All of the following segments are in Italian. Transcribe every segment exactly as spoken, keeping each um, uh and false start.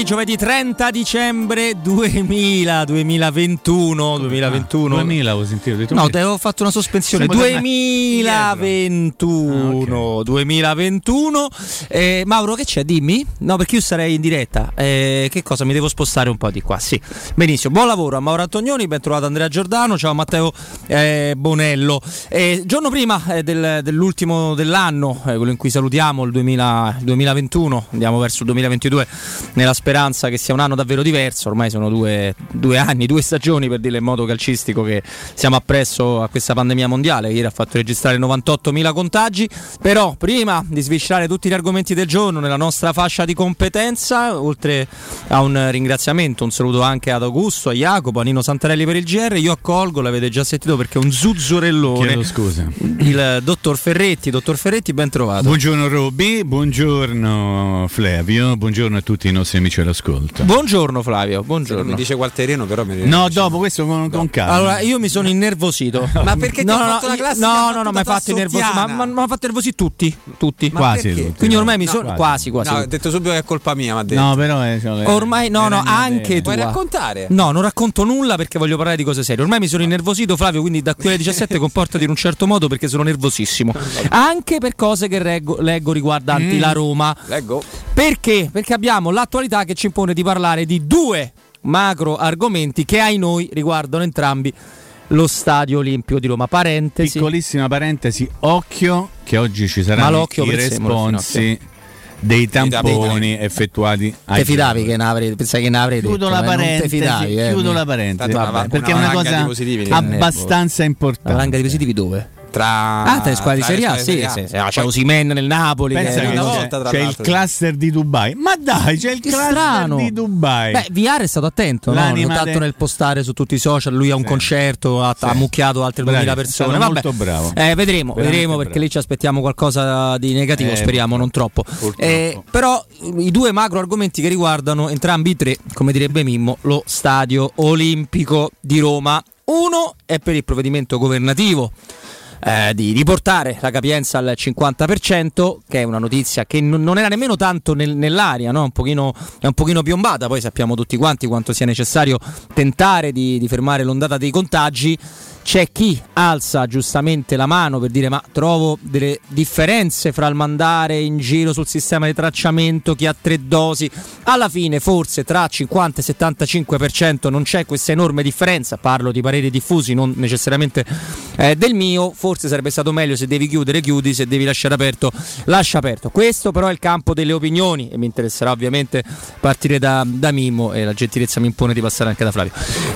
giovedì, giovedì trenta dicembre duemila, duemilaventuno, duemilaventuno. Ah, duemila ho sentito. Detto no, te ho fatto una sospensione. duemilaventuno, ah, okay. duemilaventuno. Eh, Mauro, che c'è? Dimmi. No, perché io sarei in diretta. Eh, che cosa? Mi devo spostare un po' di qua. Sì. Benissimo. Buon lavoro a Mauro Antonioni, ben trovato Andrea Giordano. Ciao Matteo eh, Bonello. Eh, giorno prima eh, del, dell'ultimo dell'anno, eh, quello in cui salutiamo il duemila, duemilaventuno, andiamo verso il duemilaventidue nella speranza che sia un anno davvero diverso. Ormai sono due, due anni, due stagioni, per dirlo in modo calcistico, che siamo appresso a questa pandemia mondiale che ieri ha fatto registrare novantottomila contagi. Però prima di sviscerare tutti gli argomenti del giorno nella nostra fascia di competenza, oltre a un ringraziamento, un saluto anche ad Augusto, a Jacopo, a Nino Santarelli per il G R, io accolgo, l'avete già sentito perché è un zuzzurellone, chiedo scusa, il dottor Ferretti. Dottor Ferretti, ben trovato. Buongiorno Robby, buongiorno Flavio, buongiorno a tutti i nostri amici all'ascolto. Buongiorno Flavio, buongiorno. Mi dice Gualteriano, però mi no, dopo questo con, con calma. Allora, io mi sono innervosito. Ma perché no, ti no, ho fatto la classica no, no, no, mi hai fatto innervosire, ma mi hanno fatto nervosi tutti, tutti. Ma quasi tutti. Quindi ormai mi no, sono quasi quasi. No, ho detto subito che è colpa mia, ma detto. No, però eh, cioè, ormai no, no, anche tu. Puoi raccontare? No, non racconto nulla perché voglio parlare di cose serie. Ormai mi sono innervosito, Flavio, quindi da qui alle diciassette comportati in un certo modo perché sono nervosissimo. Anche per cose che reggo, leggo riguardanti mm. la Roma. Leggo. Perché? Perché abbiamo l'attualità che ci impone di parlare di due macro argomenti che ai noi riguardano entrambi lo Stadio Olimpico di Roma. Parentesi. Piccolissima parentesi, occhio che oggi ci saranno i responsi dei tamponi effettuati ai te fidavi che ne avrei, pensavi che ne avrei chiudo detto, la parentesi, fidavi, eh, chiudo mi... la parentesi vabbè, perché una è una cosa abbastanza importante. La valanga di positivi dove? Tra, ah, tra le squadre di Serie A, sì, sì, sì. Ah, c'è Osimhen nel Napoli. Pensa che, che una c'è, volta, c'è il cluster di Dubai. Ma dai, c'è il che cluster strano. di Dubai. Beh, V R è stato attento, no? Tanto de... nel postare su tutti i social. Lui ha un sì. concerto, ha, sì. ha mucchiato altre duemila persone. Vabbè. Molto bravo. Eh, vedremo, vedremo perché bravo. Lì ci aspettiamo qualcosa di negativo. Eh, speriamo, non troppo. Eh, però i due macro argomenti che riguardano entrambi i tre, come direbbe Mimmo, lo Stadio Olimpico di Roma. Uno è per il provvedimento governativo. Eh, di riportare la capienza al cinquanta per cento, che è una notizia che n- non era nemmeno tanto nel- nell'aria, no? un pochino, è un pochino piombata. Poi sappiamo tutti quanti quanto sia necessario tentare di, di fermare l'ondata dei contagi. C'è chi alza giustamente la mano per dire ma trovo delle differenze fra il mandare in giro sul sistema di tracciamento chi ha tre dosi. Alla fine forse tra cinquanta e settantacinque per cento non c'è questa enorme differenza, parlo di pareri diffusi, non necessariamente eh, del mio. Forse sarebbe stato meglio, se devi chiudere chiudi, se devi lasciare aperto lascia aperto. Questo però è il campo delle opinioni e mi interesserà ovviamente partire da, da Mimmo, e la gentilezza mi impone di passare anche da Flavio.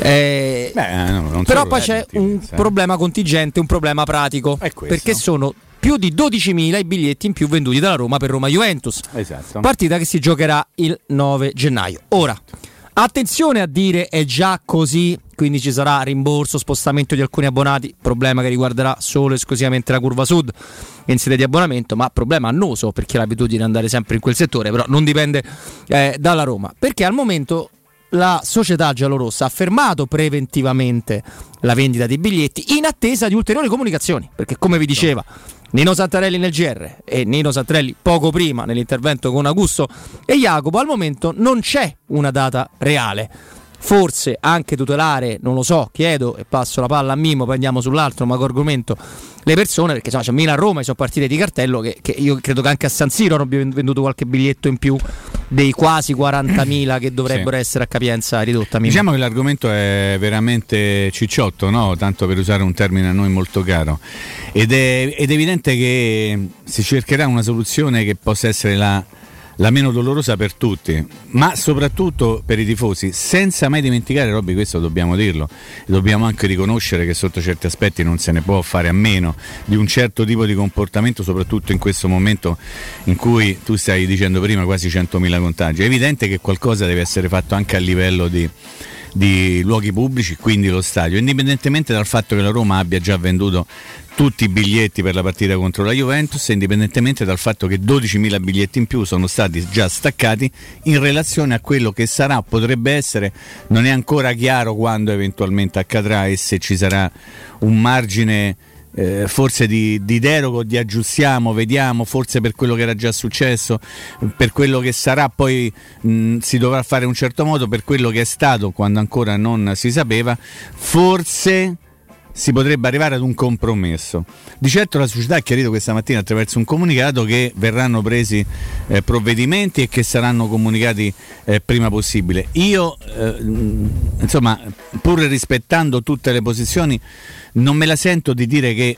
Eh, Beh, no, non però poi c'è un un problema contingente, un problema pratico, perché sono più di dodicimila i biglietti in più venduti dalla Roma per Roma-Juventus, esatto. partita che si giocherà il nove gennaio. Ora, attenzione a dire è già così, quindi ci sarà rimborso, spostamento di alcuni abbonati, problema che riguarderà solo e esclusivamente la curva sud in sede di abbonamento, ma problema annoso perché ha l'abitudine di andare sempre in quel settore, però non dipende eh, dalla Roma, perché al momento la società giallorossa ha fermato preventivamente la vendita dei biglietti in attesa di ulteriori comunicazioni, perché come vi diceva Nino Santarelli nel G R e Nino Santarelli poco prima nell'intervento con Augusto e Jacopo, al momento non c'è una data reale. Forse anche tutelare, non lo so, chiedo e passo la palla a Mimmo, poi andiamo sull'altro macro argomento, le persone, perché insomma c'è Milan-Roma, sono partite di cartello che, che io credo che anche a San Siro abbiano venduto qualche biglietto in più dei quasi quarantamila che dovrebbero sì. essere a capienza ridotta. Mimmo. Diciamo che l'argomento è veramente cicciotto, no? Tanto per usare un termine a noi molto caro, ed è, ed è evidente che si cercherà una soluzione che possa essere la la meno dolorosa per tutti, ma soprattutto per i tifosi, senza mai dimenticare, Robby, questo dobbiamo dirlo, dobbiamo anche riconoscere che sotto certi aspetti non se ne può fare a meno di un certo tipo di comportamento, soprattutto in questo momento in cui tu stai dicendo prima quasi centomila contagi. È evidente che qualcosa deve essere fatto anche a livello di di luoghi pubblici, quindi lo stadio, indipendentemente dal fatto che la Roma abbia già venduto tutti i biglietti per la partita contro la Juventus, indipendentemente dal fatto che dodicimila biglietti in più sono stati già staccati in relazione a quello che sarà, potrebbe essere, non è ancora chiaro quando eventualmente accadrà e se ci sarà un margine eh, forse di, di derogo, di aggiustiamo, vediamo, forse per quello che era già successo, per quello che sarà poi mh, si dovrà fare in un certo modo, per quello che è stato quando ancora non si sapeva, forse si potrebbe arrivare ad un compromesso. Di certo la società ha chiarito questa mattina attraverso un comunicato che verranno presi eh, provvedimenti e che saranno comunicati eh, prima possibile. Io eh, insomma, pur rispettando tutte le posizioni, non me la sento di dire che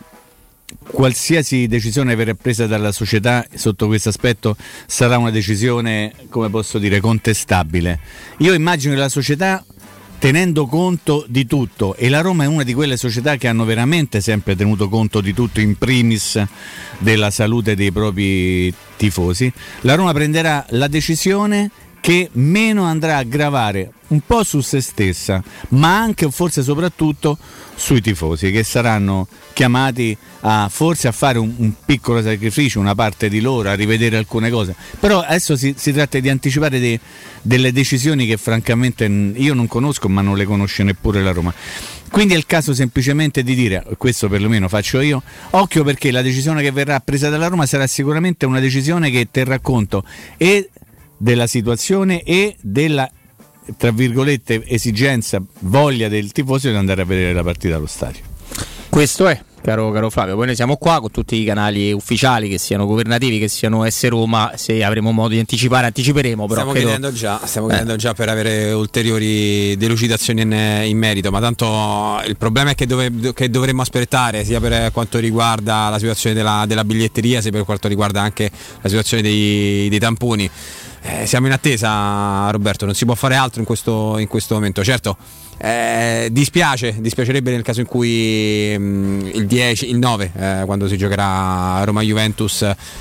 qualsiasi decisione verrà presa dalla società sotto questo aspetto sarà una decisione, come posso dire, contestabile. Io immagino che la società, tenendo conto di tutto, e la Roma è una di quelle società che hanno veramente sempre tenuto conto di tutto, in primis della salute dei propri tifosi, la Roma prenderà la decisione che meno andrà a gravare un po' su se stessa, ma anche forse soprattutto sui tifosi, che saranno chiamati a forse a fare un, un piccolo sacrificio, una parte di loro, a rivedere alcune cose. Però adesso si, si tratta di anticipare dei, delle decisioni che francamente io non conosco, ma non le conosce neppure la Roma. Quindi è il caso semplicemente di dire, questo perlomeno faccio io, occhio, perché la decisione che verrà presa dalla Roma sarà sicuramente una decisione che terrà conto e della situazione e della, tra virgolette, esigenza, voglia del tifoso di andare a vedere la partita allo stadio. Questo è, caro, caro Flavio, poi noi siamo qua con tutti i canali ufficiali, che siano governativi, che siano S Roma, se avremo modo di anticipare anticiperemo, però stiamo credo... chiedendo già, stiamo chiedendo eh. già per avere ulteriori delucidazioni in, in merito, ma tanto il problema è che, dove, che dovremmo aspettare sia per quanto riguarda la situazione della, della biglietteria, sia per quanto riguarda anche la situazione dei, dei tamponi. Eh, siamo in attesa, Roberto, non si può fare altro in questo, in questo momento. Certo, eh, dispiace, dispiacerebbe nel caso in cui mh, il dieci, il nove, eh, quando si giocherà Roma-Juventus,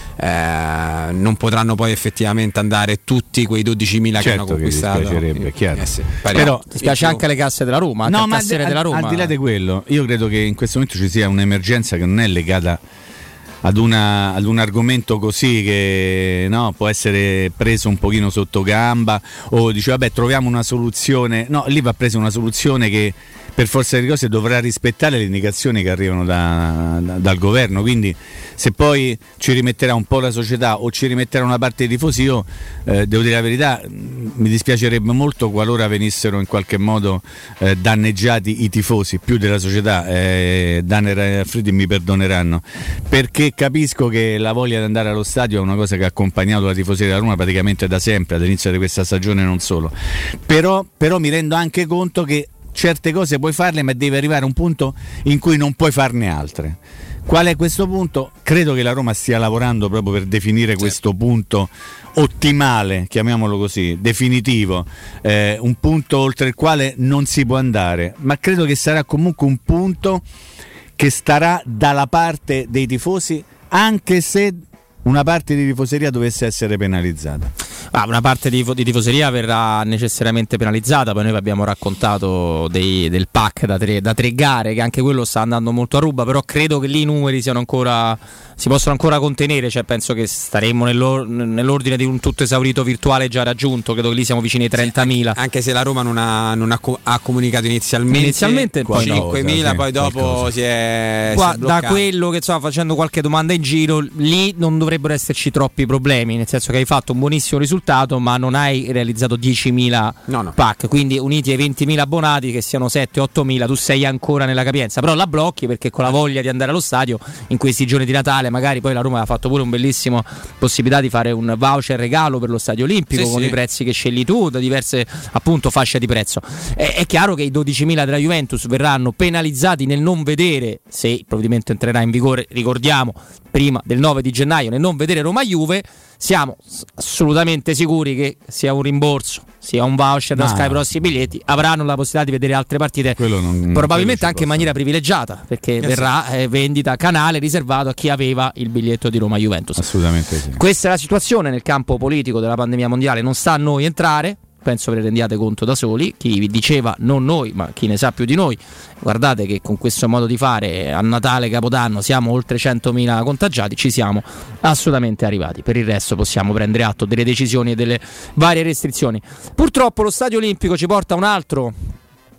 eh, non potranno poi effettivamente andare tutti quei dodicimila certo che hanno conquistato. Che dispiacerebbe, chiaro. Eh sì, però dispiace più... anche alle casse della Roma, anche no, al ma cassiere al, della Roma. Al di là di quello, io credo che in questo momento ci sia un'emergenza che non è legata Ad, una, ad un argomento così che no, può essere preso un pochino sotto gamba, o dice vabbè troviamo una soluzione. No, lì va presa una soluzione che per forza di cose dovrà rispettare le indicazioni che arrivano da, da, dal governo. Quindi se poi ci rimetterà un po' la società o ci rimetterà una parte dei tifosi, io eh, devo dire la verità, mi dispiacerebbe molto qualora venissero in qualche modo eh, danneggiati i tifosi più della società. eh, Danner e Friedi mi perdoneranno, perché capisco che la voglia di andare allo stadio è una cosa che ha accompagnato la tifoseria della Roma praticamente da sempre, all'inizio di questa stagione non solo. Però, però mi rendo anche conto che certe cose puoi farle, ma deve arrivare un punto in cui non puoi farne altre. Qual è questo punto? Credo che la Roma stia lavorando proprio per definire certo. questo punto ottimale, chiamiamolo così, definitivo, eh, un punto oltre il quale non si può andare, ma credo che sarà comunque un punto che starà dalla parte dei tifosi, anche se una parte di tifoseria dovesse essere penalizzata. Ah, una parte di, di tifoseria verrà necessariamente penalizzata. Poi noi vi abbiamo raccontato dei, del pack da tre, da tre gare, che anche quello sta andando molto a ruba, però credo che lì i numeri siano ancora, si possono ancora contenere, cioè penso che staremmo nell'or- nell'ordine di un tutto esaurito virtuale già raggiunto. Credo che lì siamo vicini ai trentamila, sì, anche se la Roma non ha, non ha, co- ha comunicato inizialmente, inizialmente poi cinquemila, sì, poi dopo qualcosa. si è, Qua, si è da quello che so, facendo qualche domanda in giro, lì non dovrebbero esserci troppi problemi, nel senso che hai fatto un buonissimo risultato, ma non hai realizzato diecimila no, no. pack, quindi uniti ai ventimila abbonati, che siano sette ottomila, tu sei ancora nella capienza, però la blocchi perché con la voglia di andare allo stadio in questi giorni di Natale, magari poi la Roma ha fatto pure un bellissimo possibilità di fare un voucher regalo per lo Stadio Olimpico, sì, con sì. i prezzi che scegli tu, da diverse appunto fasce di prezzo. È, è chiaro che i dodicimila della Juventus verranno penalizzati nel non vedere, se il provvedimento entrerà in vigore, ricordiamo, prima del nove di gennaio, nel non vedere Roma-Juve. Siamo assolutamente sicuri che sia un rimborso, sia un voucher da Sky Pro i biglietti, avranno la possibilità di vedere altre partite, non, probabilmente non anche in maniera privilegiata, perché eh verrà sì. eh, vendita canale riservato a chi aveva il biglietto di Roma-Juventus. Assolutamente sì. Questa è la situazione nel campo politico della pandemia mondiale, non sta a noi entrare. Penso ve ne rendiate conto da soli, chi vi diceva, non noi, ma chi ne sa più di noi, guardate che con questo modo di fare a Natale, Capodanno, siamo oltre centomila contagiati, ci siamo assolutamente arrivati. Per il resto possiamo prendere atto delle decisioni e delle varie restrizioni. Purtroppo lo Stadio Olimpico ci porta a un altro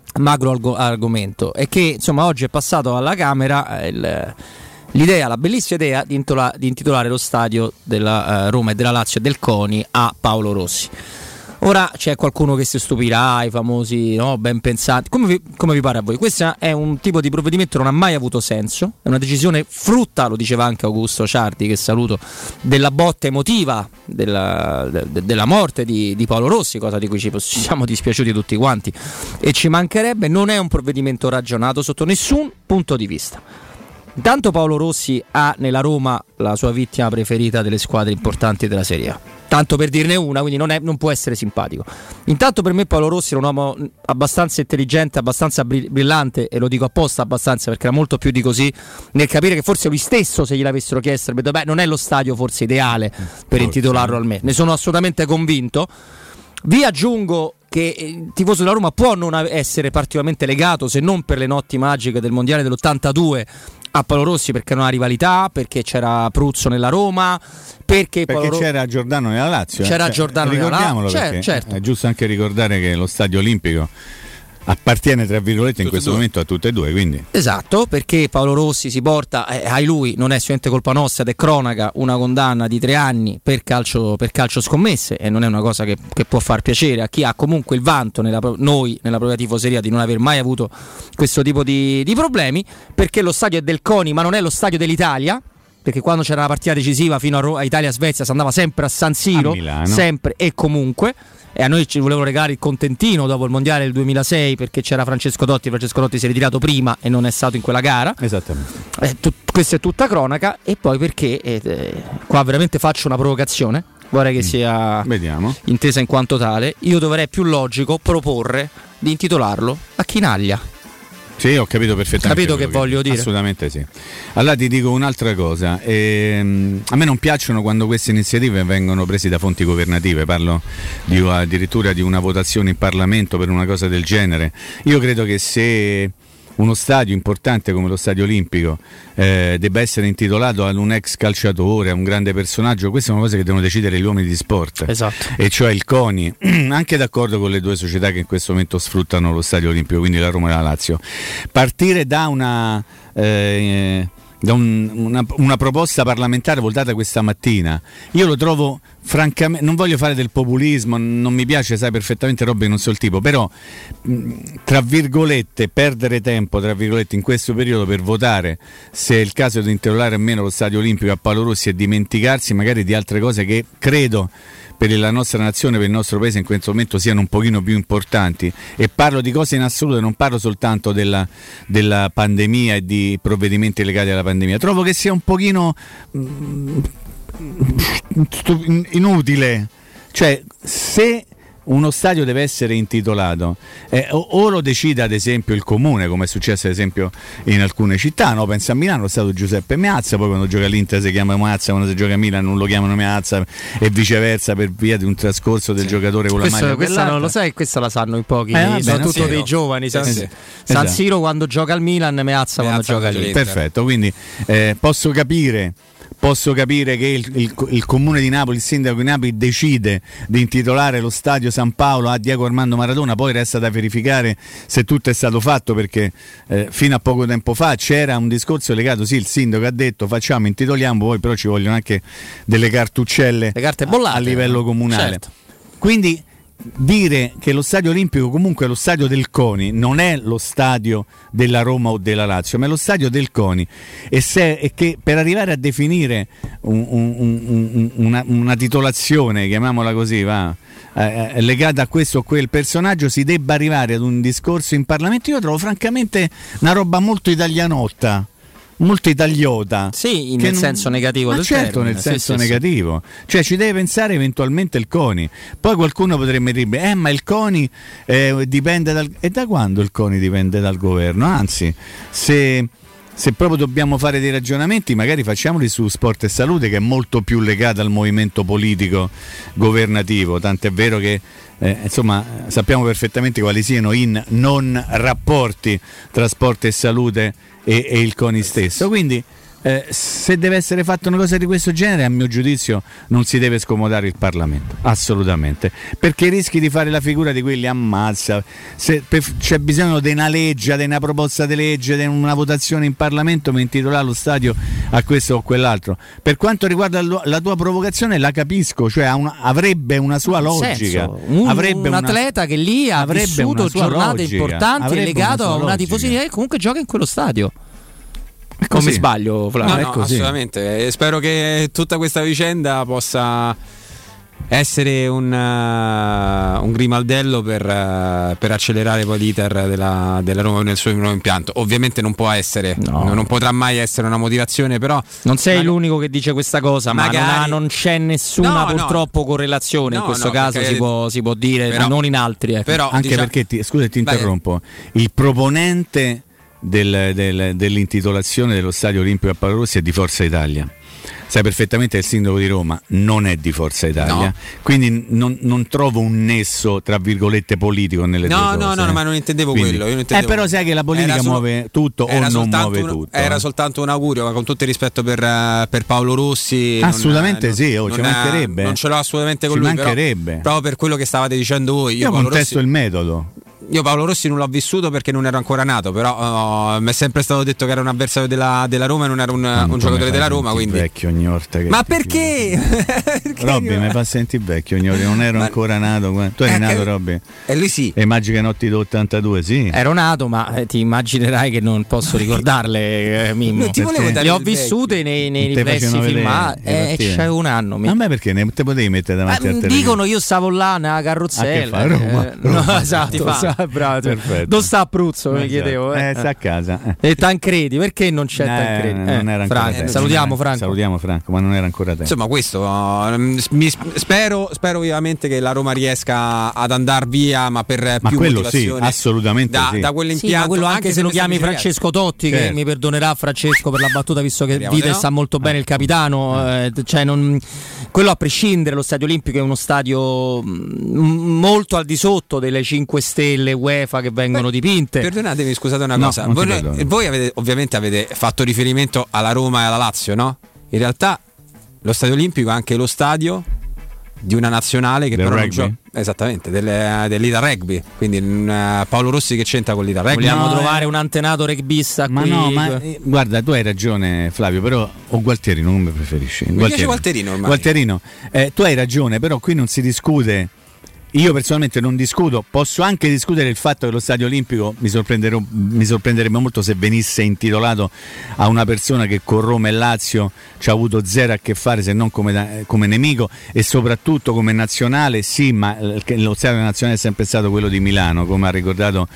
macro argomento è che insomma oggi è passato alla Camera il, l'idea, la bellissima idea di, intola, di intitolare lo stadio della uh, Roma e della Lazio e del CONI a Paolo Rossi. Ora c'è qualcuno che si stupirà, i famosi no, ben pensati, come vi, come vi pare a voi? Questo è un tipo di provvedimento che non ha mai avuto senso, è una decisione frutta, lo diceva anche Augusto Ciardi, che saluto, della botta emotiva della, de, della morte di, di Paolo Rossi, cosa di cui ci, ci siamo dispiaciuti tutti quanti e ci mancherebbe. Non è un provvedimento ragionato sotto nessun punto di vista. Intanto Paolo Rossi ha nella Roma la sua vittima preferita delle squadre importanti della Serie A, tanto per dirne una, quindi non, è, non può essere simpatico. Intanto per me Paolo Rossi era un uomo abbastanza intelligente, abbastanza brillante, e lo dico apposta abbastanza perché era molto più di così, nel capire che forse lui stesso, se gliel'avessero chiesto, avrebbe detto beh, non è lo stadio forse ideale per intitolarlo al me. Ne sono assolutamente convinto. Vi aggiungo che il tifoso della Roma può non essere particolarmente legato, se non per le notti magiche del mondiale dell'ottantadue, a Paolo Rossi, perché non ha rivalità, perché c'era Pruzzo nella Roma, perché, perché Paolo... c'era Giordano nella Lazio. C'era cioè, Giordano nella Lazio. Ricordiamolo, perché certo. È giusto anche ricordare che lo stadio olimpico appartiene tra virgolette in tutte questo momento a tutte e due, quindi. Esatto, perché Paolo Rossi si porta, eh, ai lui, non è sicuramente colpa nostra ed è cronaca, una condanna di tre anni per calcio, per calcio scommesse, e non è una cosa che, che può far piacere a chi ha comunque il vanto, nella, noi nella propria tifoseria, di non aver mai avuto questo tipo di, di problemi, perché lo stadio è del CONI ma non è lo stadio dell'Italia, perché quando c'era la partita decisiva fino a, Ro- a Italia-Svezia si andava sempre a San Siro, a sempre e comunque, e a noi ci volevano regalare il contentino dopo il mondiale del duemilasei perché c'era Francesco Totti. Francesco Totti si è ritirato prima e non è stato in quella gara. Esattamente. Eh, tu- questa è tutta cronaca. E poi perché eh, eh, qua veramente faccio una provocazione, vorrei che sia Vediamo. intesa in quanto tale. Io dovrei più logico proporre di intitolarlo a Chinaglia. Sì, ho capito perfettamente. Capito che, che voglio dire? Assolutamente sì. Allora ti dico un'altra cosa. Ehm, a me non piacciono quando queste iniziative vengono prese da fonti governative. Parlo di, addirittura di una votazione in Parlamento per una cosa del genere. Io credo che se uno stadio importante come lo Stadio Olimpico eh, debba essere intitolato ad un ex calciatore, a un grande personaggio, queste sono cose che devono decidere gli uomini di sport. Esatto. E cioè il CONI, anche d'accordo con le due società che in questo momento sfruttano lo Stadio Olimpico, quindi la Roma e la Lazio. Partire da una eh, da un, una, una proposta parlamentare votata questa mattina, io lo trovo francamente, non voglio fare del populismo, non mi piace, sai perfettamente robe che non so il tipo, però mh, tra virgolette perdere tempo tra virgolette in questo periodo per votare se è il caso di intitolare o meno lo Stadio Olimpico a Paolo Rossi e dimenticarsi magari di altre cose che credo per la nostra nazione, per il nostro paese in questo momento siano un pochino più importanti, e parlo di cose in assoluto, non parlo soltanto della, della pandemia e di provvedimenti legati alla pandemia. Trovo che sia un pochino mh, inutile, cioè se uno stadio deve essere intitolato eh, o, o lo decide ad esempio il comune, come è successo ad esempio in alcune città, no? Pensa a Milano, lo stadio Giuseppe Meazza, poi quando gioca l'Inter si chiama Meazza, quando si gioca a Milano non lo chiamano Meazza e viceversa per via di un trascorso del sì. giocatore con questo, la maglia questa non lo sai, questa la sanno in pochi, eh, vabbè, soprattutto dei giovani. San, sì. San Siro quando gioca al Milan, Meazza, Meazza quando gioca l'Inter. Perfetto, quindi eh, posso capire Posso capire che il, il, il comune di Napoli, il sindaco di Napoli decide di intitolare lo stadio San Paolo a Diego Armando Maradona, poi resta da verificare se tutto è stato fatto, perché eh, fino a poco tempo fa c'era un discorso legato, sì, il sindaco ha detto facciamo, intitoliamo, poi però ci vogliono anche delle cartuccelle, le carte bollate, a livello comunale. Certo. Quindi dire che lo Stadio Olimpico comunque è lo stadio del CONI, non è lo stadio della Roma o della Lazio, ma è lo stadio del CONI, e, se, e che per arrivare a definire un, un, un, una, una titolazione, chiamiamola così, va, eh, legata a questo o quel personaggio, si debba arrivare ad un discorso in Parlamento. Io trovo francamente una roba molto italianotta, molto itagliota. Sì, nel non... senso negativo ma del certo, termine. nel senso sì, negativo. Sì. Cioè ci deve pensare eventualmente il CONI. Poi qualcuno potrebbe dire eh ma il CONI eh, dipende dal... E da quando il CONI dipende dal governo? Anzi, se... se proprio dobbiamo fare dei ragionamenti, magari facciamoli su Sport e Salute, che è molto più legato al movimento politico governativo, tant'è vero che eh, insomma sappiamo perfettamente quali siano in non rapporti tra Sport e Salute e, e il CONI stesso. Quindi Eh, se deve essere fatta una cosa di questo genere, a mio giudizio non si deve scomodare il Parlamento, assolutamente, perché rischi di fare la figura di quelli ammazza. Se per, c'è bisogno di una legge, di una proposta di legge, di una votazione in Parlamento per intitolare lo stadio a questo o quell'altro. Per quanto riguarda lo, la tua provocazione, la capisco, cioè una, avrebbe una sua logica. Un, avrebbe un atleta una, che lì ha vissuto giornate logica, importanti e legato a una tifoseria che comunque gioca in quello stadio. Come sbaglio, Flavio? No, no, assolutamente. Spero che tutta questa vicenda possa essere un, uh, un grimaldello per, uh, per accelerare poi l'iter della, della Roma nel suo nuovo impianto. Ovviamente non può essere, no. non potrà mai essere una motivazione, però non sei magari, l'unico che dice questa cosa, magari, ma non, ha, non c'è nessuna no, purtroppo no. correlazione no, in questo no, caso si può, si può dire, però, non in altri. Ecco. Però, anche diciamo, perché, ti, scusa ti interrompo, vai. Il proponente Del, del, dell'intitolazione dello Stadio Olimpico a Paolo Rossi è di Forza Italia. Sai perfettamente che il sindaco di Roma non è di Forza Italia, no. quindi non, non trovo un nesso tra virgolette politico nelle no, due cose. No, no, no, ma non intendevo quindi, quello. Io non intendevo eh, però sai che la politica solo, muove tutto o non muove un, tutto. Era eh. soltanto un augurio, ma con tutto il rispetto per, per Paolo Rossi. Assolutamente non, sì, oh, non ci mancherebbe. Non ce l'ho assolutamente con ci lui, mancherebbe. Però, proprio per quello che stavate dicendo voi. Io, io contesto Rossi, il metodo. Io Paolo Rossi non l'ho vissuto perché non ero ancora nato, però uh, mi è sempre stato detto che era un avversario della, della Roma e non era un, un giocatore della Roma, quindi vecchio ogni volta che ma perché? perché Robby mi fa sentire vecchio ogni volta, non ero ma... ancora nato. Tu eri eh, nato, Robby? E lui sì. E Magiche Notti dell'ottantadue, sì. Ero nato, ma eh, ti immaginerai che non posso ricordarle, eh, Mimmo. Non ti volevo dare le ho vissute nei, nei riflessi filmati e eh, c'è un anno. Mi... A me perché ne te potevi mettere davanti ma, a te? Dicono io stavo là nella carrozzella. A che fa, Roma? Eh, Roma. No, esatto, sa, bravo. Perfetto. Dove sta Abruzzo? Mi chiedevo. Eh, sta a casa. E Tancredi, perché non c'è eh, Tancredi? Eh, non era ancora Franco. Eh, salutiamo Franco. Salutiamo Franco, ma non era ancora tempo. Insomma, questo uh, mi, spero, spero ovviamente che la Roma riesca ad andare via, ma per ma più quello motivazione. Sì, assolutamente da, sì. da quell'impianto. Sì, ma quello anche, anche se lo chiami Francesco Totti, certo. Che mi perdonerà Francesco per la battuta, visto che Speriamo dite no. sta molto bene eh. il capitano. Eh, cioè non, quello a prescindere, lo Stadio Olimpico è uno stadio molto al di sotto delle cinque stelle UEFA che vengono Beh, dipinte. Perdonatemi, scusate una cosa. No, voi, voi avete, ovviamente avete fatto riferimento alla Roma e alla Lazio, no? In realtà lo Stadio Olimpico è anche lo stadio di una nazionale che del però rugby? non gioca, esattamente, delle, dell'Ita Rugby. Quindi uh, Paolo Rossi che c'entra con l'Ita Rugby? Vogliamo no, trovare un antenato rugbista ma qui. No, ma eh, guarda, tu hai ragione Flavio, però o Gualtierino come preferisci? Mi Gualtierino. piace Gualtierino ormai. Gualtierino, eh, tu hai ragione, però qui non si discute. Io personalmente non discuto, posso anche discutere il fatto che lo Stadio Olimpico mi, mi sorprenderebbe molto se venisse intitolato a una persona che con Roma e Lazio ci ha avuto zero a che fare, se non come, come nemico, e soprattutto come nazionale. Sì, ma lo Stadio nazionale è sempre stato quello di Milano, come ha ricordato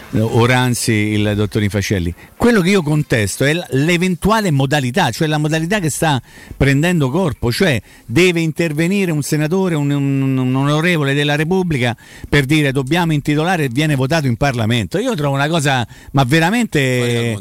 Oranzi, il dottor Infacelli. Quello che io contesto è l'eventuale modalità, cioè la modalità che sta prendendo corpo, cioè deve intervenire un senatore, un, un, un onorevole della Repubblica per dire dobbiamo intitolare e viene votato in Parlamento. Io trovo una cosa, ma veramente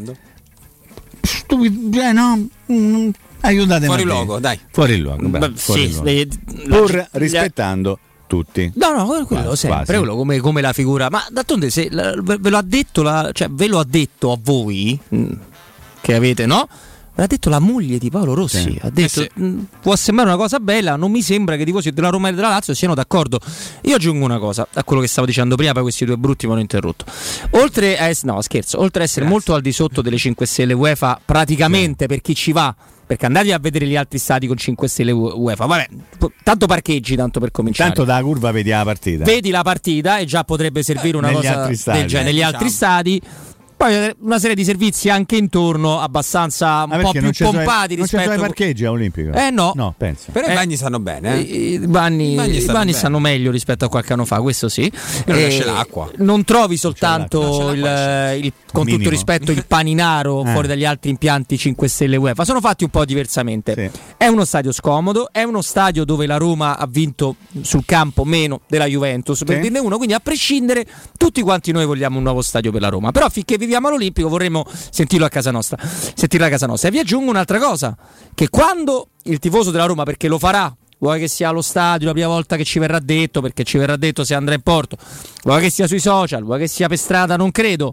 stupida, no? Mm, aiutatemi. Fuori luogo, dai. Fuori luogo, bravo, fuori sì, luogo. Le, pur la, rispettando tutti. No, no, quello quasi, sempre, quasi. quello come, come la figura. Ma d'altronde se la, ve lo ha detto la, cioè ve lo ha detto a voi mh, che avete, no? L'ha detto la moglie di Paolo Rossi. Sì. Ha detto: eh sì. mh, può sembrare una cosa bella, non mi sembra che i tifosi della Roma e della Lazio siano d'accordo. Io aggiungo una cosa a quello che stavo dicendo prima, poi questi due brutti mi hanno interrotto. Oltre a es- no, scherzo, oltre a essere Grazie. molto al di sotto delle cinque stelle UEFA, praticamente sì. per chi ci va, perché andate a vedere gli altri stati con cinque stelle UEFA, vabbè, tanto parcheggi, tanto per cominciare. Tanto da curva vedi la partita. Vedi la partita e già potrebbe servire una negli cosa altri stadi, del genere eh, negli diciamo. altri stadi. Poi una serie di servizi anche intorno abbastanza un po' più pompati non rispetto ai parcheggi a Olimpico. Eh no, no penso. Però eh, i bagni stanno bene, eh? I, i bagni, I bagni, stanno, i bagni stanno meglio rispetto a qualche anno fa, questo sì. Però eh, c'è l'acqua. Non trovi soltanto no, c'è l'acqua, il, il con minimo. tutto rispetto il paninaro eh. fuori dagli altri impianti cinque stelle UEFA. Sono fatti un po' diversamente. Sì. È uno stadio scomodo, è uno stadio dove la Roma ha vinto sul campo meno della Juventus, sì. per dirne uno, quindi a prescindere tutti quanti noi vogliamo un nuovo stadio per la Roma. Però finché viviamo all'Olimpico vorremmo sentirlo a casa nostra, sentirlo a casa nostra. E vi aggiungo un'altra cosa, che quando il tifoso della Roma, perché lo farà, vuoi che sia allo stadio la prima volta che ci verrà detto, perché ci verrà detto se andrà in porto, vuoi che sia sui social, vuoi che sia per strada, non credo,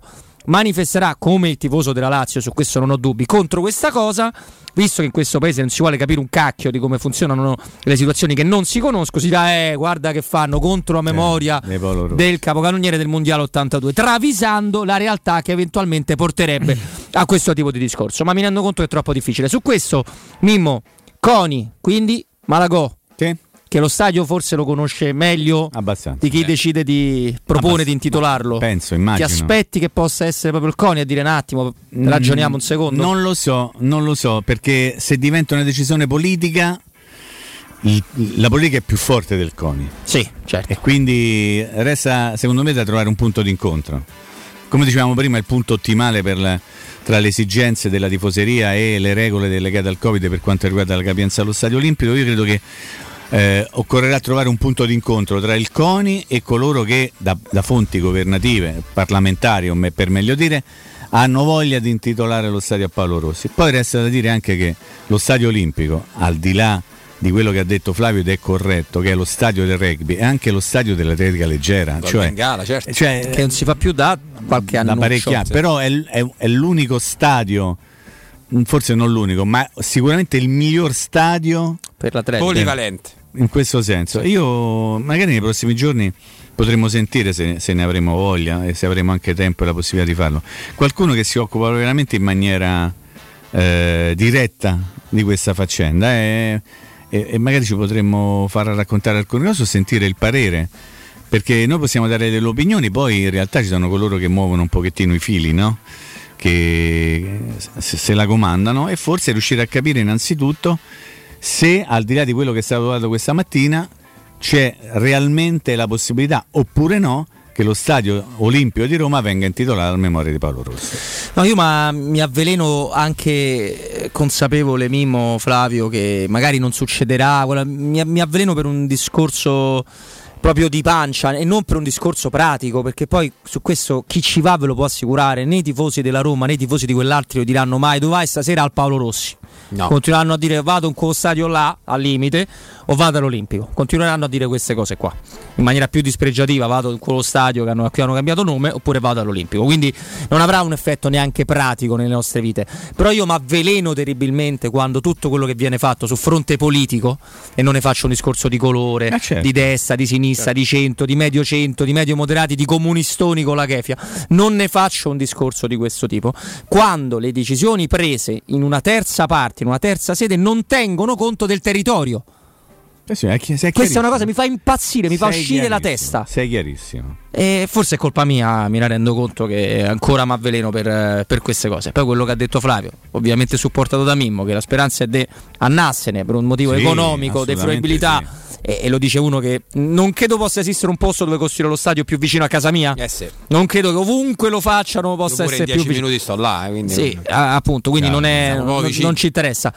manifesterà come il tifoso della Lazio, su questo non ho dubbi, contro questa cosa, visto che in questo paese non si vuole capire un cacchio di come funzionano le situazioni che non si conoscono, si dirà eh guarda che fanno contro a memoria eh, del capocannoniere del mondiale ottantadue, travisando la realtà che eventualmente porterebbe a questo tipo di discorso, ma mi rendo conto che è troppo difficile. Su questo Mimmo, Coni, quindi Malagò, sì, che lo stadio forse lo conosce meglio abbastanza di chi eh. decide di propone di intitolarlo. Penso, immagino. Ti aspetti che possa essere proprio il Coni a dire un attimo, ragioniamo un secondo? Non lo so, non lo so, perché se diventa una decisione politica, il, la politica è più forte del Coni. Sì, certo. E quindi resta, secondo me, da trovare un punto d'incontro. Come dicevamo prima, il punto ottimale per la, tra le esigenze della tifoseria e le regole legate al Covid per quanto riguarda la capienza allo Stadio Olimpico. Io credo che Eh, occorrerà trovare un punto d'incontro tra il CONI e coloro che da, da fonti governative, parlamentari o me, per meglio dire, hanno voglia di intitolare lo stadio a Paolo Rossi. Poi resta da dire anche che lo Stadio Olimpico, al di là di quello che ha detto Flavio ed è corretto, che è lo stadio del rugby, è anche lo stadio dell'atletica leggera, cioè, Bengala, certo. cioè, che non si fa più da qualche anno, da parecchi anni, però è, è, è l'unico stadio, forse non l'unico, ma sicuramente il miglior stadio per l'atletica, polivalente in questo senso. Io magari nei prossimi giorni potremo sentire, se, se ne avremo voglia e se avremo anche tempo e la possibilità di farlo, qualcuno che si occupa veramente in maniera eh, diretta di questa faccenda e, e, e magari ci potremmo far raccontare alcune cose o sentire il parere, perché noi possiamo dare delle opinioni, poi in realtà ci sono coloro che muovono un pochettino i fili, no? Che se, se la comandano, e forse riuscire a capire innanzitutto se, al di là di quello che è stato dato questa mattina, c'è realmente la possibilità oppure no che lo Stadio Olimpico di Roma venga intitolato alla memoria di Paolo Rossi. No, io ma mi avveleno anche consapevole, Mimmo, Flavio, che magari non succederà, mi, mi avveleno per un discorso proprio di pancia e non per un discorso pratico, perché poi su questo chi ci va ve lo può assicurare, né i tifosi della Roma né i tifosi di quell'altro diranno mai dove vai stasera al Paolo Rossi. No. Continueranno a dire vado in quello stadio là al limite o vado all'Olimpico, continueranno a dire queste cose qua in maniera più dispregiativa, vado in quello stadio che hanno, a cui hanno cambiato nome, oppure vado all'Olimpico, quindi non avrà un effetto neanche pratico nelle nostre vite. Però io mi avveleno terribilmente quando tutto quello che viene fatto su fronte politico, e non ne faccio un discorso di colore, ah, certo. di destra, di sinistra, certo. di centro, di medio centro, di medio moderati, di comunistoni con la chefia, non ne faccio un discorso di questo tipo quando le decisioni prese in una terza parte, in una terza sede, non tengono conto del territorio. Eh sì, è chi- Questa è una cosa che mi fa impazzire, mi fa sei uscire la testa. Sei chiarissimo. E forse è colpa mia, mi rendo conto che ancora mi avveleno per, per queste cose. Poi quello che ha detto Flavio, ovviamente supportato da Mimmo, che la speranza è di annarsene per un motivo sì, economico, di fruibilità. Sì. E, e lo dice uno che non credo possa esistere un posto dove costruire lo stadio più vicino a casa mia. Eh sì. Non credo che ovunque lo facciano possa essere più vicino. in dieci minuti sto là, eh, quindi sì, a, appunto, quindi Chiaro, non, è, non, non ci interessa.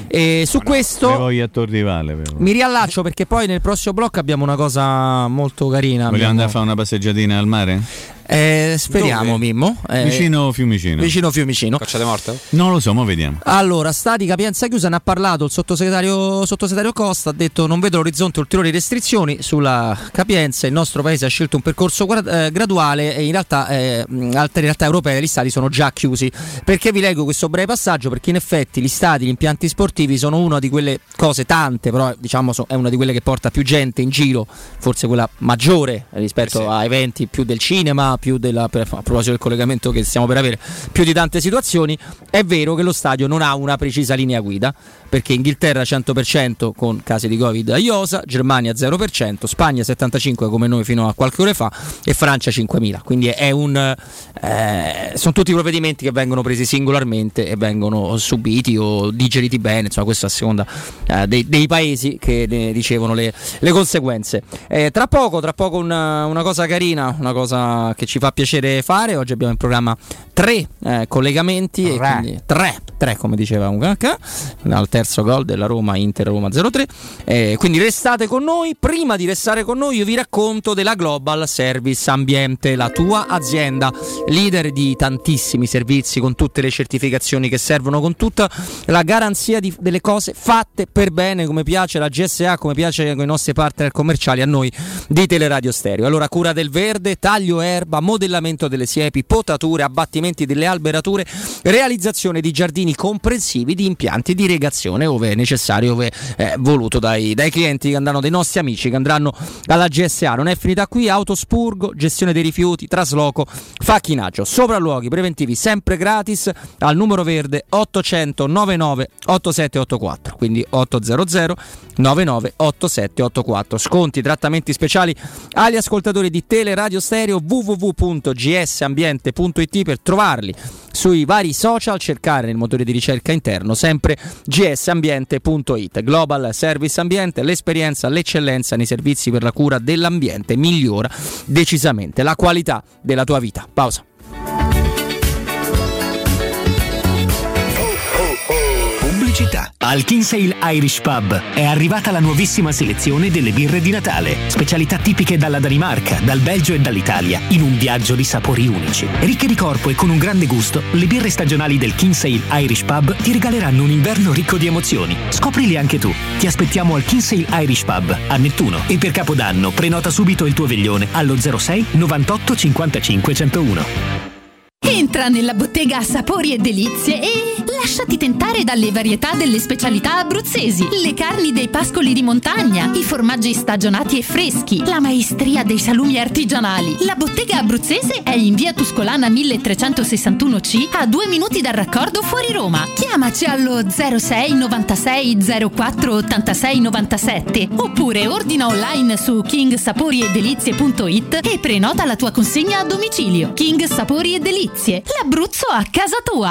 E su no, questo voglio a Tor di Valle, però. Mi riallaccio perché poi nel prossimo blocco abbiamo una cosa molto carina. Vogliamo abbiamo... andare a fare una passeggiatina al mare? Eh, speriamo, Dove? Mimmo. Eh, vicino Fiumicino. Vicino Fiumicino. Cacciate morte? Non lo so, ma vediamo. Allora, stadi capienza chiusa, ne ha parlato il sottosegretario, sottosegretario Costa, ha detto non vedo all'orizzonte ulteriori restrizioni sulla capienza, il nostro paese ha scelto un percorso gra- eh, graduale e in realtà eh, altre realtà europee gli stadi sono già chiusi. Perché vi leggo questo breve passaggio? Perché in effetti gli stadi, gli impianti sportivi sono una di quelle cose, tante, però diciamo è una di quelle che porta più gente in giro, forse quella maggiore rispetto eh sì. a eventi più del cinema, più della, a proposito del collegamento che stiamo per avere, più di tante situazioni. È vero che lo stadio non ha una precisa linea guida, perché Inghilterra cento per cento con casi di Covid a I O S A, Germania zero per cento, Spagna settantacinque per cento come noi fino a qualche ora fa e Francia cinquemila. Quindi è un eh, sono tutti provvedimenti che vengono presi singolarmente e vengono subiti o digeriti bene, insomma questo a seconda eh, dei, dei paesi che ne ricevono le, le conseguenze. Eh, tra poco, tra poco una, una cosa carina, una cosa che ci fa piacere fare. Oggi abbiamo in programma tre eh, collegamenti tre. E quindi tre, tre come diceva un K al terzo gol della Roma, Inter Roma zero tre. Eh, quindi restate con noi. Prima di restare con noi io vi racconto della Global Service Ambiente, la tua azienda leader di tantissimi servizi, con tutte le certificazioni che servono, con tutta la garanzia di, delle cose fatte per bene, come piace la G S A, come piace con i nostri partner commerciali, a noi di Teleradio Stereo. Allora, cura del verde, taglio erba, modellamento delle siepi, potature, abbattimenti delle alberature, realizzazione di giardini comprensivi, di impianti di irrigazione ove necessario, ove eh, voluto dai, dai clienti che andranno, dei nostri amici che andranno alla G S A. Non è finita qui: autospurgo, gestione dei rifiuti, trasloco, facchinaggio, sopralluoghi preventivi sempre gratis al numero verde ottocento novantanove ottantasette ottantaquattro, quindi ottocento novantanove ottantasette ottantaquattro. Sconti, trattamenti speciali agli ascoltatori di Teleradio Stereo. w w w punto g s ambiente punto i t per trovarli sui vari social, cercare nel motore di ricerca interno sempre g s ambiente punto i t. Global Service Ambiente, l'esperienza, l'eccellenza nei servizi per la cura dell'ambiente migliora decisamente la qualità della tua vita. Pausa. Al Kinsale Irish Pub è arrivata la nuovissima selezione delle birre di Natale, specialità tipiche dalla Danimarca, dal Belgio e dall'Italia, in un viaggio di sapori unici. Ricche di corpo e con un grande gusto, le birre stagionali del Kinsale Irish Pub ti regaleranno un inverno ricco di emozioni. Scoprili anche tu. Ti aspettiamo al Kinsale Irish Pub a Nettuno, e per Capodanno prenota subito il tuo veglione allo zero sei novantotto cinquantacinque centouno. Entra nella bottega Sapori e Delizie e lasciati tentare dalle varietà delle specialità abruzzesi, le carni dei pascoli di montagna, i formaggi stagionati e freschi, la maestria dei salumi artigianali. La bottega abruzzese è in via Tuscolana milletrecentosessantuno C, a due minuti dal raccordo fuori Roma. Chiamaci allo zero sei novantasei zero quattro ottantasei novantasette oppure ordina online su king sapori e delizie punto i t e prenota la tua consegna a domicilio. King Sapori e Delizie, l'Abruzzo a casa tua.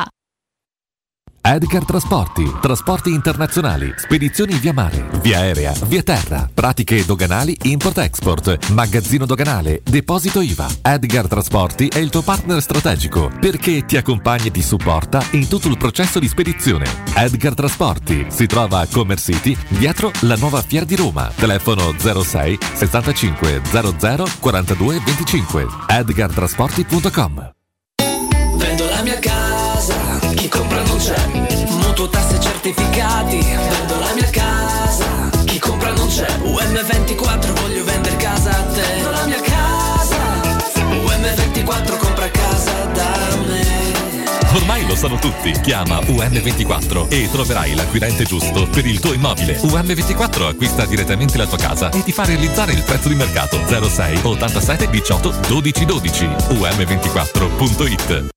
Edgar Trasporti, trasporti internazionali, spedizioni via mare, via aerea, via terra, pratiche doganali, import-export, magazzino doganale, deposito I V A. Edgar Trasporti è il tuo partner strategico perché ti accompagna e ti supporta in tutto il processo di spedizione. Edgar Trasporti si trova a Commerce City, dietro la nuova Fiera di Roma. Telefono zero sei sessantacinque zero zero quarantadue venticinque. edgar trasporti punto com. Vendo la mia casa, chi compra non c'è, mutuo, tasse, certificati. Vendo la mia casa, chi compra non c'è, U M ventiquattro, voglio vendere casa a te. Vendo la mia casa, U M ventiquattro, compra casa da me. Ormai lo sanno tutti, chiama U M ventiquattro e troverai l'acquirente giusto per il tuo immobile. U M ventiquattro acquista direttamente la tua casa e ti fa realizzare il prezzo di mercato. Zero sei ottantasette diciotto dodici dodici. U M ventiquattro punto i t.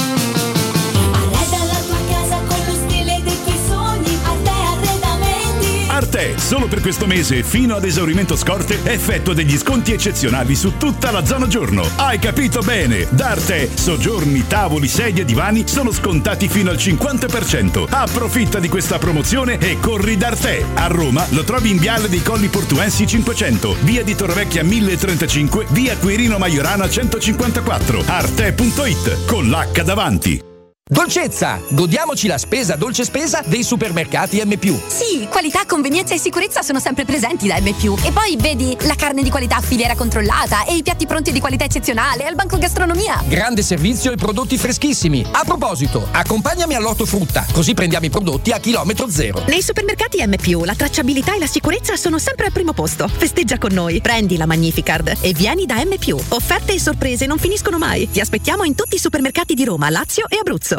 Arte, solo per questo mese fino ad esaurimento scorte effettua degli sconti eccezionali su tutta la zona giorno. Hai capito bene? Da Arte, soggiorni, tavoli, sedie, divani sono scontati fino al cinquanta per cento. Approfitta di questa promozione e corri da Arte. A Roma lo trovi in Viale dei Colli Portuensi cinquecento, via di Torrevecchia mille e trentacinque, via Quirino Maiorana centocinquantaquattro. Arte punto i t con l'H davanti. Dolcezza! Godiamoci la spesa dolce spesa dei supermercati M più. Sì, qualità, convenienza e sicurezza sono sempre presenti da M più. E poi vedi la carne di qualità a filiera controllata e i piatti pronti di qualità eccezionale al banco gastronomia. Grande servizio e prodotti freschissimi. A proposito, accompagnami all'ortofrutta, così prendiamo i prodotti a chilometro zero. Nei supermercati M più la tracciabilità e la sicurezza sono sempre al primo posto. Festeggia con noi, prendi la Magnificard e vieni da M più. Offerte e sorprese non finiscono mai. Ti aspettiamo in tutti i supermercati di Roma, Lazio e Abruzzo.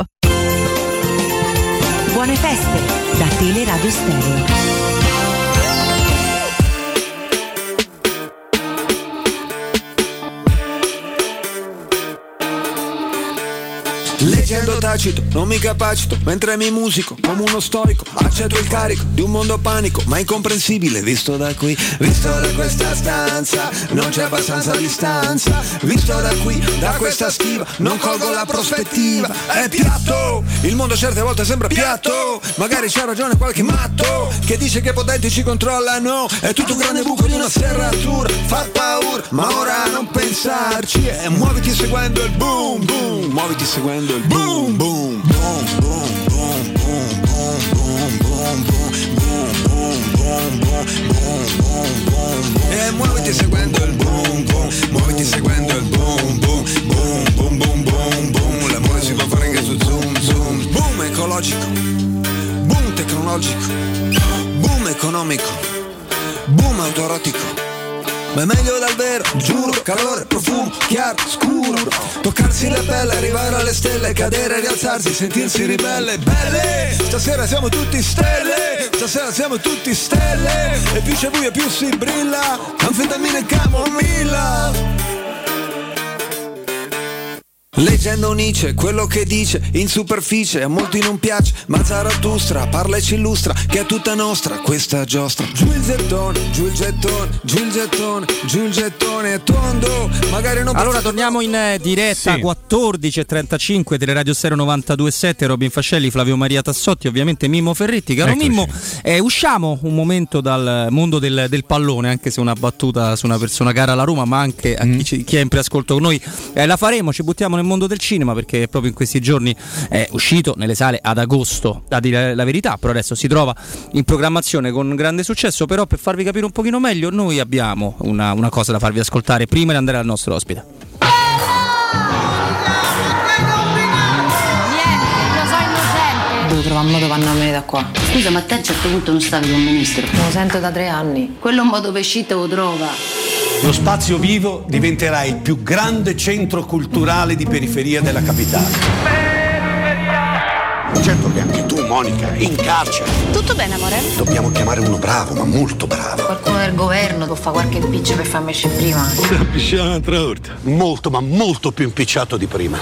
Buone feste da Teleradio Stereo. Leggendo tacito, non mi capacito, mentre mi musico come uno stoico, accetto il carico di un mondo panico, ma incomprensibile visto da qui, visto da questa stanza, non c'è abbastanza distanza, visto da qui, da questa stiva, non colgo la prospettiva, è piatto, il mondo certe volte sembra piatto, magari c'ha ragione qualche matto, che dice che i potenti ci controllano, è tutto un grande buco di una serratura, fa paura, ma ora non pensarci, e muoviti seguendo il boom boom, muoviti seguendo seguendo il boom boom boom boom boom boom boom boom boom boom boom boom e muoviti seguendo il boom boom, muoviti seguendo il boom boom boom boom boom boom boom. L'amore si può fare anche su Zoom Zoom. Boom ecologico, boom tecnologico, boom economico, boom autoerotico. Ma è meglio dal vero, giuro, calore, profumo, chiaro, scuro. Toccarsi la pelle, arrivare alle stelle, cadere, rialzarsi, sentirsi ribelle. Belle, stasera siamo tutti stelle, stasera siamo tutti stelle. E più c'è buio più si brilla, anfetamina e camomilla. Leggendo Nietzsche, quello che dice in superficie a molti non piace, ma Zarathustra parla e ci illustra che è tutta nostra questa giostra. Giù il gettone, giù il gettone, giù il gettone, giù il gettone è tondo, magari non. Allora torniamo in diretta, sì. quattordici e trentacinque, Teleradio Stereo novantadue virgola sette, Robin Fascelli, Flavio Maria Tassotti, ovviamente Mimmo Ferretti. Caro Eccoci. Mimmo, eh, usciamo un momento dal mondo del, del pallone, anche se una battuta su una persona cara alla Roma, ma anche a mm. chi, chi è in preascolto con noi, eh, la faremo, ci buttiamo nel mondo del cinema, perché proprio in questi giorni è uscito nelle sale ad agosto, a dire la verità, però adesso si trova in programmazione con grande successo. Però per farvi capire un pochino meglio, noi abbiamo una, una cosa da farvi ascoltare prima di andare al nostro ospite. Devo trovare un modo per andarmene da qua. Scusa, ma te a un certo punto non stavi con il ministro? Lo sento da tre anni. Quello è un modo per uscire lo trova. Lo Spazio Vivo diventerà il più grande centro culturale di periferia della capitale. Certo che anche tu, Monica, in carcere. Tutto bene, amore? Dobbiamo chiamare uno bravo, ma molto bravo. Qualcuno del governo può fare qualche impiccio per farmi uscire prima. Si appiccica un'altra volta. Molto, ma molto più impicciato di prima.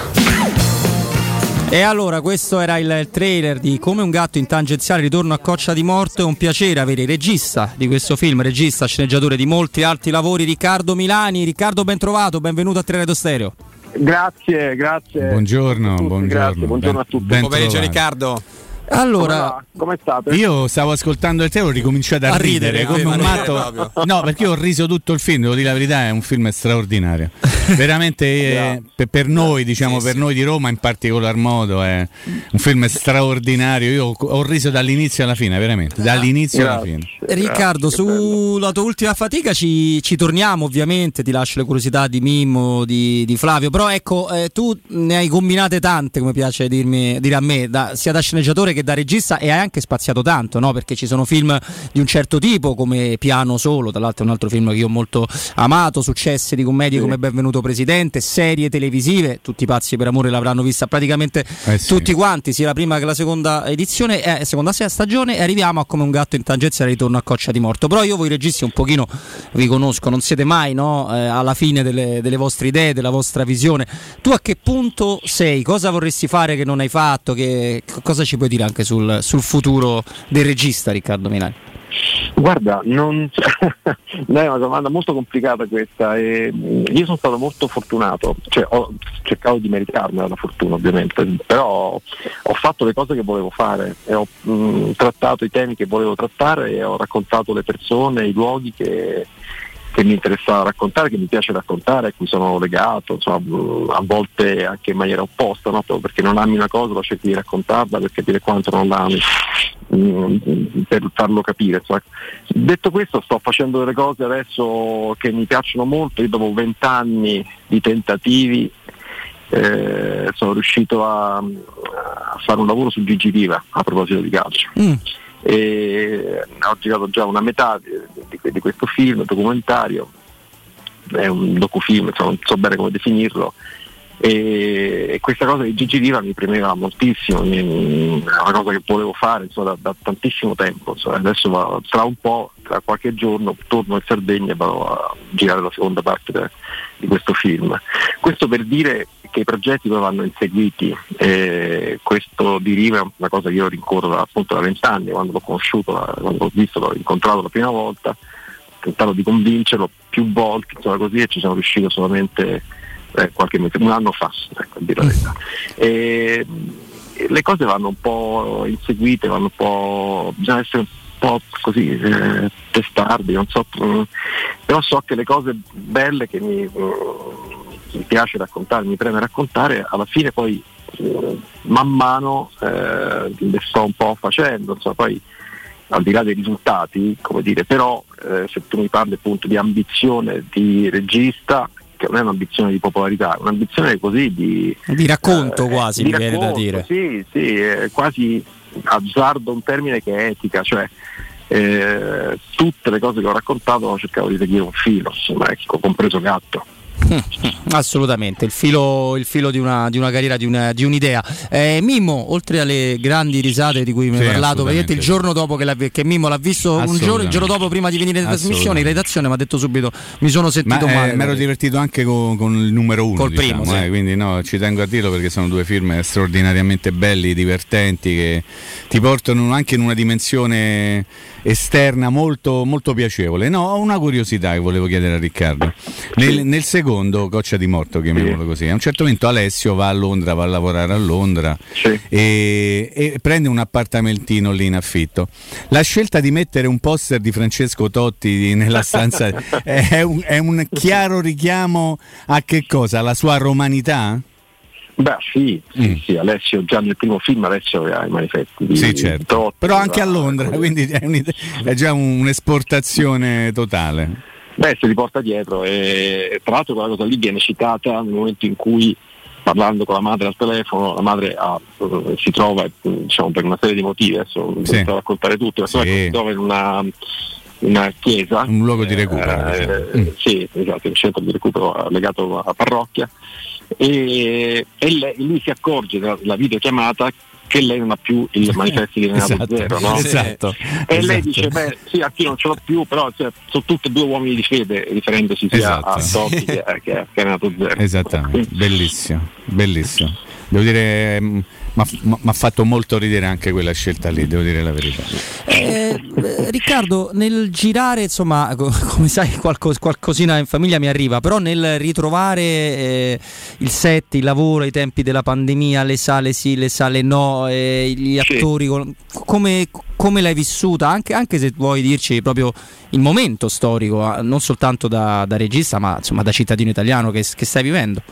E allora questo era il trailer di Come un gatto in tangenziale, ritorno a Coccia di Morto. È un piacere avere il regista di questo film, regista, sceneggiatore di molti altri lavori, Riccardo Milani. Riccardo, ben trovato, benvenuto a Teleradio Stereo. Grazie, grazie. Buongiorno, tutti, buongiorno. Grazie, buongiorno a tutti. Buon pomeriggio Riccardo. Allora, come state? Io stavo ascoltando il tema e ho ricominciato a, a ridere, ridere come un matto. No, perché io ho riso tutto il film, devo dire la verità, è un film straordinario. Veramente eh, per, per noi, diciamo, sì, per sì. noi di Roma in particolar modo è un film straordinario. Io ho, ho riso dall'inizio alla fine, veramente, dall'inizio grazie, alla fine. Riccardo, sulla tua ultima fatica ci, ci torniamo, ovviamente, ti lascio le curiosità di Mimmo, di, di Flavio, però ecco, eh, tu ne hai combinate tante, come piace dirmi, dire a me, da, sia da sceneggiatore che da regista, e hai anche spaziato tanto, no? Perché ci sono film di un certo tipo come Piano Solo, tra l'altro è un altro film che io ho molto amato, successi di commedie sì. come Benvenuto Presidente, serie televisive, tutti pazzi per amore l'avranno vista praticamente eh sì. tutti quanti, sia la prima che la seconda edizione, eh, seconda stagione, e arriviamo a Come un gatto in tangenza, ritorno a Coccia di Morto. Però io voi registi un pochino vi conosco, non siete mai no? eh, alla fine delle, delle vostre idee, della vostra visione. Tu a che punto sei? Cosa vorresti fare che non hai fatto? Che, cosa ci puoi dire anche sul, sul futuro del regista, Riccardo Milani? Guarda, non, non è una domanda molto complicata questa, e io sono stato molto fortunato, cioè ho cercato di meritarmela la fortuna ovviamente, però ho fatto le cose che volevo fare e ho mh, trattato i temi che volevo trattare e ho raccontato le persone, i luoghi che che mi interessava raccontare, che mi piace raccontare, a cui sono legato, insomma, a volte anche in maniera opposta, no? Perché non ami una cosa, lo cerchi di raccontarla per capire quanto non l'ami, mh, per farlo capire. Insomma. Detto questo, sto facendo delle cose adesso che mi piacciono molto. Io dopo vent'anni di tentativi eh, sono riuscito a, a fare un lavoro su Gigi Riva a proposito di calcio. Mm. E ho girato già una metà di, di, di questo film documentario, è un docufilm, insomma, non so bene come definirlo, e, e questa cosa di Gigi Riva mi premeva moltissimo, mi, è una cosa che volevo fare insomma, da, da tantissimo tempo, insomma. Adesso va, tra un po', tra qualche giorno torno in Sardegna e vado a girare la seconda parte de, di questo film. Questo per dire che i progetti poi vanno inseguiti, e questo di Riva è una cosa che io rincorro da, appunto da vent'anni, quando l'ho conosciuto, quando l'ho visto, l'ho incontrato la prima volta, ho tentato di convincerlo più volte, insomma così, e ci sono riuscito solamente eh, qualche mese, un anno fa, ecco, a dire la verità. E, e le cose vanno un po' inseguite, vanno un po', bisogna essere un po' così eh, testardi, non so, mh, però so che le cose belle che mi mh, mi piace raccontare, mi preme raccontare, alla fine poi eh, man mano eh, le sto un po' facendo, insomma, poi al di là dei risultati, come dire, però eh, se tu mi parli appunto di ambizione di regista, che non è un'ambizione di popolarità, è un'ambizione così di di racconto, eh, quasi di mi viene racconto, da dire. Sì, sì, è quasi azzardo un termine che è etica, cioè eh, tutte le cose che ho raccontato cercavo di seguire un filo, insomma, ecco, compreso Gatto. Assolutamente, il filo, il filo di, una, di una carriera, di, una, di un'idea. Eh, Mimmo, oltre alle grandi risate di cui mi hai sì, parlato, vedete il giorno dopo che, l'ha, che Mimmo l'ha visto un giorno, il giorno dopo prima di venire in trasmissione, in redazione mi ha detto subito mi sono sentito Ma, male. Eh, mi ero divertito anche con, con il numero uno, col diciamo, primo, sì. eh, quindi no, ci tengo a dirlo perché sono due film straordinariamente belli, divertenti, che ti portano anche in una dimensione esterna molto, molto piacevole. No, ho una curiosità che volevo chiedere a Riccardo. Nel, nel secondo, Coccia di Morto, chiamiamolo così, a un certo momento Alessio va a Londra, va a lavorare a Londra sì. e, e prende un appartamentino lì in affitto. La scelta di mettere un poster di Francesco Totti nella stanza è, un, è un chiaro richiamo a che cosa? Alla sua romanità? Beh sì, sì, mm. sì, Alessio già nel primo film Alessio aveva i manifesti di, sì, certo. di Totti, però anche a va, Londra, quindi è, è già un'esportazione totale. Beh, se li porta dietro e tra l'altro quella cosa lì viene citata nel momento in cui, parlando con la madre al telefono, la madre ha, si trova, diciamo, per una serie di motivi, adesso non sì. sto a raccontare tutto, ma sì. si trova in una, una chiesa, un luogo di recupero, eh, mm. sì, esatto, un centro di recupero legato alla parrocchia, e, e lei, lui si accorge dalla videochiamata che lei non ha più il manifesto di Renato esatto, Zero, no? esatto, e esatto. lei dice beh sì, anche io non ce l'ho più, però cioè, sono tutti e due uomini di fede, riferendosi sia esatto. a Totti che, che a Renato Zero. Esattamente, bellissimo, bellissimo. Devo dire, mi ha fatto molto ridere anche quella scelta lì, devo dire la verità. Eh, Riccardo, nel girare, insomma, come sai, qualcos- qualcosina in famiglia mi arriva, però nel ritrovare eh, il set, il lavoro, i tempi della pandemia, le sale sì, le sale no, eh, gli attori, sì. come, come l'hai vissuta? Anche, anche se vuoi dirci proprio il momento storico, non soltanto da, da regista, ma insomma da cittadino italiano che, che stai vivendo.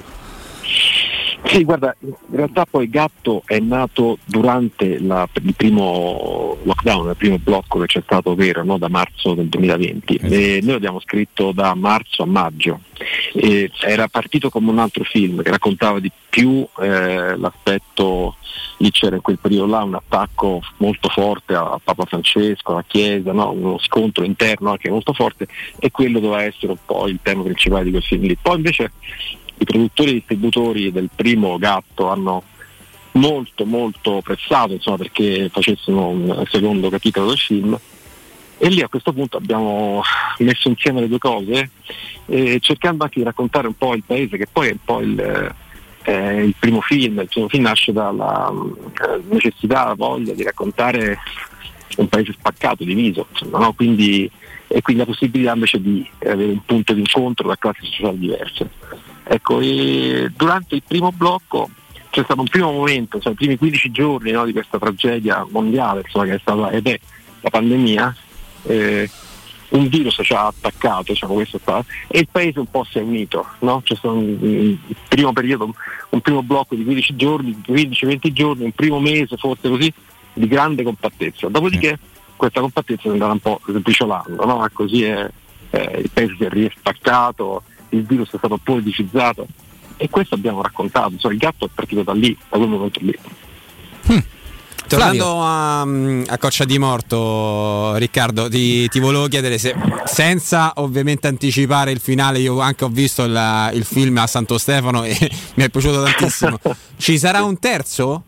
Sì, guarda, in realtà poi Gatto è nato durante la, il primo lockdown, il primo blocco che c'è stato vero, no? Da marzo del duemilaventi. Esatto. E noi l'abbiamo scritto da marzo a maggio. E era partito come un altro film che raccontava di più eh, l'aspetto, lì c'era in quel periodo là un attacco molto forte a Papa Francesco, alla Chiesa, no? Uno scontro interno anche molto forte, e quello doveva essere un po' il tema principale di quel film lì. Poi invece i produttori e distributori del primo Gatto hanno molto molto pressato, insomma, perché facessero un secondo capitolo del film, e lì a questo punto abbiamo messo insieme le due cose, eh, cercando anche di raccontare un po' il paese, che poi è un po' il, eh, il primo film. Il primo film nasce dalla eh, necessità, la voglia di raccontare un paese spaccato, diviso, insomma, no? Quindi, e quindi la possibilità invece di avere un punto di incontro da classi sociali diverse. Ecco, e durante il primo blocco c'è stato un primo momento, cioè i primi quindici giorni, no, di questa tragedia mondiale, insomma, che è stata ed è la pandemia, eh, un virus ci ha attaccato, diciamo, questo sta, e il paese un po' si è unito, no? C'è stato un, un primo periodo, un primo blocco di quindici giorni, quindici venti giorni, un primo mese forse così, di grande compattezza. Dopodiché questa compattezza è andata un po' sbriciolando, no? E così è, eh, il paese si è rispaccato, il virus è stato politicizzato, e questo abbiamo raccontato, insomma, il Gatto è partito da lì, da quel momento lì. Hm. Tornando a, a Coccia di Morto, Riccardo, ti, ti volevo chiedere se, senza ovviamente anticipare il finale, io anche ho visto il, il film a Santo Stefano e mi è piaciuto tantissimo, ci sarà un terzo?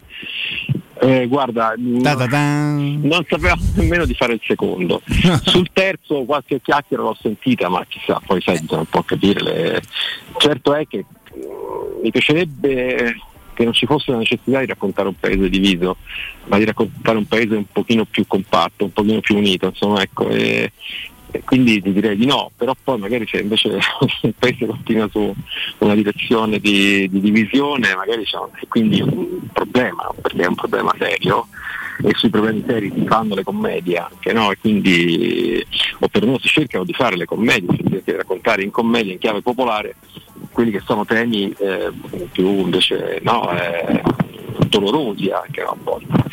Eh, guarda, non sapevamo nemmeno di fare il secondo. Sul terzo qualche chiacchiera l'ho sentita, ma chissà, poi sai, bisogna un po' capire le... Certo è che uh, mi piacerebbe che non ci fosse la necessità di raccontare un paese diviso, ma di raccontare un paese un pochino più compatto, un pochino più unito, insomma, ecco, e, e quindi ti direi di no, però poi magari c'è invece il paese continua su una direzione di, di divisione, magari c'è un, quindi un problema, perché è un problema serio, e sui problemi seri si fanno le commedie anche, no? E quindi, o perlomeno si cercano di fare le commedie, si cerca di raccontare in commedia, in chiave popolare, quelli che sono temi eh, più invece no, eh, dolorosi anche no, a volte.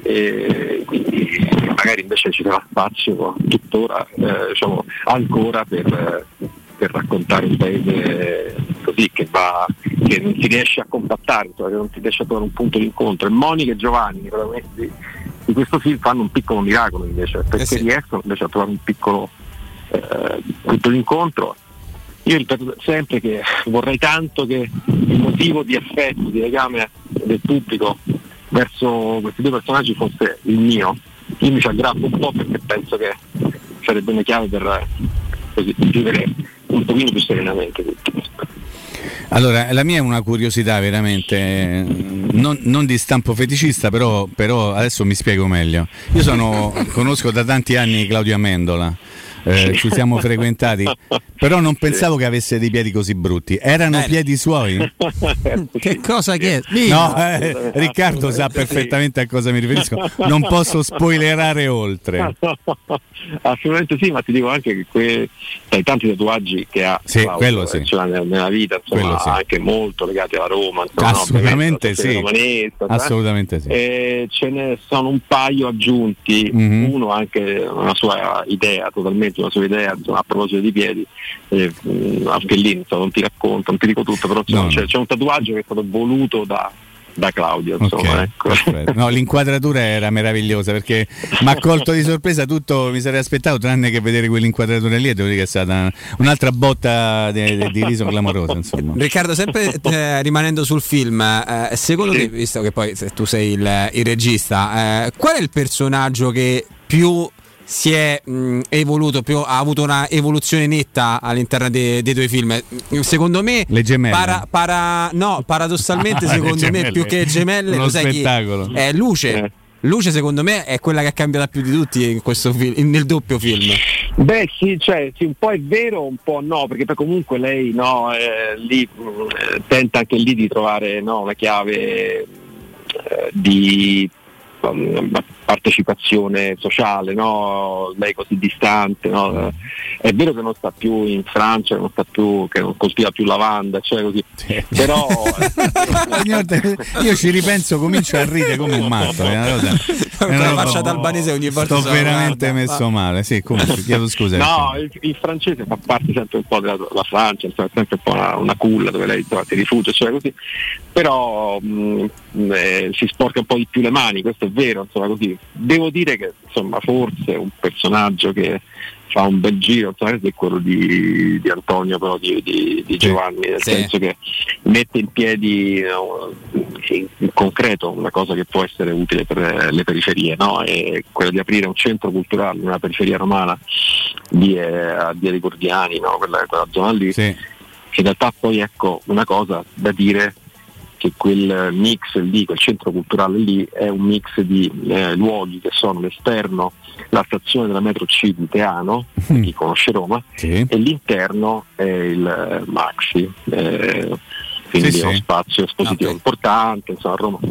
E quindi magari invece ci sarà spazio tuttora eh, diciamo, ancora per, per raccontare un paese così che va che non si riesce a compattare, cioè, che non si riesce a trovare un punto di incontro. E Monica e Giovanni, i protagonisti di questo film, fanno un piccolo miracolo invece, perché eh sì. riescono invece a trovare un piccolo eh, punto di incontro. Io ripeto sempre che vorrei tanto che il motivo di affetto, di legame del pubblico verso questi due personaggi fosse il mio. Io mi ci aggrappo un po' perché penso che sarebbe una chiave per così, vivere un pochino più serenamente tutto. Allora, la mia è una curiosità veramente, non, non di stampo feticista, però, però adesso mi spiego meglio. Io sono, conosco da tanti anni Claudio Amendola. Eh, ci siamo frequentati, però non pensavo che avesse dei piedi così brutti. Erano eh. piedi suoi? Che cosa che è? No, eh, Riccardo sa perfettamente a cosa mi riferisco. Non posso spoilerare oltre. Assolutamente sì, ma ti dico anche che que- tra i tanti tatuaggi che ha sì, Claudio, quello sì. cioè, nella, nella vita, insomma, sì. anche molto legati alla Roma. Insomma, assolutamente no, sì. romanista, assolutamente sì. E ce ne sono un paio aggiunti, mm-hmm. uno anche una sua idea totalmente una sua idea insomma, a proposito di piedi eh, anche lì insomma, non ti racconto, non ti dico tutto, però insomma, no, c'è, no. c'è un tatuaggio che è stato voluto da, da Claudio insomma, okay, ecco. No, l'inquadratura era meravigliosa perché mi ha colto di sorpresa tutto, mi sarei aspettato tranne che vedere quell'inquadratura lì e devo dire che è stata un'altra botta di, di, di riso clamorosa insomma. Riccardo, sempre eh, rimanendo sul film, eh, secondo sì. te, visto che poi tu sei il, il regista, eh, qual è il personaggio che più si è mh, evoluto, più, ha avuto una evoluzione netta all'interno dei, dei tuoi film? Secondo me le gemelle para, para, no, paradossalmente secondo me più che gemelle lo sai spettacolo. Chi è Luce eh. Luce secondo me è quella che ha cambiato più di tutti in questo film, nel doppio film. Beh sì, cioè sì, un po' è vero, un po' no, perché poi comunque lei no, eh, lì eh, tenta anche lì di trovare no, una chiave eh, di partecipazione sociale, no? Lei così distante, no? È vero che non sta più in Francia, non sta più, che non coltiva più lavanda, cioè così. Però io ci ripenso, comincio a ridere come un matto. È una cosa, con la facciata albanese ogni volta sto veramente guarda. messo male. Sì, come chiedo scusa. No, il, il francese fa parte sempre un po' della, della Francia, insomma, è sempre un po' una, una culla dove lei insomma, si rifugia, cioè così. Però mh, eh, si sporca un po' di più le mani, questo è vero, insomma così. Devo dire che insomma forse un personaggio che fa un bel giro insomma, è quello di, di Antonio, però di, di, di Giovanni, nel sì. senso che mette in piedi no, in, in concreto una cosa che può essere utile per le periferie, no? È quello di aprire un centro culturale in una periferia romana di, eh, a Via dei Gordiani, no? quella, quella zona lì, sì. che in realtà poi ecco una cosa da dire che quel mix lì, quel centro culturale lì è un mix di eh, luoghi che sono l'esterno, la stazione della metro C di Teano, mm. chi conosce Roma, sì. e l'interno è il eh, Maxi, eh, quindi sì, è uno sì. spazio espositivo okay. importante, insomma a Roma.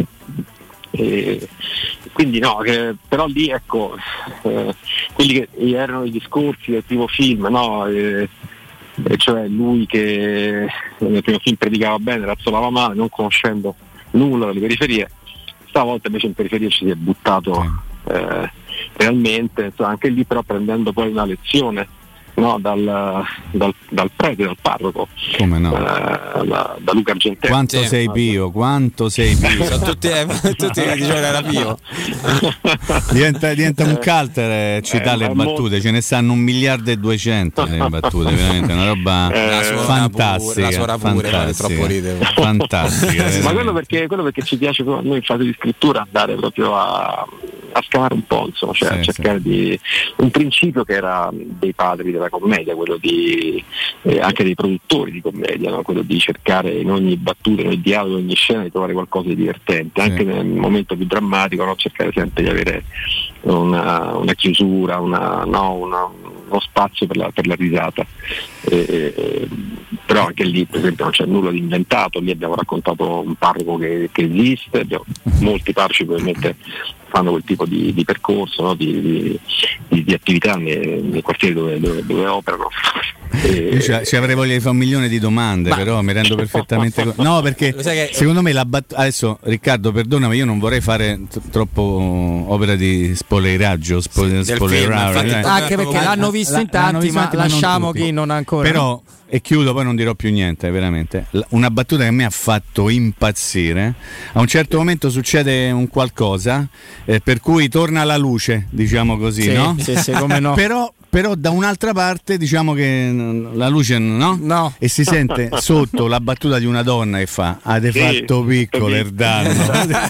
E quindi no, eh, però lì ecco eh, quelli che erano i discorsi del primo film, no? Eh, e cioè lui che nel primo film predicava bene, razzolava male, non conoscendo nulla delle periferie, stavolta invece in periferia ci si è buttato eh, realmente, insomma, anche lì però prendendo poi una lezione no, dal, dal, dal prete, dal parroco, come no? eh, da, da Luca Argentelli. Quanto sì, sei pio, quanto sei pio. Sono tutti, eh, tutti che dicevano era pio. diventa, diventa un calter citare eh, le battute, ce ne stanno un miliardo e duecento le battute, veramente una roba eh, fantastica. La suora pure, fantastica, è troppo ridere. Fantastica. Ma quello perché, quello perché ci piace a noi in fase di scrittura andare proprio a, a scavare un po', insomma, cioè sì, cercare sì. di un principio che era dei padri della commedia, quello di eh, anche dei produttori di commedia, no? Quello di cercare in ogni battuta, in ogni dialogo, in ogni scena di trovare qualcosa di divertente, sì. anche nel momento più drammatico, no? Cercare sempre di avere una, una chiusura, una, no? una, uno spazio per la, per la risata. Eh, però anche lì per esempio non c'è nulla di inventato, lì abbiamo raccontato un parroco che, che esiste, abbiamo, molti parroci probabilmente fanno quel tipo di, di percorso, no? di, di, di attività nei, nei quartieri dove, dove, dove operano. Io ci, ci avrei voglia di fare un milione di domande, ma... però mi rendo perfettamente conto. No, perché che... secondo me la bat... adesso Riccardo, perdonami, io non vorrei fare t- troppo opera di spoileraggio, spo- sì, spoilerare, film, anche perché l'hanno visto in tanti, ma lasciamo chi non ha ancora. Però e chiudo, poi non dirò più niente, veramente. Una battuta che mi ha fatto impazzire. A un certo momento succede un qualcosa eh, per cui torna la luce, diciamo così, sì, no? Sì, sì, come no. Però però da un'altra parte diciamo che la luce no? no. E si sente sotto la battuta di una donna che fa avete sì, fatto piccolo il danno.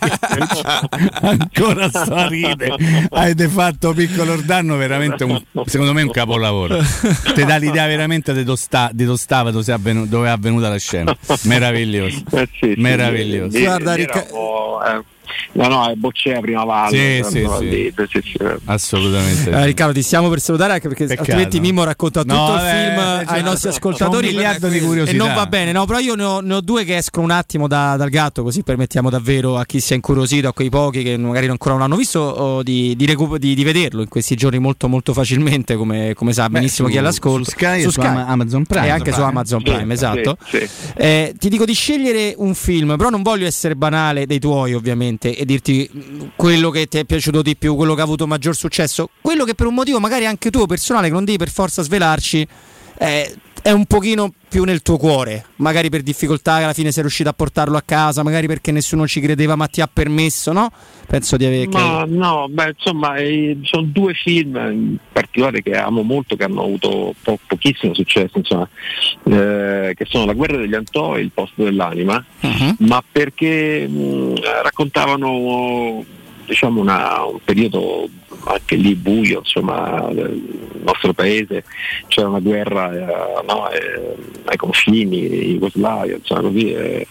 Ancora sto a ride. Avete fatto piccolo il danno, veramente un, secondo me un capolavoro. Ti dà l'idea veramente di dove sta, di dove stava, dove è, avvenuta, dove è avvenuta la scena. Meraviglioso. Eh sì, meraviglioso. Sì, Guarda Ricca... No, no, è Boccea prima valle. Sì, sì, sì. Lì, sì, sì. Assolutamente. Eh, Riccardo, ti stiamo per salutare anche perché Peccato. altrimenti Mimmo racconta tutto no, il film eh, ai nostri ascoltatori. Un miliardo di curiosità. E non va bene, no, però io ne ho, ne ho due che escono un attimo da, dal gatto, così permettiamo davvero a chi si è incuriosito, a quei pochi che magari ancora non hanno visto, o di, di, recu- di, di vederlo in questi giorni molto molto facilmente, come, come sa benissimo Beh, su, chi è all'ascolto. Su Sky su e Sky. Su Amazon Prime. E anche Prime. su Amazon Prime, sì, esatto. Sì, sì. Eh, ti dico di scegliere un film, però non voglio essere banale dei tuoi ovviamente e dirti quello che ti è piaciuto di più, quello che ha avuto maggior successo, quello che per un motivo magari anche tuo personale, che non devi per forza svelarci, eh, è un pochino più nel tuo cuore, magari per difficoltà che alla fine sei riuscito a portarlo a casa, magari perché nessuno ci credeva ma ti ha permesso, no? Penso di avere... Ma no, beh, insomma, eh, sono due film in particolare che amo molto, che hanno avuto po- pochissimo successo, insomma, eh, che sono La guerra degli Antò e Il posto dell'anima, uh-huh. ma perché mh, raccontavano, diciamo, una, un periodo anche lì buio, insomma, del nostro paese. C'era una guerra eh, no, eh, ai confini, Jugoslavia, insomma, così, eh,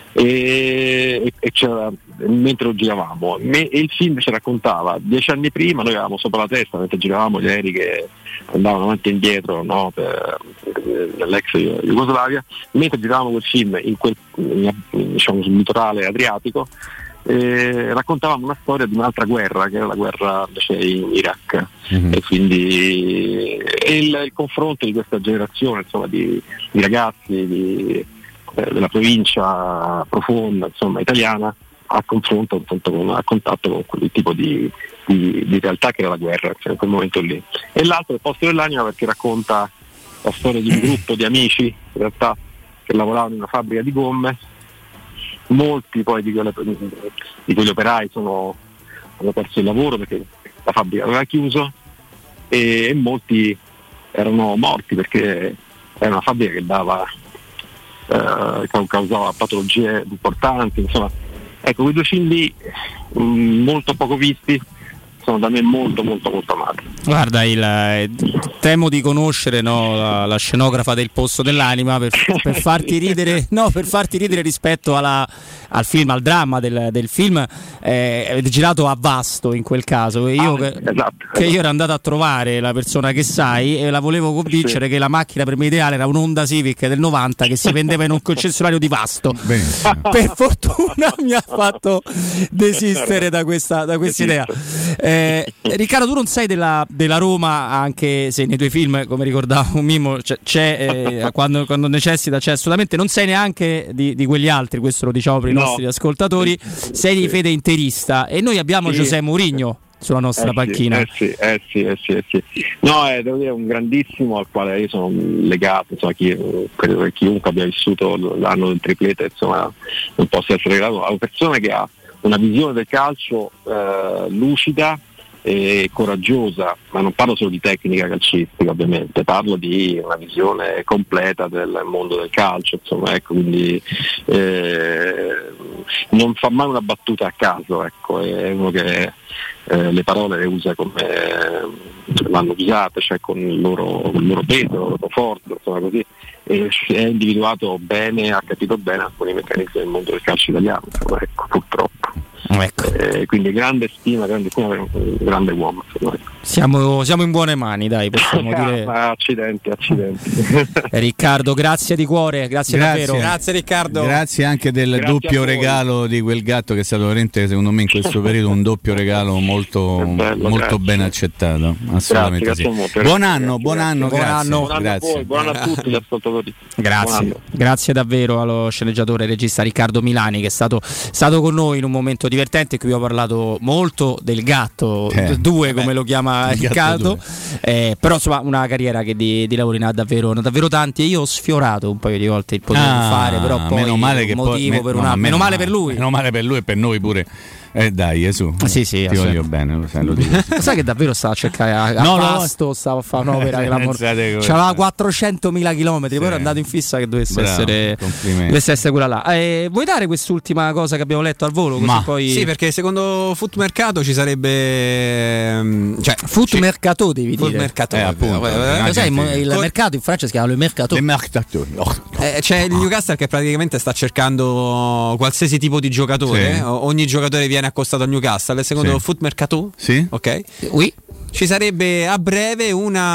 e, e c'era, mentre lo giravamo, me, e il film ci raccontava dieci anni prima, noi avevamo sopra la testa mentre giravamo gli aerei che andavano avanti e indietro, no, per, per, nell'ex Jugoslavia, mentre giravamo quel film in quel, in, diciamo, sul litorale adriatico. Eh, raccontavamo una storia di un'altra guerra, che era la guerra invece in Iraq, mm-hmm. e quindi e il, il confronto di questa generazione, insomma, di, di ragazzi di, eh, della provincia profonda, insomma, italiana, a confronto appunto, con, a contatto con quel tipo di, di, di realtà che era la guerra, cioè, in quel momento lì. E l'altro è Il posto dell'anima, perché racconta la storia di un gruppo di amici, in realtà, che lavoravano in una fabbrica di gomme. Molti poi di, quelle, di quegli operai sono, hanno perso il lavoro perché la fabbrica aveva chiuso, e, e molti erano morti perché era una fabbrica che dava eh, causava patologie importanti, insomma. Ecco, quei due film lì mh, molto poco visti sono da me molto molto molto amati. Guarda, il, eh, temo di conoscere, no, la, la scenografa del Posto dell'Anima per, per farti ridere, no, per farti ridere rispetto alla, al film, al dramma del, del film, eh, è girato a Vasto in quel caso. E io, ah, che, esatto, esatto. che io ero andato a trovare la persona che sai e la volevo convincere sì. che la macchina per me ideale era un Honda Civic del novanta che si vendeva in un concessionario di Vasto. Benissimo. Per fortuna mi ha fatto desistere da questa, da questa idea. Eh, Eh, Riccardo, tu non sei della, della Roma, anche se nei tuoi film, come ricordavo Mimmo, c'è, c'è eh, quando, quando necessita c'è assolutamente, non sei neanche di, di quegli altri, questo lo diciamo per i no. nostri ascoltatori, sei di fede interista e noi abbiamo sì. José Mourinho sulla nostra eh panchina. Sì, eh sì, eh sì, eh sì, eh sì. No, è, devo dire, un grandissimo al quale io sono legato, insomma, chi, credo che chiunque abbia vissuto l'anno del triplete, insomma, non possa essere legato a una persona che ha una visione del calcio eh, lucida e coraggiosa, ma non parlo solo di tecnica calcistica, ovviamente, parlo di una visione completa del mondo del calcio, insomma, ecco, quindi eh, non fa mai una battuta a caso, ecco, è uno che eh, le parole le usa come l'hanno usate, cioè con il loro, con il loro peso, la loro forza, insomma, così. E è individuato bene, ha capito bene alcuni meccanismi del mondo del calcio italiano, insomma, ecco, purtroppo. Ecco. Eh, quindi grande stima, grande stima per un grande uomo. Siamo, siamo in buone mani, dai, possiamo dire. Accidenti, accidenti. Riccardo, grazie di cuore, grazie, grazie davvero. Grazie Riccardo. Grazie anche del Grazie doppio regalo di quel gatto che è stato veramente, secondo me, in questo periodo un doppio regalo molto, bello, molto ben accettato. Assolutamente grazie, sì. grazie molto. Buon anno, Grazie, buon anno, buon grazie. anno. Buon anno a grazie. voi, buon anno a tutti gli ascoltatori. Grazie, grazie davvero allo sceneggiatore e regista Riccardo Milani, che è stato, stato con noi in un momento divertente. Qui ho parlato molto del gatto, Eh, due come lo chiama il gatto Riccardo, eh, però insomma una carriera che di, di lavori ne ha davvero, ne ha davvero tanti, e io ho sfiorato un paio di volte il poter Ah, fare, però poi meno male un che motivo poi, per no, una, meno, meno male per lui. Meno male per lui e per noi pure. Eh dai, Gesù. Sì, sì, ti voglio bene, lo sai, lo dico. Sai che davvero stava a cercare a, a No, no, Pasto, stava a fare un'opera che Pensate come- c'aveva quattrocentomila chilometri, Sì. poi era andato in fissa che dovesse Bravo, essere complimenti. dovesse essere quella là. Eh, vuoi dare quest'ultima cosa che abbiamo letto al volo? Così Ma- poi Sì, perché secondo Foot Mercato ci sarebbe ehm, cioè Foot ci- Mercato devi Foot dire. Mercato, Eh, appunto, eh, Lo sai, il, gente- il Col- mercato in Francia si chiama le mercato. Le mercatori. Oh. Eh, c'è il Newcastle che praticamente sta cercando qualsiasi tipo di giocatore. Sì. eh. O- Ogni giocatore viene accostato al Newcastle. Secondo Sì. Foot Mercato, Sì? ok? Oui. Ci sarebbe a breve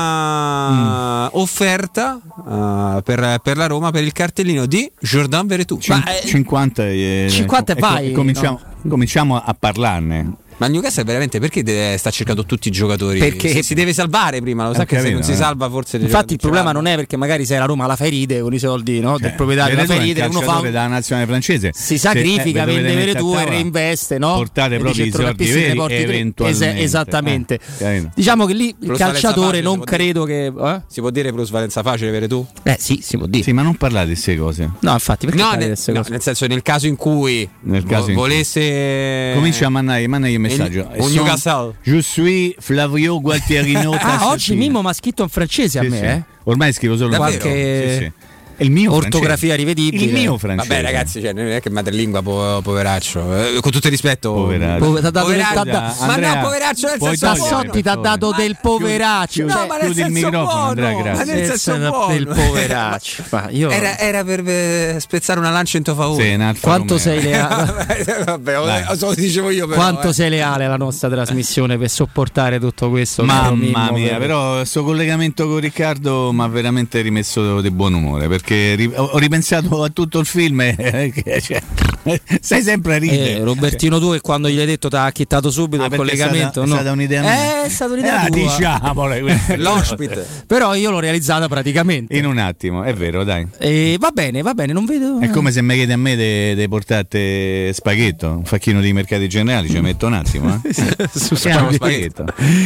una offerta uh, per, per la Roma per il cartellino di Jordan Veretout. Cin- Ma, eh, cinquanta, e, cinquanta e ecco, vai, e cominciamo, cominciamo a parlarne. Ma il Newcastle veramente perché deve, sta cercando tutti i giocatori? Perché- si, si deve salvare prima, lo sa Ho che se capito, non si eh. salva forse Infatti il problema non è perché magari sei la Roma la fai ride con i soldi, no? del Cioè, proprietario la Veretout fai è un ridere, uno fa calciatore dalla nazionale francese. si Se- sacrifica, eh, vende dovete Veretout mettere a e tavola, reinveste, no? portate E proprio dice, i soldi centrocampisti ne veri porti tre. eventualmente. Es- esattamente. Eh, capito? Diciamo che lì il Plusvalenza calciatore facile, non si può dire. credo che eh? Si può dire plusvalenza facile Veretout? Eh sì, si può dire. Sì, ma non parlate di queste cose. No, infatti, perché No, fare nel, queste no, cose? nel senso nel caso in cui Nel caso vo- in cui. volesse Comincia a mandare, mandare il messaggio. un Son- Newcastle. Je suis Flavio Gualtierino. Ah, oggi Mimmo mi ha scritto in francese a Sì, me, sì. eh? Ormai scrivo solo Davvero? Qualche Sì, sì. È il mio ortografia francese. rivedibile. Il mio francese. Vabbè ragazzi, cioè, non è che madrelingua po- poveraccio, eh, con tutto il rispetto. Poveraccio. Pove- t'ha dato del- Poveraccio. t'ha da- Ma Andrea, no, poveraccio nel puoi senso togliere, buono. Tassotti ti ha dato del poveraccio. No, cioè, ma nel chiudi il senso microfono, buono, Andrea, grazie. ma nel senso del buono. poveraccio. Ma io- Era, era per eh, spezzare una lancia in tuo favore. Sì, in Alfa Quanto Romeo. sei leale? Vabbè, Dai. lo so, dicevo io però. Quanto eh. sei leale alla nostra trasmissione per sopportare tutto questo? caro Mimmo, Mamma mia, per- però questo collegamento con Riccardo mi ha veramente rimesso di buon umore, perché ri- ho ho ripensato a tutto il film e che, cioè, stai sempre a ridere. Eh, Robertino tu, e quando gli hai detto ti ha chittato subito Ah, il perché è collegamento, stata- è no? stata un'idea mia. Eh, è stata un'idea Eh, tua. diciamole queste L'ospite. cose. Però io l'ho realizzata praticamente. In un attimo, è vero, dai. E va bene, va bene, non vedo. È come se mi chiedi a me di portate spaghetto, un facchino di mercati generali, ci metto un attimo. Eh. Su Chiamo spaghetto.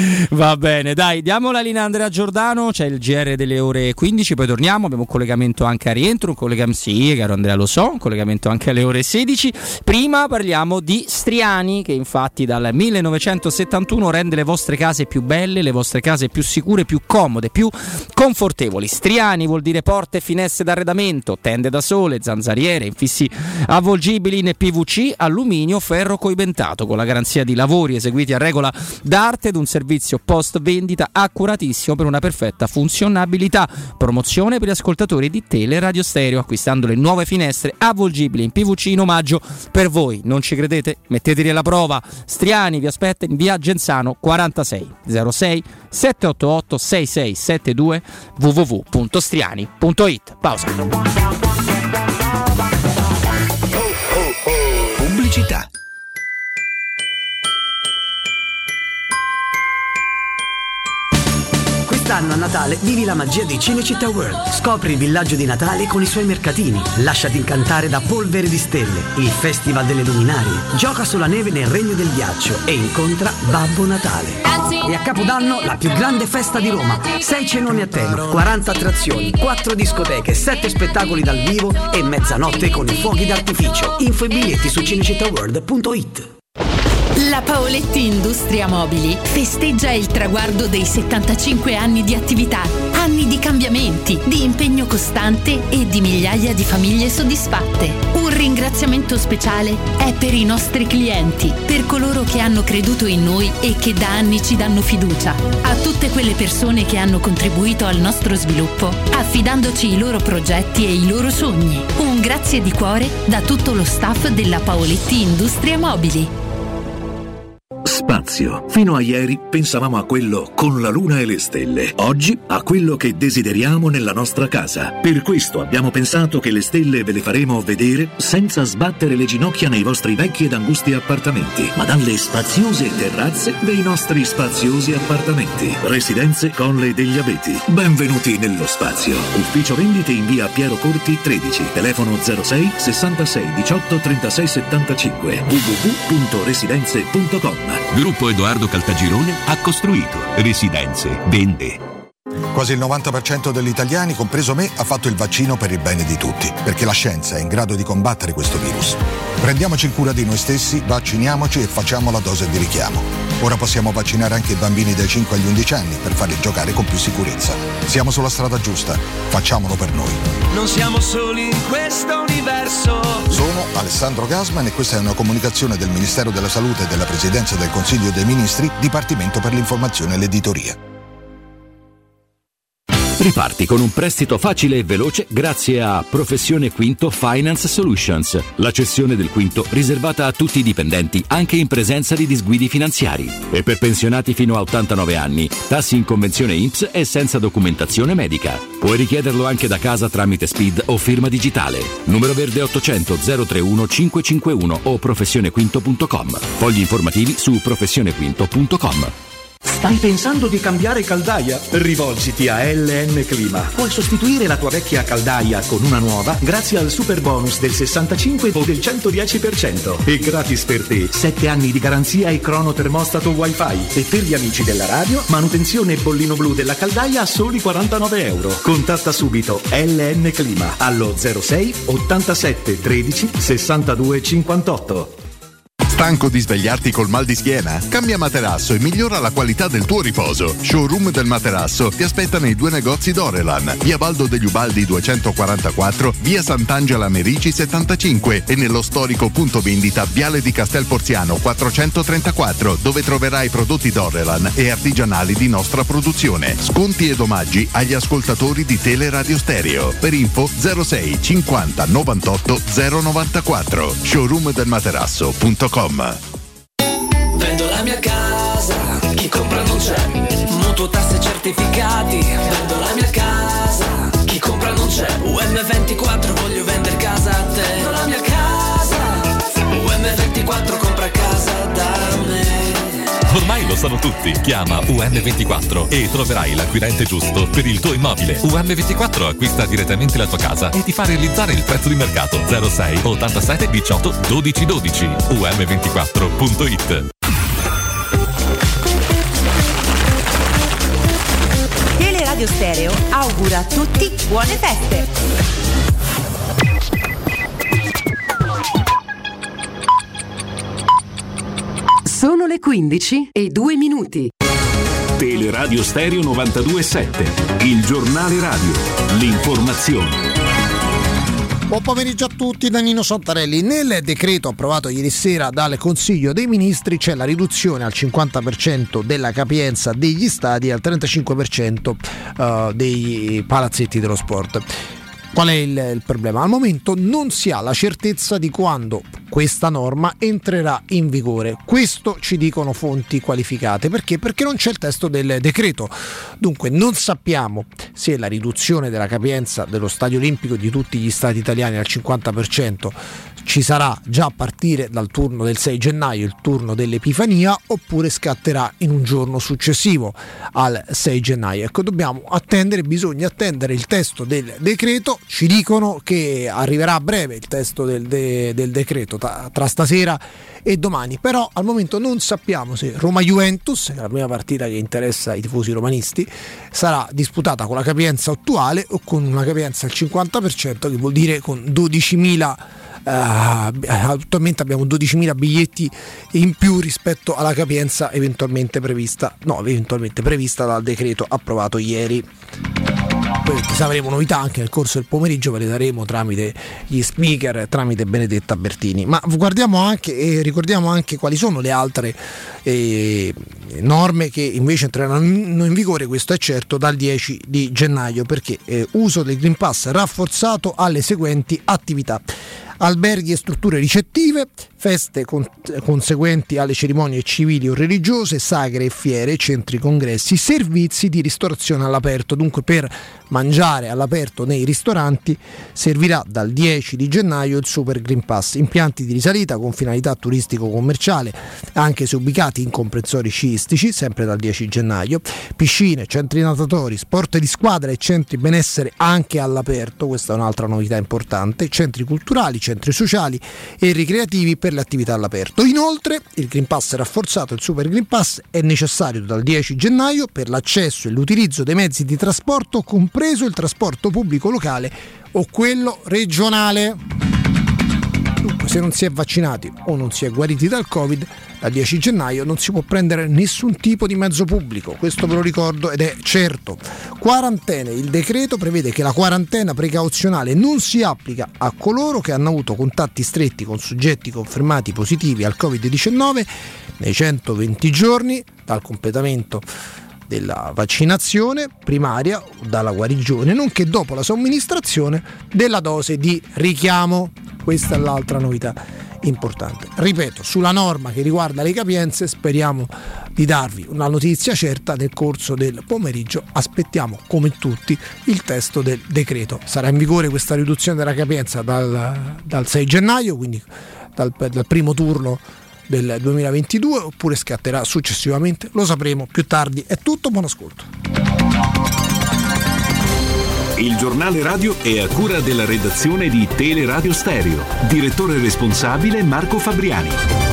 Va bene, dai, diamo la linea a Andrea Giordano, c'è il G R delle ore quindici, poi torniamo, abbiamo un collegamento anche a rientro, un collegamento, sì, caro Andrea, lo so, un collegamento anche alle ore sedici. Prima parliamo di Striani, che infatti dal millenovecentosettantuno rende le vostre case più belle, le vostre case più sicure, più comode, più confortevoli. Striani vuol dire porte e finestre d'arredamento, tende da sole, zanzariere, infissi avvolgibili in P V C, alluminio, ferro coibentato, con la garanzia di lavori eseguiti a regola d'arte ed un servizio post vendita accuratissimo per una perfetta funzionabilità. Promozione per gli ascoltatori di Tele Radio Stereo, acquistando le nuove finestre avvolgibili in P V C in omaggio per voi. Non ci credete? Metteteli alla prova. Striani vi aspetta in via Genzano quarantasei zero sei sette otto otto sei sei sette due w w w punto striani punto it. Pausa. Pubblicità. Quest'anno a Natale vivi la magia di Cinecittà World. Scopri il villaggio di Natale con i suoi mercatini. Lasciati incantare da Polvere di Stelle, il festival delle luminarie. Gioca sulla neve nel regno del ghiaccio e incontra Babbo Natale. E a Capodanno la più grande festa di Roma. Sei cenoni a tema, quaranta attrazioni, quattro discoteche, sette spettacoli dal vivo e mezzanotte con i fuochi d'artificio. Info e biglietti su cinecittàworld punto it. La Paoletti Industria Mobili festeggia il traguardo dei settantacinque anni di attività, anni di cambiamenti, di impegno costante e di migliaia di famiglie soddisfatte. Un ringraziamento speciale è per i nostri clienti, per coloro che hanno creduto in noi e che da anni ci danno fiducia, a tutte quelle persone che hanno contribuito al nostro sviluppo, affidandoci i loro progetti e i loro sogni. Un grazie di cuore da tutto lo staff della Paoletti Industria Mobili. Spazio. Fino a ieri pensavamo a quello con la luna e le stelle. Oggi a quello che desideriamo nella nostra casa. Per questo abbiamo pensato che le stelle ve le faremo vedere senza sbattere le ginocchia nei vostri vecchi ed angusti appartamenti, ma dalle spaziose terrazze dei nostri spaziosi appartamenti. Residenze Colle degli Abeti. Benvenuti nello spazio. Ufficio vendite in via Piero Corti tredici. Telefono zero sei sessantasei diciotto trentasei settantacinque. w w w punto residenze punto com. Gruppo Edoardo Caltagirone ha costruito. Residenze vende. Quasi il novanta per cento degli italiani, compreso me, ha fatto il vaccino per il bene di tutti, perché la scienza è in grado di combattere questo virus. Prendiamoci cura di noi stessi, vacciniamoci e facciamo la dose di richiamo. Ora possiamo vaccinare anche i bambini dai cinque agli undici anni per farli giocare con più sicurezza. Siamo sulla strada giusta, facciamolo per noi. Non siamo soli in questo universo. Sono Alessandro Gasman e questa è una comunicazione del Ministero della Salute e della Presidenza del Consiglio dei Ministri, Dipartimento per l'informazione e l'editoria. Riparti con un prestito facile e veloce grazie a Professione Quinto Finance Solutions, la cessione del quinto riservata a tutti i dipendenti anche in presenza di disguidi finanziari. E per pensionati fino a ottantanove anni, tassi in convenzione I N P S e senza documentazione medica. Puoi richiederlo anche da casa tramite S P I D o firma digitale. Numero verde ottocento zero trentuno cinquecentocinquantuno o professionequinto punto com. Fogli informativi su professionequinto punto com. Stai pensando di cambiare caldaia? Rivolgiti a L N Clima. Puoi sostituire la tua vecchia caldaia con una nuova grazie al super bonus del sessantacinque o del centodieci per cento. E gratis per te sette anni di garanzia e crono termostato wifi. E per gli amici della radio, manutenzione e bollino blu della caldaia a soli quarantanove euro. Contatta subito L N Clima allo zero sei ottantasette tredici sessantadue cinquantotto. Stanco di svegliarti col mal di schiena? Cambia materasso e migliora la qualità del tuo riposo. Showroom del materasso ti aspetta nei due negozi Dorelan, via Baldo degli Ubaldi duecentoquarantaquattro, via Sant'Angela Merici settantacinque e nello storico punto vendita Viale di Castel Porziano quattrocentotrentaquattro, dove troverai prodotti Dorelan e artigianali di nostra produzione. Sconti ed omaggi agli ascoltatori di Teleradio Stereo. Per info zero sei cinquanta novantotto zero novantaquattro. showroom del materasso punto com. Vendo la mia casa, chi compra non c'è. Mutuo, tasse, certificati. Vendo la mia casa, chi compra non c'è. U M ventiquattro, voglio vendere casa a te. Vendo la mia casa, U M ventiquattro, compra casa da me. Ormai lo sanno tutti. Chiama U M ventiquattro e troverai l'acquirente giusto per il tuo immobile. U M ventiquattro acquista direttamente la tua casa e ti fa realizzare il prezzo di mercato. zero sei ottantasette diciotto dodici dodici. U M ventiquattro punto it. Teleradio Stereo augura a tutti buone feste. Sono le quindici e due minuti. Teleradio Stereo novantadue sette, il giornale radio, l'informazione. Buon pomeriggio a tutti da Nino Santarelli. Nel decreto approvato ieri sera dal Consiglio dei Ministri c'è la riduzione al cinquanta per cento della capienza degli stadi e al trentacinque per cento uh, dei palazzetti dello sport. Qual è il, il problema? Al momento non si ha la certezza di quando questa norma entrerà in vigore. Questo ci dicono fonti qualificate. Perché? Perché non c'è il testo del decreto. Dunque non sappiamo se la riduzione della capienza dello Stadio Olimpico di tutti gli stadi italiani al cinquanta per cento ci sarà già a partire dal turno del sei gennaio, il turno dell'Epifania, oppure scatterà in un giorno successivo al sei gennaio. Ecco, dobbiamo attendere, bisogna attendere il testo del decreto. Ci dicono che arriverà a breve il testo del, de, del decreto tra, tra stasera e domani, però al momento non sappiamo se Roma-Juventus, che è la prima partita che interessa i tifosi romanisti, sarà disputata con la capienza attuale o con una capienza al cinquanta per cento, che vuol dire con dodicimila. Uh, attualmente abbiamo dodicimila biglietti in più rispetto alla capienza eventualmente prevista no eventualmente prevista dal decreto approvato ieri. Poi avremo novità anche nel corso del pomeriggio, ve le daremo tramite gli speaker, tramite Benedetta Bertini. Ma guardiamo anche e ricordiamo anche quali sono le altre eh, norme che invece entreranno in vigore, questo è certo, dal dieci di gennaio, perché eh, uso del Green Pass rafforzato alle seguenti attività: alberghi e strutture ricettive, feste con- conseguenti alle cerimonie civili o religiose, sagre e fiere, centri congressi, servizi di ristorazione all'aperto. Dunque per mangiare all'aperto nei ristoranti servirà dal dieci di gennaio il Super Green Pass. Impianti di risalita con finalità turistico-commerciale, anche se ubicati in comprensori sciistici, sempre dal dieci gennaio, piscine, centri natatori, sport di squadra e centri benessere anche all'aperto, questa è un'altra novità importante, centri culturali, centri sociali e ricreativi per le attività all'aperto. Inoltre il Green Pass è rafforzato, il Super Green Pass è necessario dal dieci gennaio per l'accesso e l'utilizzo dei mezzi di trasporto, compreso il trasporto pubblico locale o quello regionale. Dunque, se non si è vaccinati o non si è guariti dal Covid, dal dieci gennaio non si può prendere nessun tipo di mezzo pubblico, questo ve lo ricordo ed è certo. Quarantene, il decreto prevede che la quarantena precauzionale non si applica a coloro che hanno avuto contatti stretti con soggetti confermati positivi al covid diciannove nei centoventi giorni dal completamento della vaccinazione primaria o dalla guarigione, nonché dopo la somministrazione della dose di richiamo. Questa è l'altra novità importante. Ripeto, sulla norma che riguarda le capienze speriamo di darvi una notizia certa nel corso del pomeriggio. Aspettiamo come tutti il testo del decreto. Sarà in vigore questa riduzione della capienza dal, dal sei gennaio, quindi dal, dal primo turno del duemilaventidue, oppure scatterà successivamente, lo sapremo più tardi. È tutto, buon ascolto. Il giornale radio è a cura della redazione di Teleradio Stereo. Direttore responsabile Marco Fabriani.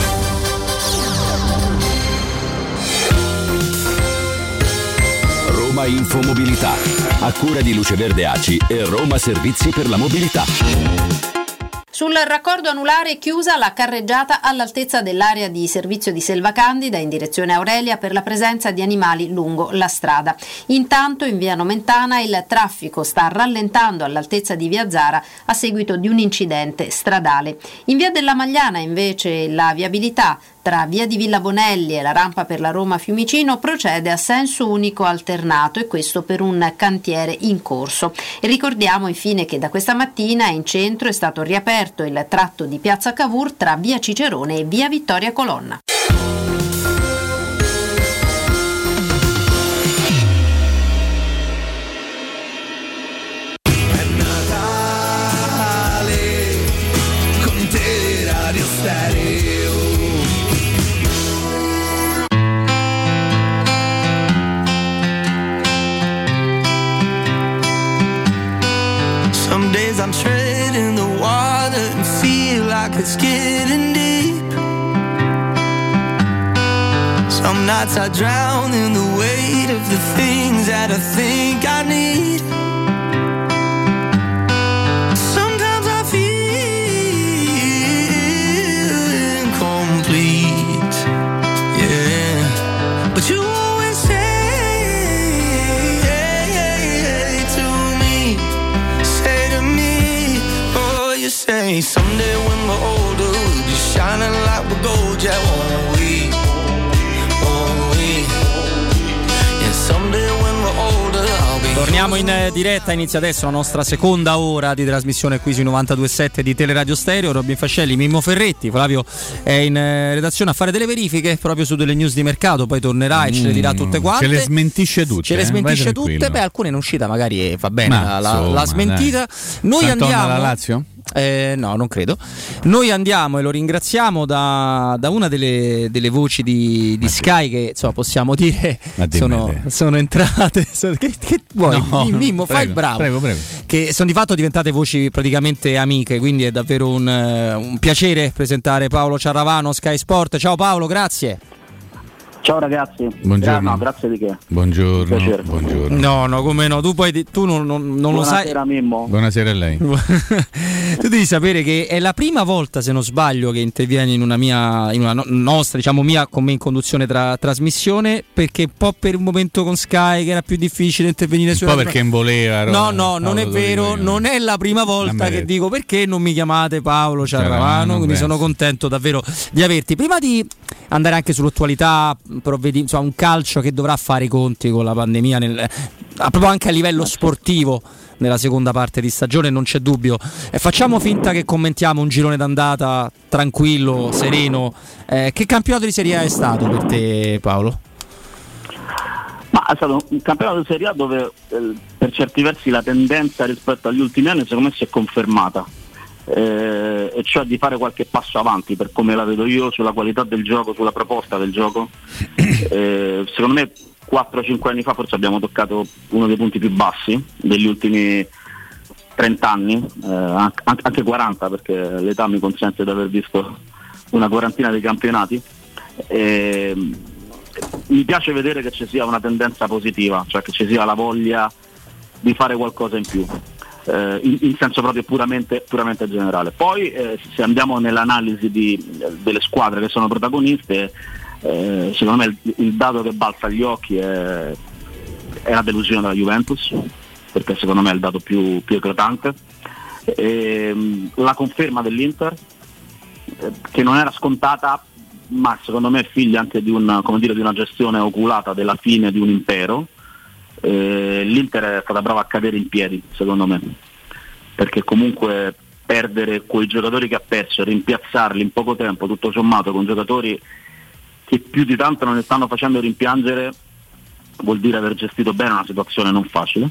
Roma Infomobilità, a cura di Luce Verde A C I e Roma Servizi per la Mobilità. Sul raccordo anulare chiusa la carreggiata all'altezza dell'area di servizio di Selva Candida in direzione Aurelia per la presenza di animali lungo la strada. Intanto in via Nomentana il traffico sta rallentando all'altezza di via Zara a seguito di un incidente stradale. In via della Magliana invece la viabilità tra via di Villa Bonelli e la rampa per la Roma Fiumicino procede a senso unico alternato, e questo per un cantiere in corso. E ricordiamo infine che da questa mattina in centro è stato riaperto il tratto di piazza Cavour tra via Cicerone e via Vittoria Colonna. È Natale con Teleradio Stereo. Some days I'm treading the water and feel like it's getting deep. Some nights I drown in the weight of the things that I think I need. Sometimes I feel incomplete, yeah. But you always say to me, say to me, oh, you say someday when we're older we'll be shining like we're gold, yeah, won't we? Won't we? Yeah, someday when we're older I'll be. Torniamo in diretta, inizia adesso la nostra seconda ora di trasmissione qui sui novantadue virgola sette di Teleradio Stereo. Robin Fascelli, Mimmo Ferretti, Flavio è in redazione a fare delle verifiche proprio su delle news di mercato, poi tornerà e ce le dirà tutte quante. Ce le smentisce tutte. Ce le smentisce eh? tutte, beh, alcune in uscita magari va bene, Ma, la, insomma, la smentita. Dai. Noi Sant'Anna andiamo. alla Lazio? Eh, no, non credo. Noi andiamo e lo ringraziamo da, da una delle, delle voci di, di Sky che insomma possiamo dire sono, sono entrate. Sono, che, che vuoi? No, Mimmo, prego, fai il bravo. Prego, prego. Che sono di fatto diventate voci praticamente amiche, quindi è davvero un, un piacere presentare Paolo Ciarravano, Sky Sport. Ciao Paolo, grazie. Ciao ragazzi. Buongiorno. Gra- no, grazie di che. Buongiorno. Buongiorno. No, no, come no, tu poi tu non, non, non lo sai. Buonasera Mimmo. Buonasera a lei. Tu devi sapere che è la prima volta, se non sbaglio, che intervieni in una mia, in una no- nostra, diciamo mia, con me in conduzione tra trasmissione, perché un po' per un momento con Sky che era più difficile intervenire su. Un po' perché non voleva. No, no, non è vero, non è la prima volta che dico perché non mi chiamate Paolo Ciarravano, quindi sono contento davvero di averti. Prima di andare anche sull'attualità, provvedi, insomma, un calcio che dovrà fare i conti con la pandemia nel, proprio anche a livello sportivo nella seconda parte di stagione, non c'è dubbio. E facciamo finta che commentiamo un girone d'andata tranquillo, sereno. Eh, che campionato di Serie A è stato per te, Paolo? Ma è stato un campionato di Serie A dove eh, per certi versi la tendenza rispetto agli ultimi anni secondo me si è confermata, eh, e cioè di fare qualche passo avanti per come la vedo io sulla qualità del gioco, sulla proposta del gioco. Eh, secondo me quattro cinque anni fa forse abbiamo toccato uno dei punti più bassi degli ultimi trenta anni, eh, anche, anche quaranta, perché l'età mi consente di aver visto una quarantina di campionati. Eh, mi piace vedere che ci sia una tendenza positiva, cioè che ci sia la voglia di fare qualcosa in più, eh, in, in senso proprio puramente, puramente generale. Poi eh, se andiamo nell'analisi di, delle squadre che sono protagoniste, Eh, secondo me il, il dato che balza agli occhi è, è la delusione della Juventus, perché secondo me è il dato più, più eclatante, e, la conferma dell'Inter, eh, che non era scontata, ma secondo me è figlia anche di una, come dire, di una gestione oculata della fine di un impero. Eh, l'Inter è stata brava a cadere in piedi, secondo me, perché comunque perdere quei giocatori che ha perso e rimpiazzarli in poco tempo, tutto sommato, con giocatori che più di tanto non ne stanno facendo rimpiangere, vuol dire aver gestito bene una situazione non facile.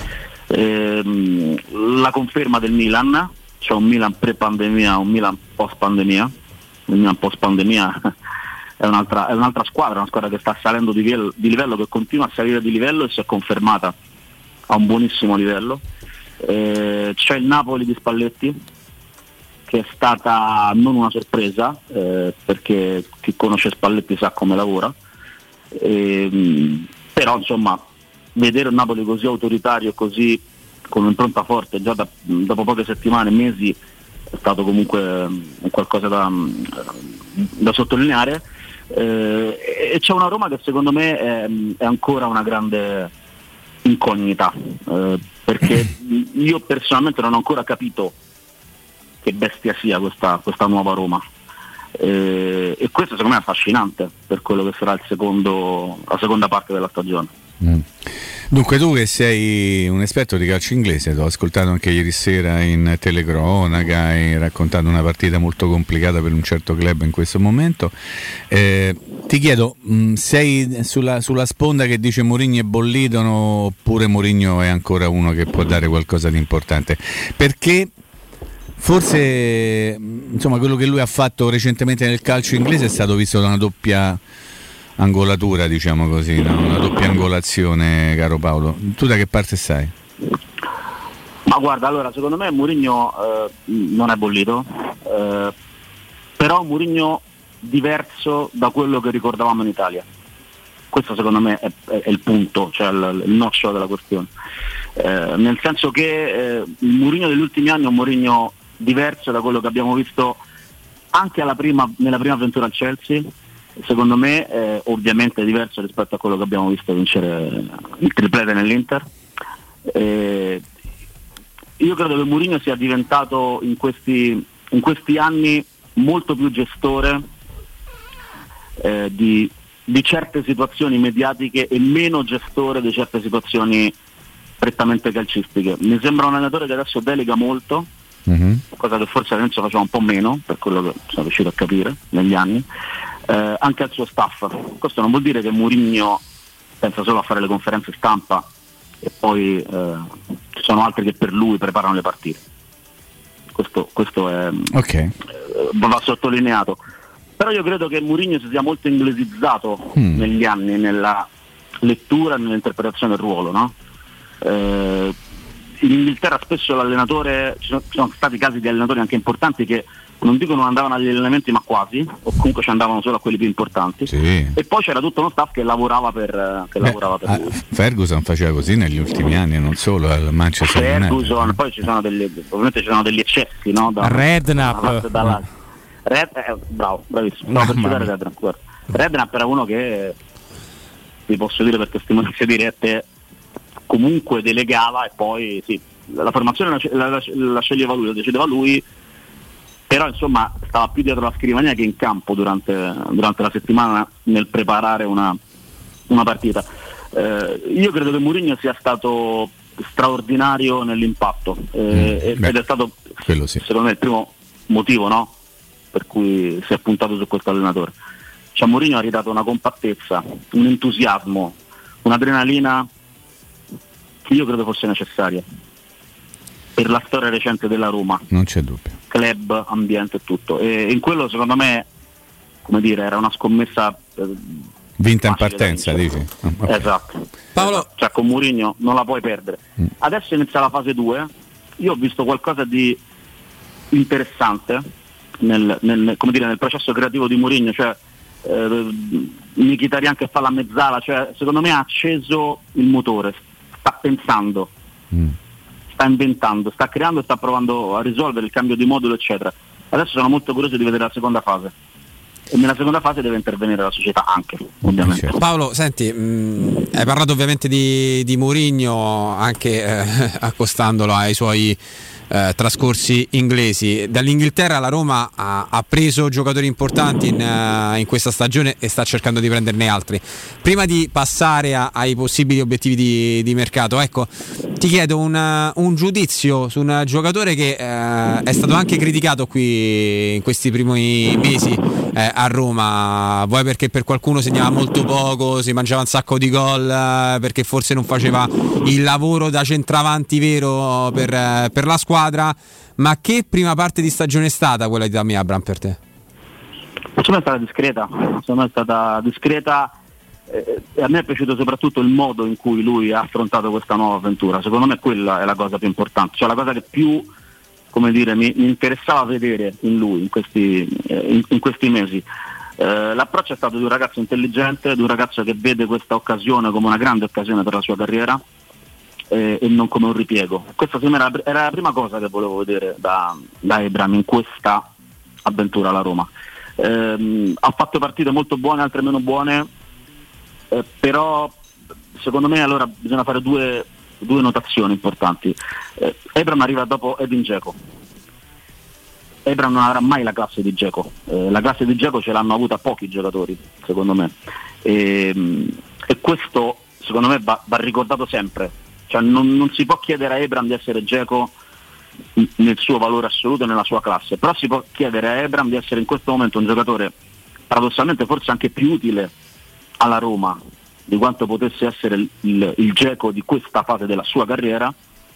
Ehm, la conferma del Milan, cioè un Milan pre-pandemia, un Milan post-pandemia. Il Milan post-pandemia è un'altra, è un'altra squadra, una squadra che sta salendo di livello, di livello, che continua a salire di livello e si è confermata a un buonissimo livello. Ehm, c'è il Napoli di Spalletti, che è stata non una sorpresa, eh, perché chi conosce Spalletti sa come lavora, e, però insomma vedere un Napoli così autoritario e così con un'impronta forte già da, dopo poche settimane, mesi, è stato comunque un qualcosa da, da sottolineare, eh, e c'è una Roma che secondo me è, è ancora una grande incognita, eh, perché io personalmente non ho ancora capito che bestia sia questa, questa nuova Roma, eh, e questo secondo me è affascinante per quello che sarà il secondo, la seconda parte della stagione. Mm. Dunque tu che sei un esperto di calcio inglese, ti ho ascoltato anche ieri sera in telecronaca, hai raccontato una partita molto complicata per un certo club in questo momento, eh, ti chiedo, mh, sei sulla, sulla sponda che dice Mourinho è bollito, oppure Mourinho è ancora uno che può dare qualcosa di importante? Perché forse, insomma, quello che lui ha fatto recentemente nel calcio inglese è stato visto da una doppia angolatura, diciamo così, no? Una doppia angolazione, caro Paolo. Tu da che parte stai? Ma guarda, allora, secondo me Mourinho eh, non è bollito, eh, però Mourinho diverso da quello che ricordavamo in Italia. Questo secondo me è, è, è il punto, cioè il, il nocciolo della questione. Eh, nel senso che eh, il Mourinho degli ultimi anni è un Mourinho diverso da quello che abbiamo visto anche alla prima, nella prima avventura al Chelsea. Secondo me eh, ovviamente è diverso rispetto a quello che abbiamo visto vincere il triplete nell'Inter. Eh, io credo che Mourinho sia diventato in questi, in questi anni molto più gestore eh, di, di certe situazioni mediatiche e meno gestore di certe situazioni prettamente calcistiche. Mi sembra un allenatore che adesso delega molto, mm-hmm. cosa che forse all'inizio faceva un po' meno, per quello che sono riuscito a capire negli anni, eh, anche al suo staff. Questo non vuol dire che Mourinho pensa solo a fare le conferenze stampa e poi eh, ci sono altri che per lui preparano le partite. Questo, questo è, okay. eh, va sottolineato. Però io credo che Mourinho si sia molto inglesizzato mm. negli anni nella lettura e nell'interpretazione del ruolo, no? Eh, in Inghilterra spesso l'allenatore, ci sono, ci sono stati casi di allenatori anche importanti che non dico non andavano agli allenamenti, ma quasi, o comunque ci andavano solo a quelli più importanti, sì. E poi c'era tutto uno staff che lavorava per, che Beh, lavorava per lui. Ferguson faceva così negli ultimi anni, non solo al Manchester United. Ferguson, poi ci sono degli, ovviamente ci sono degli eccessi, no? Da, Redknapp dalla, Red, eh, bravo, bravissimo. No, per citare Redknapp, Redknapp era uno che, vi posso dire per testimonianze dirette, comunque delegava e poi sì, la formazione la, la, la sceglieva lui, la decideva lui, però insomma stava più dietro la scrivania che in campo durante, durante la settimana nel preparare una, una partita. Eh, io credo che Mourinho sia stato straordinario nell'impatto eh, mm, ed è stato quello sì. secondo me il primo motivo, no? Per cui si è puntato su questo allenatore. Cioè Mourinho ha ridato una compattezza, un entusiasmo, un'adrenalina che io credo fosse necessaria per la storia recente della Roma. Non c'è dubbio. Club, ambiente e tutto. E in quello secondo me, come dire, era una scommessa eh, vinta in partenza, dici? Okay. Esatto. Paolo, cioè con Mourinho non la puoi perdere. Mm. Adesso inizia la fase due. Io ho visto qualcosa di interessante nel, nel, come dire, nel processo creativo di Mourinho, cioè eh, Mkhitaryan che fa la mezzala, cioè secondo me ha acceso il motore, sta pensando. Mm. sta inventando, sta creando e sta provando a risolvere il cambio di modulo eccetera. Adesso sono molto curioso di vedere la seconda fase e nella seconda fase deve intervenire la società anche, ovviamente. Paolo, senti, mh, hai parlato ovviamente di, di Mourinho anche eh, accostandolo ai suoi eh, trascorsi inglesi. Dall'Inghilterra la Roma ha, ha preso giocatori importanti in, uh, in questa stagione e sta cercando di prenderne altri. Prima di passare a, ai possibili obiettivi di, di mercato, ecco, ti chiedo un, un giudizio su un giocatore che eh, è stato anche criticato qui in questi primi mesi eh, a Roma, vuoi perché per qualcuno segnava molto poco, si mangiava un sacco di gol, eh, perché forse non faceva il lavoro da centravanti vero per, eh, per la squadra. Ma che prima parte di stagione è stata quella di Tammy Abraham per te? Secondo me è stata discreta, secondo me è stata discreta eh, e a me è piaciuto soprattutto il modo in cui lui ha affrontato questa nuova avventura. Secondo me quella è la cosa più importante, cioè la cosa che più, come dire, mi, mi interessava vedere in lui in questi, eh, in, in questi mesi. Eh, l'approccio è stato di un ragazzo intelligente, di un ragazzo che vede questa occasione come una grande occasione per la sua carriera e non come un ripiego. Questa era, era la prima cosa che volevo vedere da, da Abraham in questa avventura alla Roma. Ehm, ha fatto partite molto buone, altre meno buone, eh, però secondo me allora bisogna fare due, due notazioni importanti. Eh, Abraham arriva dopo Edin Dzeko. Abraham non avrà mai la classe di Dzeko, eh, la classe di Dzeko ce l'hanno avuta pochi giocatori, secondo me, e, e questo secondo me va, va ricordato sempre. Cioè non, non si può chiedere a Abraham di essere Dzeko nel suo valore assoluto e nella sua classe, però si può chiedere a Abraham di essere in questo momento un giocatore paradossalmente forse anche più utile alla Roma di quanto potesse essere il, il, il Dzeko di questa fase della sua carriera,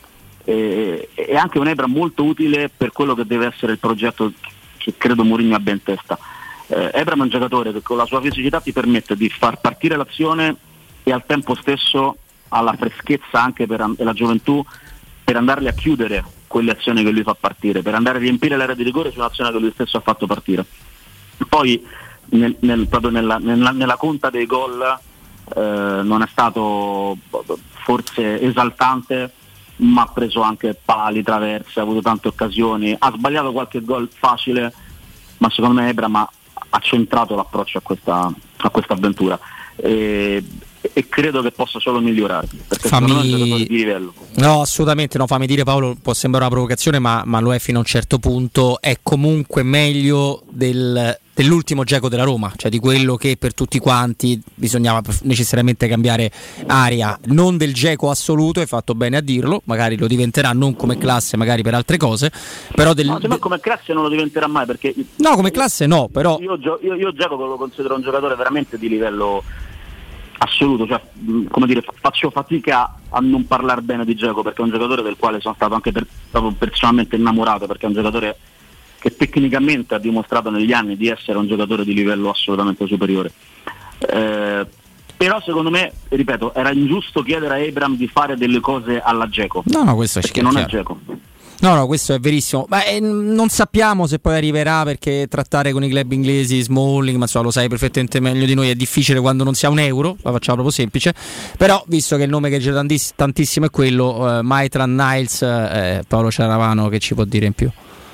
e, e anche un Abraham molto utile per quello che deve essere il progetto che credo Mourinho abbia in testa. eh, Abraham è un giocatore che con la sua fisicità ti permette di far partire l'azione e al tempo stesso ha la freschezza anche per la gioventù per andarle a chiudere quelle azioni che lui fa partire, per andare a riempire l'area di rigore su un'azione che lui stesso ha fatto partire. Poi nel, nel, proprio nella, nella, nella conta dei gol eh, non è stato forse esaltante, ma ha preso anche pali, traverse, ha avuto tante occasioni, ha sbagliato qualche gol facile, ma secondo me Abraham ha, ha centrato l'approccio a questa, a questa avventura. E, e credo che possa solo migliorare, perché fammi... secondo me è un giocatore di livello. No, assolutamente no, fammi dire Paolo, può sembrare una provocazione, ma, ma lo è fino a un certo punto, è comunque meglio del, dell'ultimo Dzeko della Roma, cioè di quello che per tutti quanti bisognava necessariamente cambiare aria, non del Dzeko assoluto, hai fatto bene a dirlo, magari lo diventerà non come classe, magari per altre cose, però del... no, secondo me come classe non lo diventerà mai, perché no, come classe no, però io, io, io Dzeko lo considero un giocatore veramente di livello assoluto, cioè come dire, faccio fatica a non parlare bene di Dzeko, perché è un giocatore del quale sono stato anche per, proprio personalmente innamorato, perché è un giocatore che tecnicamente ha dimostrato negli anni di essere un giocatore di livello assolutamente superiore, eh, però secondo me, ripeto, era ingiusto chiedere a Abraham di fare delle cose alla Dzeko, no, no, questo è perché non è Dzeko. No, no, questo è verissimo, ma eh, non sappiamo se poi arriverà, perché trattare con i club inglesi, Smalling, ma insomma lo sai perfettamente meglio di noi, è difficile quando non si ha un euro, la facciamo proprio semplice, però visto che il nome che gira tantiss- tantissimo è quello, eh, Maitland Niles, eh, Paolo Ciaravano che ci può dire in più?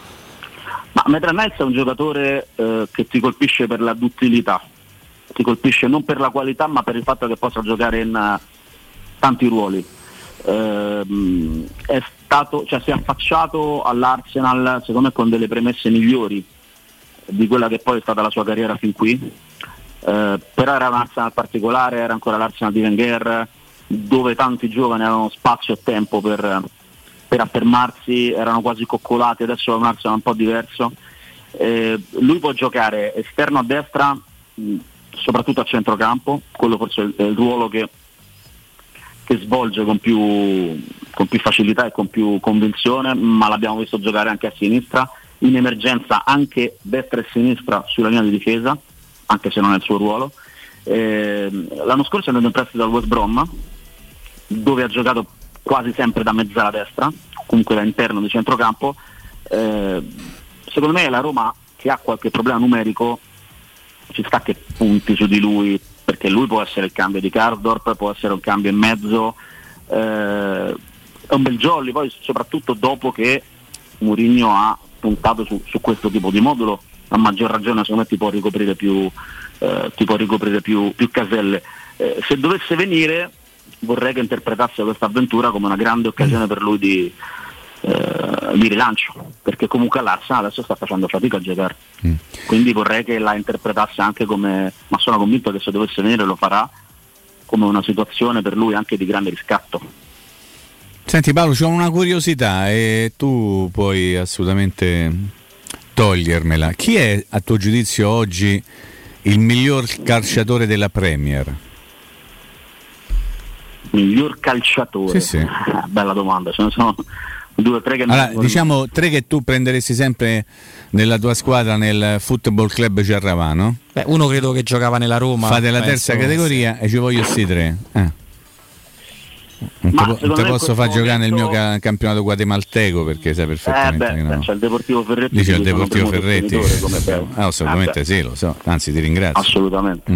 Ma Maitland Niles è un giocatore eh, che ti colpisce per la duttilità, ti colpisce non per la qualità ma per il fatto che possa giocare in uh, tanti ruoli. Uh, è stato, cioè si è affacciato all'Arsenal secondo me con delle premesse migliori di quella che poi è stata la sua carriera fin qui, eh, però era un Arsenal particolare, era ancora l'Arsenal di Wenger, dove tanti giovani avevano spazio e tempo per, per affermarsi, erano quasi coccolati. Adesso è un Arsenal un po' diverso. Eh, lui può giocare esterno a destra, mh, soprattutto a centrocampo, quello forse è il, è il ruolo che, che svolge con più, con più facilità e con più convinzione, ma l'abbiamo visto giocare anche a sinistra, in emergenza anche destra e sinistra sulla linea di difesa, anche se non è il suo ruolo. Eh, l'anno scorso è andato in prestito al West Brom, dove ha giocato quasi sempre da mezzala destra, comunque da interno di centrocampo. Eh, secondo me la Roma, che ha qualche problema numerico, ci sta che punti su di lui, perché lui può essere il cambio di Karsdorp, può essere un cambio in mezzo, eh, è un bel jolly, poi soprattutto dopo che Mourinho ha puntato su, su questo tipo di modulo, a maggior ragione secondo me ti può ricoprire più, eh, ti può ricoprire più, più caselle. Eh, se dovesse venire vorrei che interpretasse questa avventura come una grande occasione per lui di Eh, di rilancio, perché comunque all'Arsenal adesso sta facendo fatica a giocare, mm. quindi vorrei che la interpretasse anche come, ma sono convinto che se dovesse venire lo farà, come una situazione per lui anche di grande riscatto. Senti Paolo, c'ho una curiosità e tu puoi assolutamente togliermela. Chi è a tuo giudizio oggi il miglior calciatore della Premier? Miglior calciatore? Sì, sì. Bella domanda, ce ne sono due o tre che allora, non... diciamo tre che tu prenderesti sempre nella tua squadra nel Football Club Cerravano. Beh, uno credo che giocava nella Roma. Fate la terza categoria sì. E ci voglio questi tre. Eh. Non Ma te, te posso far giocare momento... nel mio ca- campionato guatemalteco perché sai perfettamente eh beh, che no. C'è il Deportivo Ferretti. Lì c'è il Deportivo Ferretti. Come ah, assolutamente ah, sì, lo so. Anzi, ti ringrazio. Assolutamente. Mm.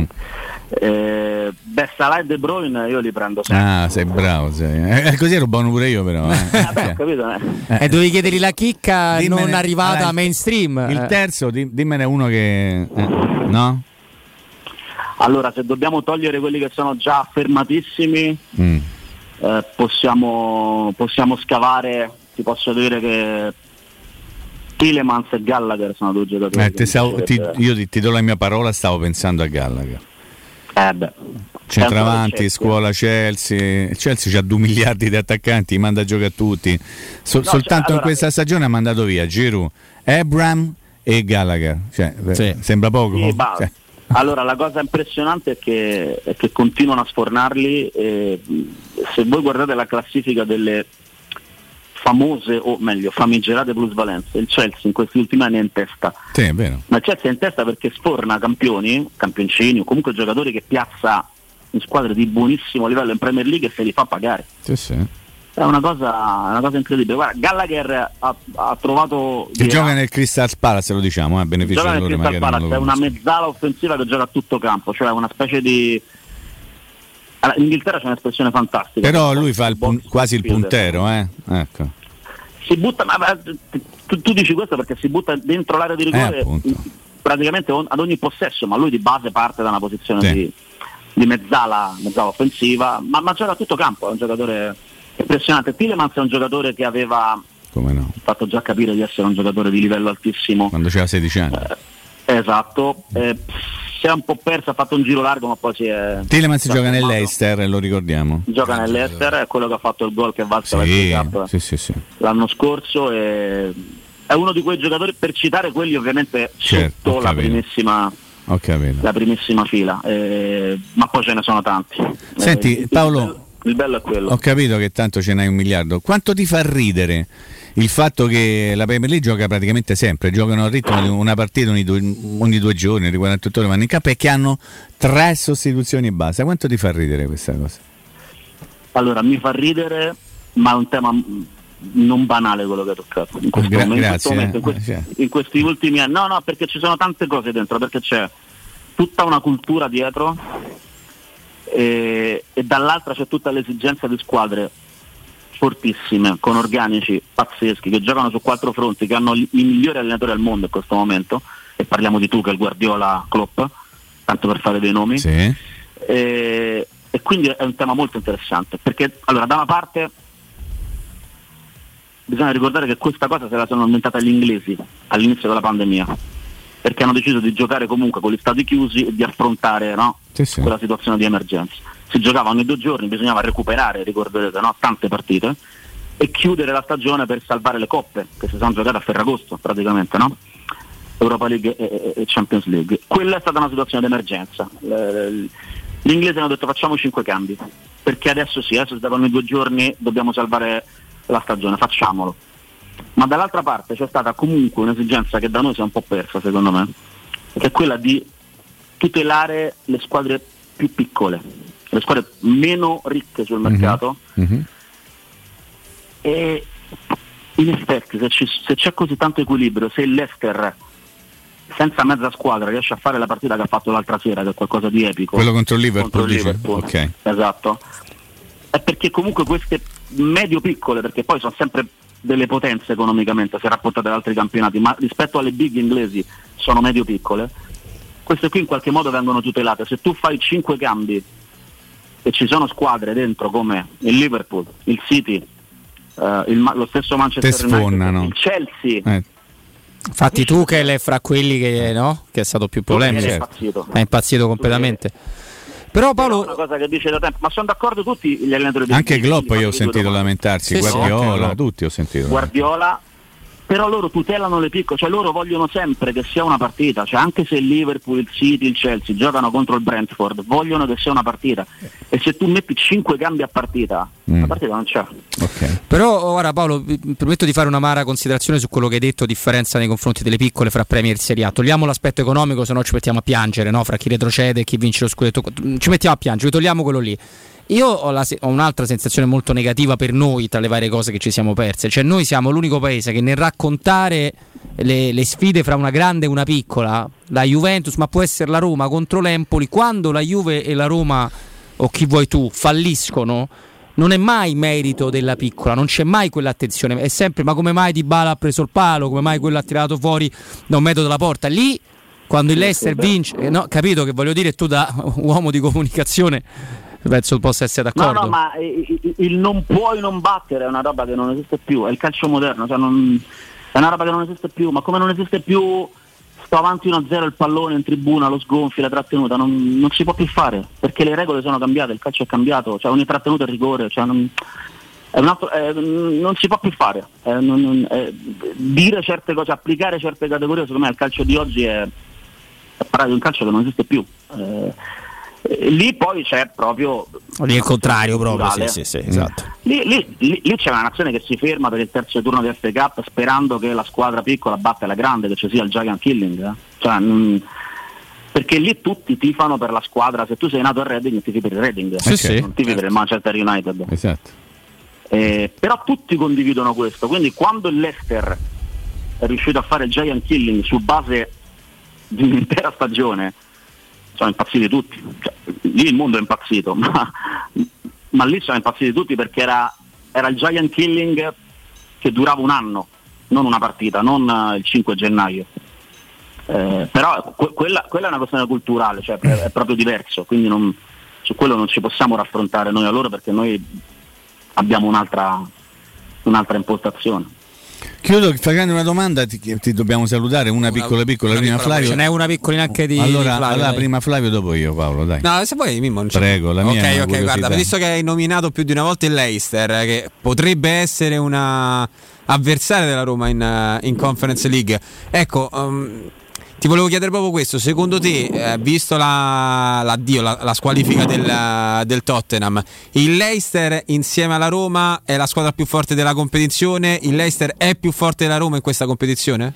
Eh, beh, Salah e De Bruyne io li prendo sempre. Ah, sei bravo, sei. Eh, così ero buono pure io però. Eh. eh, beh, ho capito, eh. E eh, dovevi chiedergli la chicca dimmene, non arrivata allora, mainstream. Il terzo, di, dimmene uno che... Eh, no? Allora, se dobbiamo togliere quelli che sono già affermatissimi... Mm. Eh, possiamo, possiamo scavare, ti posso dire che Tielemans e Gallagher sono due giocatori. Eh, ti stavo, ti, io ti, ti do la mia parola, stavo pensando a Gallagher. Eh beh. Centravanti, scuola Chelsea. Chelsea c'ha due miliardi di attaccanti, manda a giocare a tutti. So, no, soltanto cioè, allora, in questa stagione ha mandato via Giroud, Abraham e Gallagher. Cioè, sì. Sembra poco? Sì, cioè. Allora la cosa impressionante è che, è che continuano a sfornarli e se voi guardate la classifica delle famose o meglio famigerate plusvalenze, il Chelsea in questi ultimi anni è in testa. Sì, è vero. Ma il Chelsea è in testa perché sforna campioni, campioncini o comunque giocatori che piazza in squadre di buonissimo livello in Premier League e se li fa pagare. Sì, sì. È una cosa, una cosa incredibile. Guarda, Gallagher ha, ha trovato che gioca nel Crystal Palace, lo diciamo, a beneficio gioca di loro, Crystal Palace, è una mezzala offensiva che gioca a tutto campo, cioè una specie di allora, in Inghilterra c'è un'espressione fantastica. Però lui fa il pun- quasi il puntero, eh? Ecco. Si butta, ma, ma tu, tu dici questo perché si butta dentro l'area di rigore eh, praticamente on, ad ogni possesso, ma lui di base parte da una posizione sì. di, di mezzala, mezzala offensiva, ma, ma gioca a tutto campo, è un giocatore impressionante. Tielemans è un giocatore che aveva Come no? fatto già capire di essere un giocatore di livello altissimo quando c'era sedici anni. Eh, esatto, eh, si è un po' perso, ha fatto un giro largo ma poi si è Tielemans gioca nell'Leicester, lo ricordiamo. Gioca nell'Leicester, è quello che ha fatto il gol che valsa sì, la Cup sì, sì, sì. l'anno scorso e è uno di quei giocatori, per citare quelli ovviamente certo, sotto la primissima Ho capito. la primissima fila, eh, ma poi ce ne sono tanti. Senti eh, Paolo, il bello, il bello è quello. Ho capito che tanto ce n'hai un miliardo. Quanto ti fa ridere il fatto che la Premier League gioca praticamente sempre, giocano al ritmo di una partita ogni due, ogni due giorni, ogni quarantotto ore vanno in campo e che hanno tre sostituzioni e basta? Quanto ti fa ridere questa cosa? Allora, mi fa ridere, ma è un tema non banale quello che hai toccato in questo Gra- momento, grazie, in, questo momento, eh. in, questi, in questi ultimi anni. No, no, perché ci sono tante cose dentro, perché c'è tutta una cultura dietro e, e dall'altra c'è tutta l'esigenza di squadre fortissime, con organici pazzeschi, che giocano su quattro fronti, che hanno i migliori allenatori al mondo in questo momento, e parliamo di Tuchel, Guardiola, Klopp, tanto per fare dei nomi. Sì. E, e quindi è un tema molto interessante, perché allora da una parte bisogna ricordare che questa cosa se la sono inventata gli inglesi all'inizio della pandemia, perché hanno deciso di giocare comunque con gli stadi chiusi e di affrontare, no? Sì, sì. Quella situazione di emergenza. Si giocava ogni due giorni, bisognava recuperare, ricorderete, no? Tante partite, e chiudere la stagione per salvare le coppe che si sono giocate a Ferragosto praticamente, no? Europa League e, e Champions League. Quella è stata una situazione di emergenza. Gli inglesi hanno detto facciamo cinque cambi, perché adesso sì, adesso da ogni due giorni dobbiamo salvare la stagione, facciamolo. Ma dall'altra parte c'è stata comunque un'esigenza che da noi si è un po' persa, secondo me, che è quella di tutelare le squadre più piccole, le squadre meno ricche sul mercato. Mm-hmm. E in effetti se, ci, se c'è così tanto equilibrio, se il Leicester senza mezza squadra riesce a fare la partita che ha fatto l'altra sera, che è qualcosa di epico, quello contro il Liverpool, contro il dice? Liverpool. Okay. Esatto, è perché comunque queste medio piccole, perché poi sono sempre delle potenze economicamente se rapportate ad altri campionati, ma rispetto alle big inglesi sono medio piccole, queste qui in qualche modo vengono tutelate. Se tu fai cinque cambi e ci sono squadre dentro come il Liverpool, il City, uh, il, lo stesso Manchester sfonnano. United, il Chelsea, eh. Infatti Tuchel è fra quelli che, no? Che è stato più polemico, è impazzito, è impazzito completamente. Però Paolo, è una cosa che dice da tempo, ma sono d'accordo tutti gli allenatori del anche Klopp io ho sentito lamentarsi, sì, Guardiola, sì. tutti ho sentito. Guardiola, però loro tutelano le piccole, cioè loro vogliono sempre che sia una partita, cioè anche se il Liverpool, il City, il Chelsea giocano contro il Brentford, vogliono che sia una partita, e se tu metti cinque cambi a partita, mm. la partita non c'è. Okay. Però ora Paolo, mi permetto di fare un'amara considerazione su quello che hai detto, differenza nei confronti delle piccole fra Premier e Serie A. Togliamo l'aspetto economico, se no ci mettiamo a piangere, no? Fra chi retrocede e chi vince lo scudetto, ci mettiamo a piangere, togliamo quello lì. Io ho, la, ho un'altra sensazione molto negativa per noi tra le varie cose che ci siamo perse, cioè noi siamo l'unico paese che nel raccontare le, le sfide fra una grande e una piccola, la Juventus, ma può essere la Roma contro l'Empoli, quando la Juve e la Roma o chi vuoi tu falliscono, non è mai merito della piccola, non c'è mai quell'attenzione, è sempre ma come mai Dybala ha preso il palo, come mai quello ha tirato fuori da un metro dalla porta. Lì quando il Leicester vince, eh, no, capito che voglio dire, tu da uomo di comunicazione penso possa essere d'accordo. No, no, ma il non puoi non battere è una roba che non esiste più, è il calcio moderno, cioè non, è una roba che non esiste più, ma come non esiste più sto avanti uno a zero il pallone in tribuna, lo sgonfi, la trattenuta, non, non si può più fare, perché le regole sono cambiate, il calcio è cambiato, cioè ogni trattenuta è rigore, cioè non, è un altro, è, non si può più fare, è, non, è, dire certe cose, applicare certe categorie, secondo me il calcio di oggi è, è parlare di un calcio che non esiste più. Eh, lì poi c'è proprio lì è il contrario proprio, sì, sì, sì, esatto. Lì, lì, lì, lì c'è una nazione che si ferma per il terzo turno di F A Cup sperando che la squadra piccola batta la grande, che ci sia il giant killing, eh? Cioè, mh, perché lì tutti tifano per la squadra, se tu sei nato a Reading tifi per il Reading, sì, sì, non tifi per il Manchester United, esatto. Eh, però tutti condividono questo, quindi quando il Leicester è riuscito a fare il giant killing su base di un'intera stagione sono impazziti tutti, cioè, lì il mondo è impazzito, ma, ma lì sono impazziti tutti perché era, era il giant killing che durava un anno, non una partita, non uh, il cinque gennaio, eh, però que- quella, quella è una questione culturale, cioè è, è proprio diverso, quindi non, su quello non ci possiamo raffrontare noi a loro, perché noi abbiamo un'altra, un'altra impostazione. Chiudo facendo una domanda, ti, ti dobbiamo salutare, una, una piccola piccola, una prima piccola, Flavio. Ce n'è una piccola anche di allora, Flavio, allora prima Flavio, dopo io, Paolo, dai. No, se vuoi Mimmo non c'è. Prego, la mia Ok, ok, guarda, visto che hai nominato più di una volta il Leicester, che potrebbe essere una avversaria della Roma in, in Conference League. Ecco, um, ti volevo chiedere proprio questo, secondo te, eh, visto la, l'addio, la, la squalifica del, del Tottenham, il Leicester insieme alla Roma è la squadra più forte della competizione? Il Leicester è più forte della Roma in questa competizione?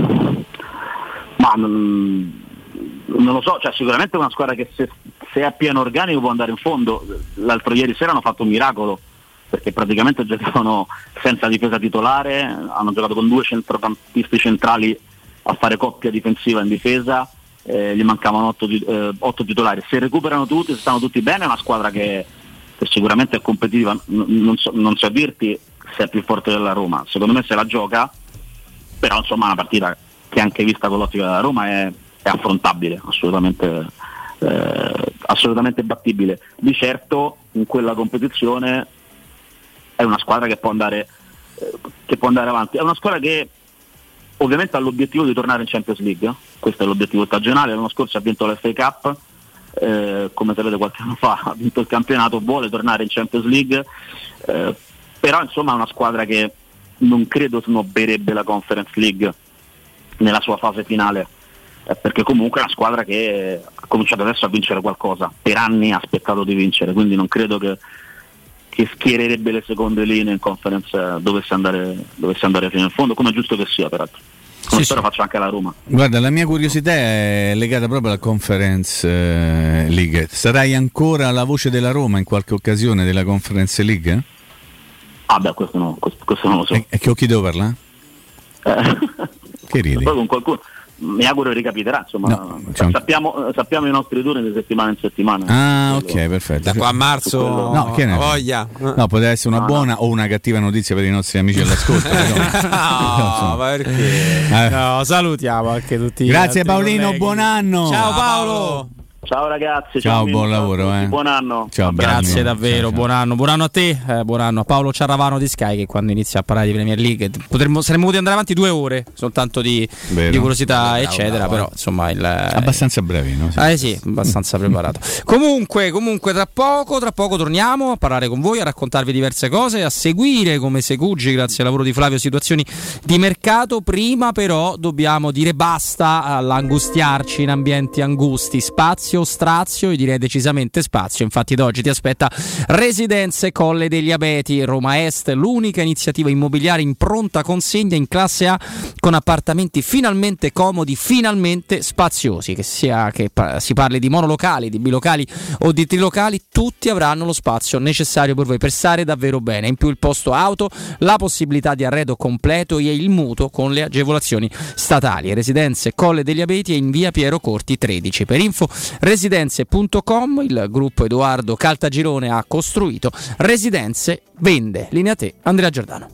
Ma non, non lo so, cioè sicuramente è una squadra che se, se è a pieno organico può andare in fondo. L'altro ieri sera hanno fatto un miracolo, perché praticamente giocavano senza difesa titolare, hanno giocato con due centrocampisti centrali a fare coppia difensiva in difesa, eh, gli mancavano otto, eh, otto titolari. Se recuperano tutti, se stanno tutti bene, è una squadra che, che sicuramente è competitiva, N- non, so, non so dirti se è più forte della Roma, secondo me se la gioca, però insomma una partita che anche vista con l'ottica della Roma è, è affrontabile, assolutamente, eh, assolutamente battibile. Di certo in quella competizione è una squadra che può andare, eh, che può andare avanti, è una squadra che ovviamente ha l'obiettivo di tornare in Champions League, questo è l'obiettivo stagionale. L'anno scorso ha vinto l'F A Cup, eh, come sapete qualche anno fa ha vinto il campionato, vuole tornare in Champions League, eh, però insomma è una squadra che non credo snobberebbe la Conference League nella sua fase finale, eh, perché comunque è una squadra che ha cominciato adesso a vincere qualcosa, per anni ha aspettato di vincere, quindi non credo che, che schiererebbe le seconde linee in Conference, eh, dovesse andare, dovesse andare fino in fondo, come è giusto che sia peraltro. Come sì, spero sì. faccia anche la Roma. Guarda, la mia curiosità è legata proprio alla Conference eh, League. Sarai ancora la voce della Roma in qualche occasione della Conference League? Ah beh, questo, no, questo, questo non lo so. E, e che occhi devo parlare? Eh. Che ridi? Poi con qualcuno, mi auguro ricapiterà, insomma, no, diciamo... sappiamo, sappiamo i nostri turni di settimana in settimana. Ah, quello, ok, perfetto. Da qua a marzo, quello... no, che ne voglia. No, poteva essere una no, buona no. o una cattiva notizia per i nostri amici all'ascolto. Però... no, ma perché? Eh. No, salutiamo anche tutti. Grazie Paolino, buon anno. Ciao Paolo. Ciao ragazzi, ciao, ciao buon lavoro, eh. buon anno. Ciao, grazie bravi. davvero, ciao, buon anno, buon anno a te, eh, buon anno a Paolo Ciarravano di Sky, che quando inizia a parlare di Premier League potremmo, saremmo potuti andare avanti due ore soltanto di, di curiosità, bravo, eccetera, bravo, però insomma il, abbastanza brevi, no? Sì. Eh sì, abbastanza preparato. Comunque, comunque tra poco, tra poco torniamo a parlare con voi, a raccontarvi diverse cose, a seguire come Secuggi, grazie al lavoro di Flavio, situazioni di mercato. Prima però dobbiamo dire basta all'angustiarci in ambienti angusti, spazio, strazio, io direi decisamente spazio. Infatti da oggi ti aspetta Residenze Colle degli Abeti, Roma Est, l'unica iniziativa immobiliare in pronta consegna in classe A, con appartamenti finalmente comodi, finalmente spaziosi, che sia che si parli di monolocali, di bilocali o di trilocali, tutti avranno lo spazio necessario per voi per stare davvero bene. In più il posto auto, la possibilità di arredo completo e il mutuo con le agevolazioni statali. Residenze Colle degli Abeti è in via Piero Corti tredici. Per info residenze punto com, il gruppo Edoardo Caltagirone ha costruito. Residenze vende. Linea a te, Andrea Giordano.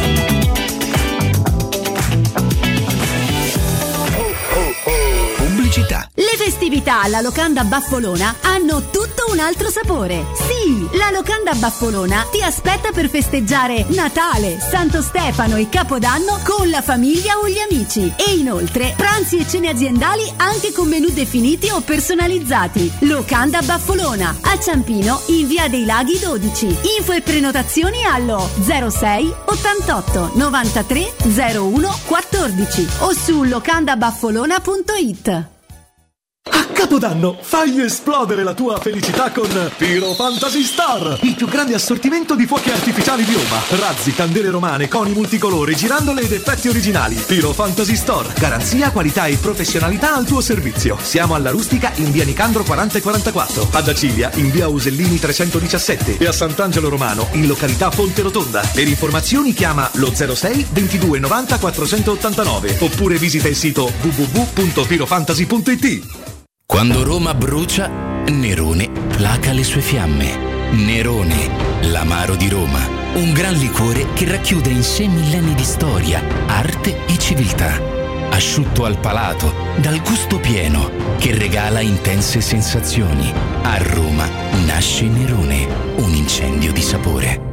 Pubblicità. Le festività alla Locanda Baffolona hanno tutto un altro sapore. Sì, la Locanda Baffolona ti aspetta per festeggiare Natale, Santo Stefano e Capodanno con la famiglia o gli amici. E inoltre pranzi e cene aziendali anche con menù definiti o personalizzati. Locanda Baffolona a Ciampino in via dei Laghi dodici. Info e prenotazioni allo zero sei ottantotto novantatré zero uno quattordici o su locandabaffolona punto it. A Capodanno fai esplodere la tua felicità con Piro Fantasy Star, il più grande assortimento di fuochi artificiali di Roma. Razzi, candele romane, coni multicolori, girandole ed effetti originali. Piro Fantasy Store, garanzia, qualità e professionalità al tuo servizio. Siamo alla Rustica in via Nicandro quaranta e quarantaquattro, ad Acilia in via Usellini trecentodiciassette e a Sant'Angelo Romano in località Fonte Rotonda. Per informazioni chiama lo zero sei ventidue novanta quattrocentottantanove oppure visita il sito w w w punto pirofantasy punto it. Quando Roma brucia, Nerone placa le sue fiamme. Nerone, l'amaro di Roma. Un gran liquore che racchiude in sé millenni di storia, arte e civiltà. Asciutto al palato, dal gusto pieno, che regala intense sensazioni. A Roma nasce Nerone, un incendio di sapore.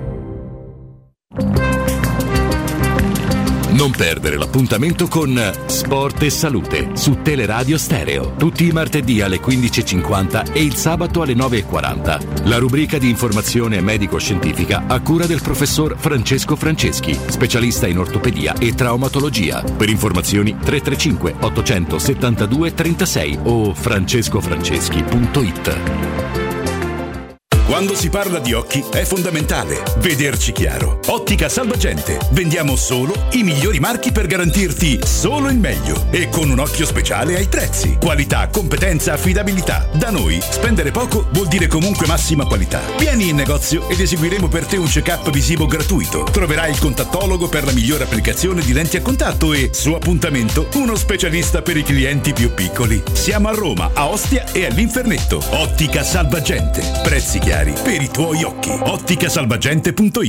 Non perdere l'appuntamento con Sport e Salute su Teleradio Stereo. Tutti i martedì alle quindici e cinquanta e il sabato alle nove e quaranta. La rubrica di informazione medico-scientifica a cura del professor Francesco Franceschi, specialista in ortopedia e traumatologia. Per informazioni tre tre cinque ottocentosettantadue trentasei o francescofranceschi punto it. Quando si parla di occhi è fondamentale vederci chiaro. Ottica Salvagente. Vendiamo solo i migliori marchi per garantirti solo il meglio e con un occhio speciale ai prezzi. Qualità, competenza, affidabilità. Da noi spendere poco vuol dire comunque massima qualità. Vieni in negozio ed eseguiremo per te un check-up visivo gratuito. Troverai il contattologo per la migliore applicazione di lenti a contatto e, su appuntamento, uno specialista per i clienti più piccoli. Siamo a Roma, a Ostia e all'Infernetto. Ottica Salvagente. Prezzi chiari per i tuoi occhi. ottica salvagente punto it.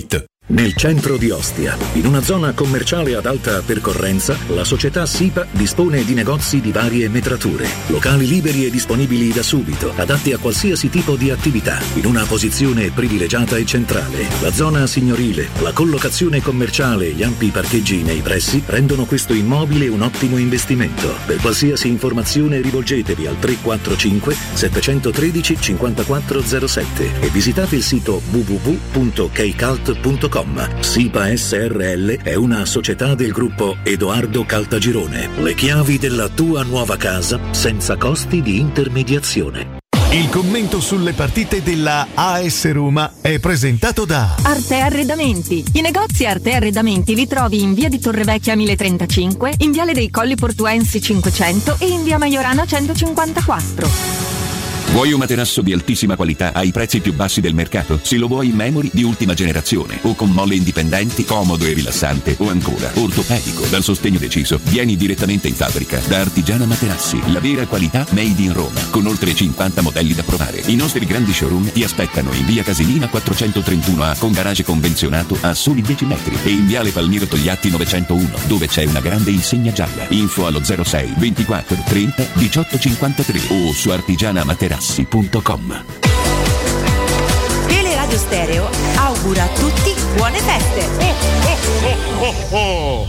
Nel centro di Ostia, in una zona commerciale ad alta percorrenza, la società SIPA dispone di negozi di varie metrature, locali liberi e disponibili da subito, adatti a qualsiasi tipo di attività, in una posizione privilegiata e centrale. La zona signorile, la collocazione commerciale e gli ampi parcheggi nei pressi rendono questo immobile un ottimo investimento. Per qualsiasi informazione rivolgetevi al tre quattro cinque sette uno tre cinquantaquattro zero sette e visitate il sito w w w punto keicalt punto com. SIPA S R L è una società del gruppo Edoardo Caltagirone. Le chiavi della tua nuova casa senza costi di intermediazione. Il commento sulle partite della A S Roma è presentato da Arte Arredamenti. I negozi Arte Arredamenti li trovi in via di Torrevecchia mille trentacinque, in viale dei Colli Portuensi cinquecento e in via Maiorana centocinquantaquattro. Vuoi un materasso di altissima qualità ai prezzi più bassi del mercato? Se lo vuoi in memory di ultima generazione o con molle indipendenti, comodo e rilassante o ancora ortopedico dal sostegno deciso, vieni direttamente in fabbrica da Artigiana Materassi, la vera qualità made in Roma, con oltre cinquanta modelli da provare. I nostri grandi showroom ti aspettano in via Casilina quattrocentotrentuno A con garage convenzionato a soli dieci metri e in viale Palmiro Togliatti novecentouno dove c'è una grande insegna gialla. Info allo zero sei ventiquattro trenta diciotto cinquantatré o su artigiana materassi punto com. Teleradio Stereo augura a tutti buone feste. Oh, oh, oh, oh.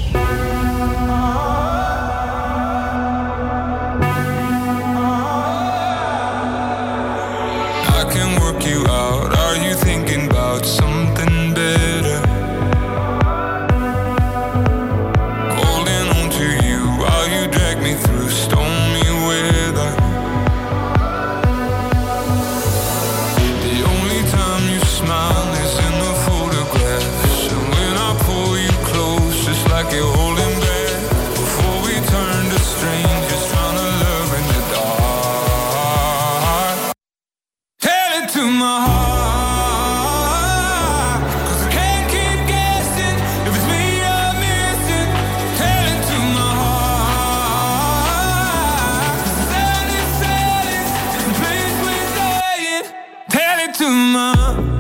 I can work you out. Are you thinking about something better? Holding on to you while you drag me through stormy weather. Smile is in the photographs, and when I pull you close, it's like you're holding back. Before we turn to strangers, trying to love in the dark. Tell it to my heart, 'cause I can't keep guessing if it's me you're missing. Tell it to my heart, 'cause silence, silence is the place we're dying. Tell it to my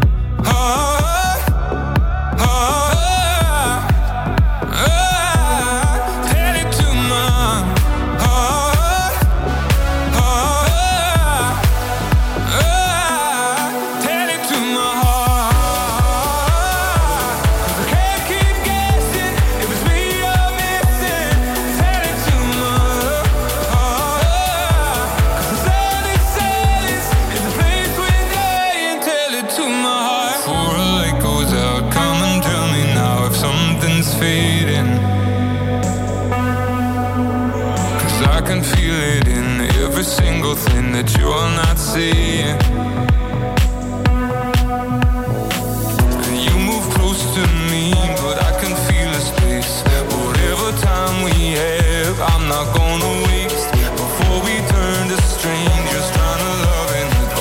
single thing that you're not seeing. You move close to me, but I can feel a space. Whatever time we have, I'm not gonna waste. Before we turn to strangers, trying to love in the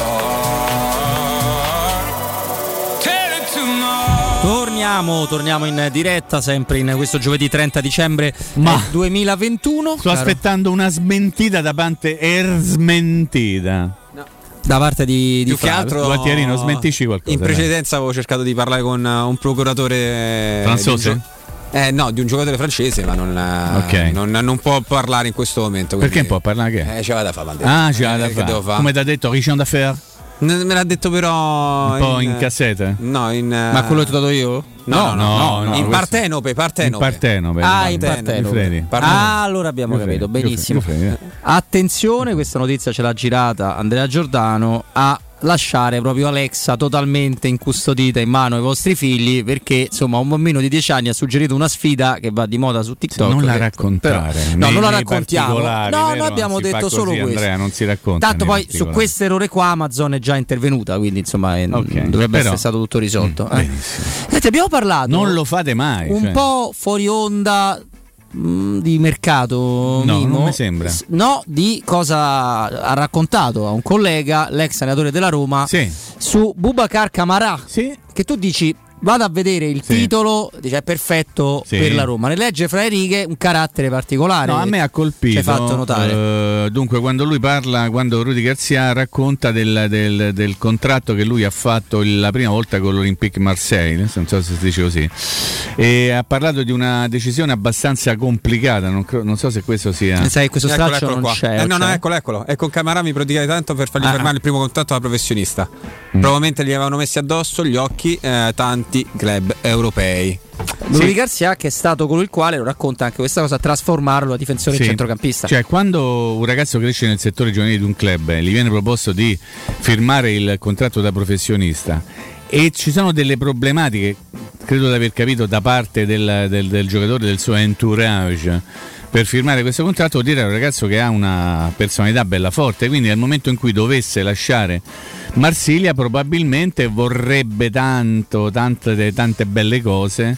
dark. Tell it to my Torniamo, torniamo in diretta sempre in questo giovedì trenta dicembre Ma duemilaventuno. Sto caro. aspettando una smentita da parte er smentita. No. Da parte di, di più che altro Guattiarino, smentisci qualcosa. In precedenza avevo cercato di parlare con un procuratore francese. Eh no, di un giocatore francese, ma non, okay. non, non può parlare in questo momento. Perché non può parlare che? Eh, ce l'ha da fare. Ah, ce l'ha da fare. Come ti ha detto Richard d'affaires? Me l'ha detto però un po' in, in cassette. No, in Ma quello che ti ho dato io? No, no, no, no, no in questo... Partenope, Partenope. In Partenope. Ah, in Partenope. Ah, allora abbiamo io capito freni, benissimo. Freni, io freni. Attenzione, questa notizia ce l'ha girata Andrea Giordano a lasciare proprio Alexa totalmente incustodita in mano ai vostri figli, perché insomma un bambino di dieci anni ha suggerito una sfida che va di moda su TikTok. Non la che, raccontare, però, no, non la raccontiamo. No, vero? Noi abbiamo detto così, solo questo. Andrea, non si racconta. Tanto poi su questo errore qua Amazon è già intervenuta, quindi insomma è, okay. dovrebbe però, essere stato tutto risolto. Mm, eh. Senti, abbiamo parlato. Non lo fate mai. Un cioè. po' fuori onda. Di mercato, no, Mimo. Non mi sembra. No, di cosa ha raccontato a un collega l'ex allenatore della Roma sì. su Boubacar Kamara, sì. che tu dici vado a vedere il sì. titolo, dice è perfetto sì. per la Roma. Ne legge fra le righe un carattere particolare. No, a me ha colpito. Ci hai fatto notare. Uh, dunque, quando lui parla, quando Rudy Garcia racconta del, del, del contratto che lui ha fatto la prima volta con l'Olympique Marseille, non so se si dice così, e ha parlato di una decisione abbastanza complicata. Non, non so se questo sia. Sai, questo eccolo, straccio eccolo non qua. c'è. Eh, no, c'è? no, eccolo, eccolo. E con Camarà mi prodigate tanto per fargli ah. fermare il primo contratto da professionista. Mm. Probabilmente gli avevano messi addosso gli occhi eh, tanti club europei. Rudy sì. Garcia, che è stato colui il quale lo racconta anche questa cosa, trasformarlo a difensore sì. centrocampista. Cioè, quando un ragazzo cresce nel settore giovanile di un club, eh, gli viene proposto di firmare il contratto da professionista e ci sono delle problematiche, credo di aver capito, da parte del, del, del giocatore, del suo entourage, per firmare questo contratto, vuol dire a un ragazzo che ha una personalità bella forte, quindi nel momento in cui dovesse lasciare Marsiglia probabilmente vorrebbe tanto, tante, tante belle cose,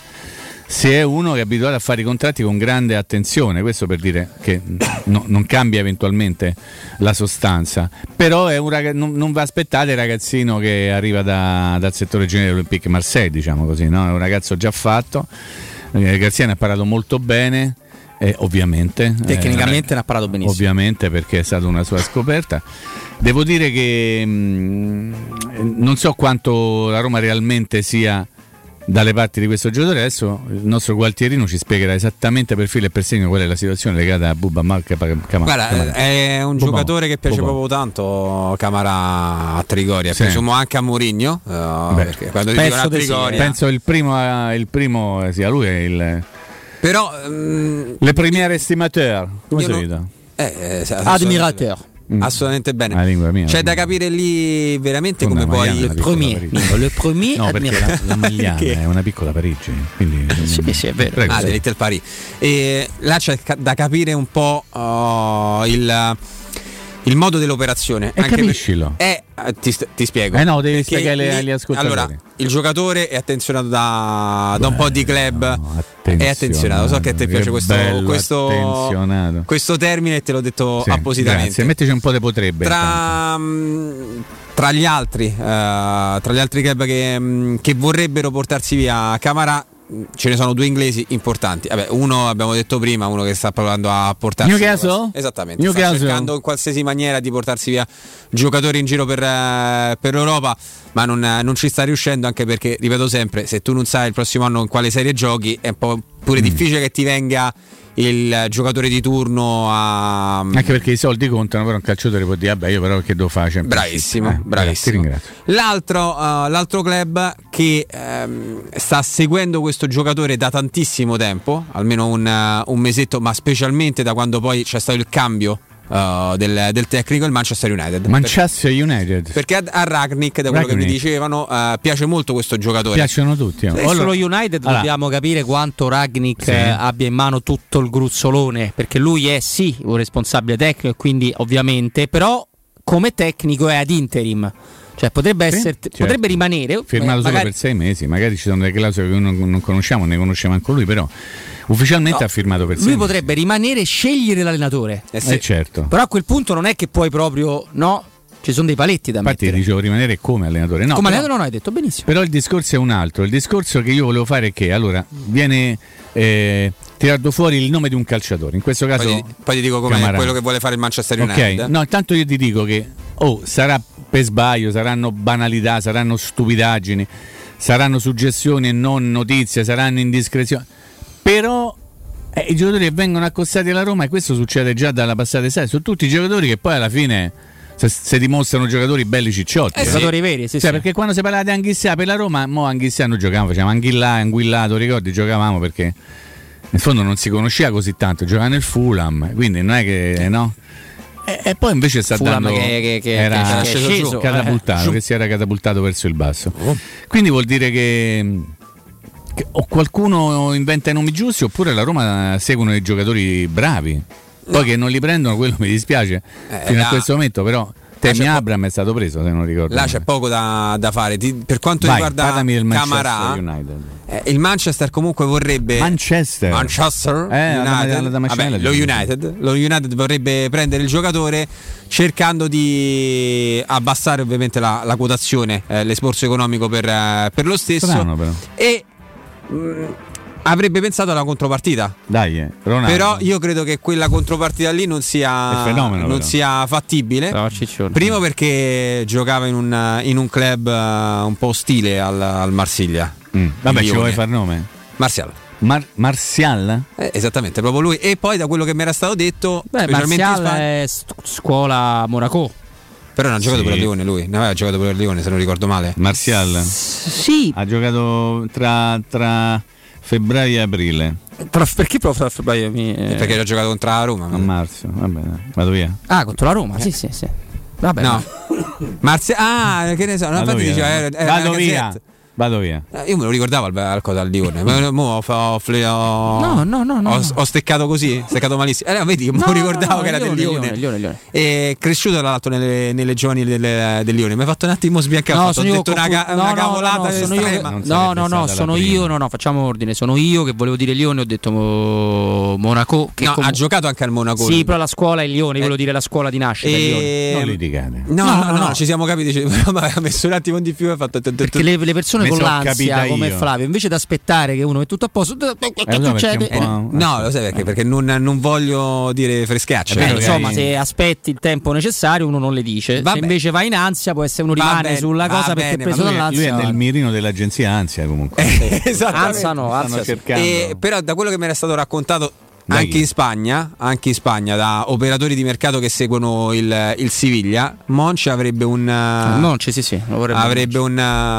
se è uno che è abituato a fare i contratti con grande attenzione. Questo per dire che no, non cambia eventualmente la sostanza, però è un ragazzo, non, non vi aspettate il ragazzino che arriva da, dal settore generale dell'Olympique Marseille, diciamo così, no? È un ragazzo già fatto. eh, Garcia ne ha parlato molto bene. Eh, ovviamente tecnicamente eh, ne ha parlato benissimo, ovviamente, perché è stata una sua scoperta. Devo dire che mh, non so quanto la Roma realmente sia dalle parti di questo giocatore. Adesso il nostro Gualtierino ci spiegherà esattamente per filo e per segno qual è la situazione legata a Bubba Marca. Guarda, è un Bubba, giocatore che piace Bubba. proprio tanto Camarà a Trigoria, sì. Presumo anche a Mourinho, uh, perché quando dicono a Trigoria sì. penso il primo, il primo sia lui è il però um, le premiere estimateur, come si dice? Eh, eh, Admirateur. Mm. Assolutamente bene. La lingua mia, c'è da capire lì veramente come poi le premier, le premier no, perché la, la Magliana è una piccola Parigi, quindi sì, sì, è vero. Prego, ah, sì. Little Paris. E là c'è da capire un po' uh, il il modo dell'operazione, e anche capiscilo. È, ti, ti spiego. Eh no, devi spiegare agli ascoltatori. Allora, il giocatore è attenzionato da, da un po' di club. No, è attenzionato. So che a te piace questo, bello, questo, questo termine e te l'ho detto sì, appositamente. Grazie. Mettici un po' di potrebbe. Tra, tra gli altri, uh, tra gli altri club che, che vorrebbero portarsi via Camarà, ce ne sono due inglesi importanti. Vabbè, uno abbiamo detto prima, uno che sta provando a portarsi Newcastle? via. Esattamente. Newcastle. Sta cercando in qualsiasi maniera di portarsi via giocatori in giro per, per l'Europa, ma non, non ci sta riuscendo, anche perché, ripeto sempre, se tu non sai il prossimo anno in quale serie giochi, è un po' pure mm. difficile che ti venga il giocatore di turno a... anche perché i soldi contano, però un calciatore può dire vabbè, io però che devo fare? Bravissimo, eh, bravissimo. Ti ringrazio. L'altro, uh, l'altro club che um, sta seguendo questo giocatore da tantissimo tempo, almeno un, uh, un mesetto, ma specialmente da quando poi c'è stato il cambio Uh, del, del tecnico, il Manchester United. Manchester perché, United perché a, a Ragnick, da quello Ragnick. che mi dicevano, uh, piace molto questo giocatore. Piacciono tutti. E allora, sullo United allora. dobbiamo capire quanto Ragnick sì. eh, abbia in mano tutto il gruzzolone, perché lui è sì un responsabile tecnico, quindi ovviamente, però come tecnico è ad interim. Cioè potrebbe sì, essere certo. potrebbe rimanere firmato magari... solo per sei mesi, magari ci sono delle clausole che non, non conosciamo, ne conosce manco lui, però ufficialmente no, ha firmato per sei lui mesi. Potrebbe rimanere e scegliere l'allenatore, eh sì. eh certo. Però a quel punto non è che puoi proprio, no, ci sono dei paletti da Infatti mettere. Dicevo rimanere come allenatore, no, come però, allenatore no, hai detto benissimo. Però il discorso è un altro. Il discorso che io volevo fare è che allora viene eh, tirato fuori il nome di un calciatore, in questo caso poi ti, poi ti dico com'è quello che vuole fare il Manchester United. Ok, no, intanto io ti dico che oh, sarà per sbaglio, saranno banalità, saranno stupidaggini, saranno suggestioni e non notizie, saranno indiscrezioni, però eh, i giocatori che vengono accostati alla Roma, e questo succede già dalla passata estate, sono tutti giocatori che poi alla fine se, se dimostrano giocatori belli cicciotti, eh, giocatori veri, sì, cioè, sì. Perché quando si parla di Anghissà per la Roma, mo Anghissà noi giocavamo, facevamo Anghillà, Anguillato, ricordi, giocavamo perché in fondo non si conosceva così tanto, giocava nel Fulham, quindi non è che no. E, e poi invece sta Fulham dando che, che, che, era che sceso, sceso, catapultato, eh. che si era catapultato verso il basso. Oh. Quindi vuol dire che, che o qualcuno inventa i nomi giusti, oppure la Roma seguono dei giocatori bravi. Poi no. che non li prendono, quello mi dispiace eh, fino no. a questo momento, però Temi Abraham è stato preso, se non ricordo. Là male. C'è poco da, da fare. Ti, per quanto Vai, riguarda Camarà, eh, il Manchester comunque vorrebbe Manchester, Manchester eh, United, da, da, da vabbè, lo United, lo United vorrebbe prendere il giocatore cercando di abbassare ovviamente la, la quotazione, eh, l'esborso economico per, eh, per lo stesso. Strano, però. E mh, avrebbe pensato alla contropartita. Dai, eh, Ronaldo. Però io credo che quella contropartita lì non sia, fenomeno, non però. sia fattibile. No, Primo perché giocava in un, in un club uh, un po' ostile al, al Marsiglia. Mm. Vabbè, ci vuoi far nome? Martial. Mar- Martial? Eh, esattamente, proprio lui. E poi da quello che mi era stato detto, beh, specialmente Martial in Spagna, è st- scuola Monaco. però non ha giocato Sì. per il Lione lui, ne aveva giocato per il Lione se non ricordo male. Martial? Sì. Ha giocato tra, tra febbraio e aprile. Tra, perché proprio tra febbraio? Mi, eh... Perché ha giocato contro la Roma. A marzo, vabbè, vado via. Ah, contro la Roma, sì, sì, sì. Vabbè, no. Marzi- ah, che ne so, no, Vado infatti via. diceva, era, era Vado una via. gazzetta. Vado via. Eh, Io me lo ricordavo al, al coda al Lione. Ma mo ho, ho, ho, No, no, no, no. ho, ho steccato così, steccato malissimo. Eh, vedi, No, me lo ricordavo no, no, che era del Lione, Lione. Lione, Lione, Lione. E cresciuto tra l'altro nelle, nelle giovani del, del Lione. Mi ha fatto un attimo sbiancare. No, ho sono io detto una, confu- ca- no, una no, cavolata no, no, sono io che- estrema. Non no, sarebbe no, no, stata la sono prima. io, no, no, facciamo ordine. Sono io che volevo dire Lione, ho detto mo- Monaco. Che No, comu- ha giocato anche al Monaco. Sì, però la scuola è Lione, Eh. volevo dire la scuola di nascita. è Lione. E... Non litigate. No, No, no, no, no, no. ci siamo capiti. ci- Ma ha messo un attimo di più e ha fatto. Perché le, le persone Mi con so l'ansia, capita come io. Flavio, invece di aspettare che uno è tutto a posto, che Eh, no, succede? perché un po'- No, lo sai perché? Perché non, non voglio dire frescacce. Eh, vero che insomma, hai- se aspetti il tempo necessario uno non le dice. Vabbè. Se invece va in ansia può essere uno Va rimane bene, sulla va cosa perché bene, è preso ma lui- Lui dall'ansia. è nel mirino dell'agenzia Ansia comunque. Esattamente. Ansia no, Stanno ansia sì. cercando. E, però da quello che mi era stato raccontato Dai. anche in Spagna, anche in Spagna da operatori di mercato che seguono il, il Siviglia, Monchi avrebbe un Non ci sì, sì, lo vorrebbe avrebbe un